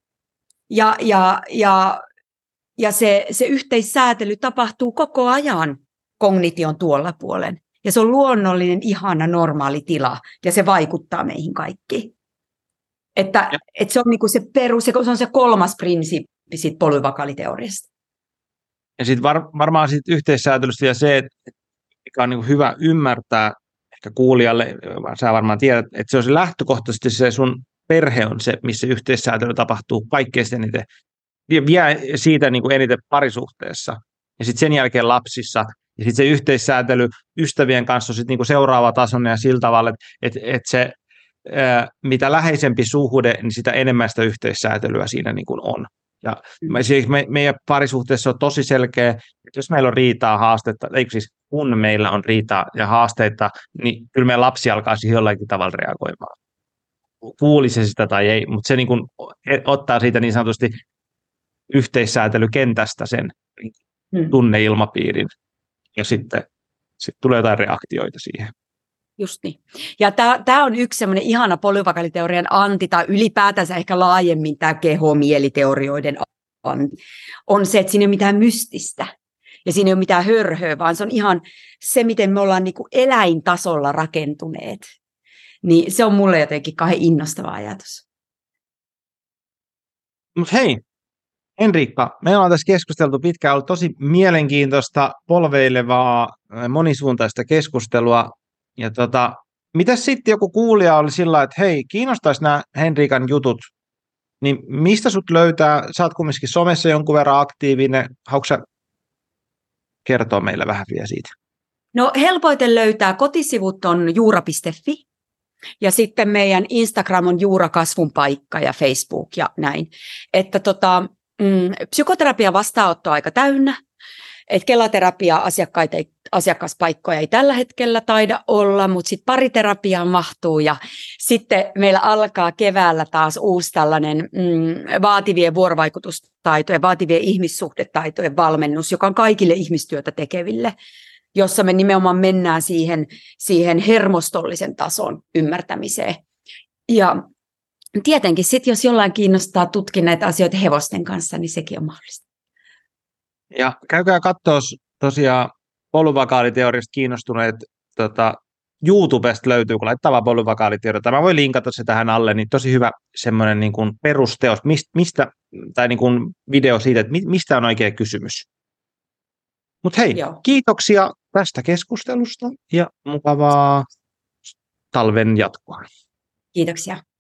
Ja se yhteissäätely tapahtuu koko ajan kognition tuolla puolen. Ja se on luonnollinen, ihana, normaali tila. Ja se vaikuttaa meihin kaikkiin. Että se on niinku se perus, se on se kolmas prinsiippi siitä polyvakaaliteoriasta. Ja sitten varmaan siitä yhteissäätelystä ja se, että mikä on niinku hyvä ymmärtää ehkä kuulijalle, sä varmaan tiedät, että se on se lähtökohtaisesti se sun perhe on se, missä yhteissäätely tapahtuu kaikkein eniten. Vie siitä niin kuin eniten parisuhteessa ja sitten sen jälkeen lapsissa. Ja sitten se yhteissäätely ystävien kanssa on sitten niin kuin seuraava tason ja sillä tavalla, että se mitä läheisempi suhde, niin sitä enemmän sitä yhteissäätelyä siinä niin kuin on. Ja meidän parisuhteessa on tosi selkeä, että jos meillä on riitaa, haastetta, eikö siis kun meillä on riitaa ja haasteita, niin kyllä meidän lapsi alkaa siihen jollakin tavalla reagoimaan. Kuulisi sitä tai ei, mutta se niin kuin ottaa siitä niin sanotusti yhteissäätelykentästä sen tunneilmapiirin ja sitten tulee jotain reaktioita siihen. Just niin. Ja tämä on yksi semmoinen ihana polyvakaaliteorian anti, tai ylipäätänsä ehkä laajemmin tämä keho-mieliteorioiden anti, on se, että siinä ei ole mitään mystistä ja siinä ei ole mitään hörhöä, vaan se on ihan se, miten me ollaan niin kuin eläintasolla rakentuneet. Niin se on mulle jotenkin kauhean innostava ajatus. Mutta hei, Henriikka, me ollaan tässä keskusteltu pitkään, ollut tosi mielenkiintoista, polveilevaa, monisuuntaista keskustelua. Ja mitäs sitten joku kuulija oli sillä, että hei, kiinnostaisi nämä Henriikan jutut, niin mistä sut löytää? Sä oot kumminkin somessa jonkun verran aktiivinen. Haluatko sä kertoa meille vähän vielä siitä? No helpoiten löytää, kotisivut on juura.fi ja sitten meidän Instagram on Juura Kasvun paikka ja Facebook ja näin. Että psykoterapia vastaanotto aika täynnä. Et Kela-terapia asiakaspaikkoja ei tällä hetkellä taida olla, mutta sitten pariterapiaan mahtuu ja sitten meillä alkaa keväällä taas uusi tällainen vaativien vuorovaikutustaitojen, vaativien ihmissuhdetaitojen valmennus, joka on kaikille ihmistyötä tekeville, jossa me nimenomaan mennään siihen hermostollisen tason ymmärtämiseen. Ja tietenkin sitten, jos jollain kiinnostaa tutkia näitä asioita hevosten kanssa, niin sekin on mahdollista. Ja käykää katsoa tosiaan polyvakaaliteoriasta kiinnostuneet, YouTubesta löytyy, kun laittaa vaan polyvakaaliteoria. Mä voin linkata se tähän alle, niin tosi hyvä semmoinen niin kuin perusteos, mistä, tai niin kuin video siitä, että mistä on oikea kysymys. Mutta hei, kiitoksia tästä keskustelusta ja mukavaa talven jatkoa. Kiitoksia.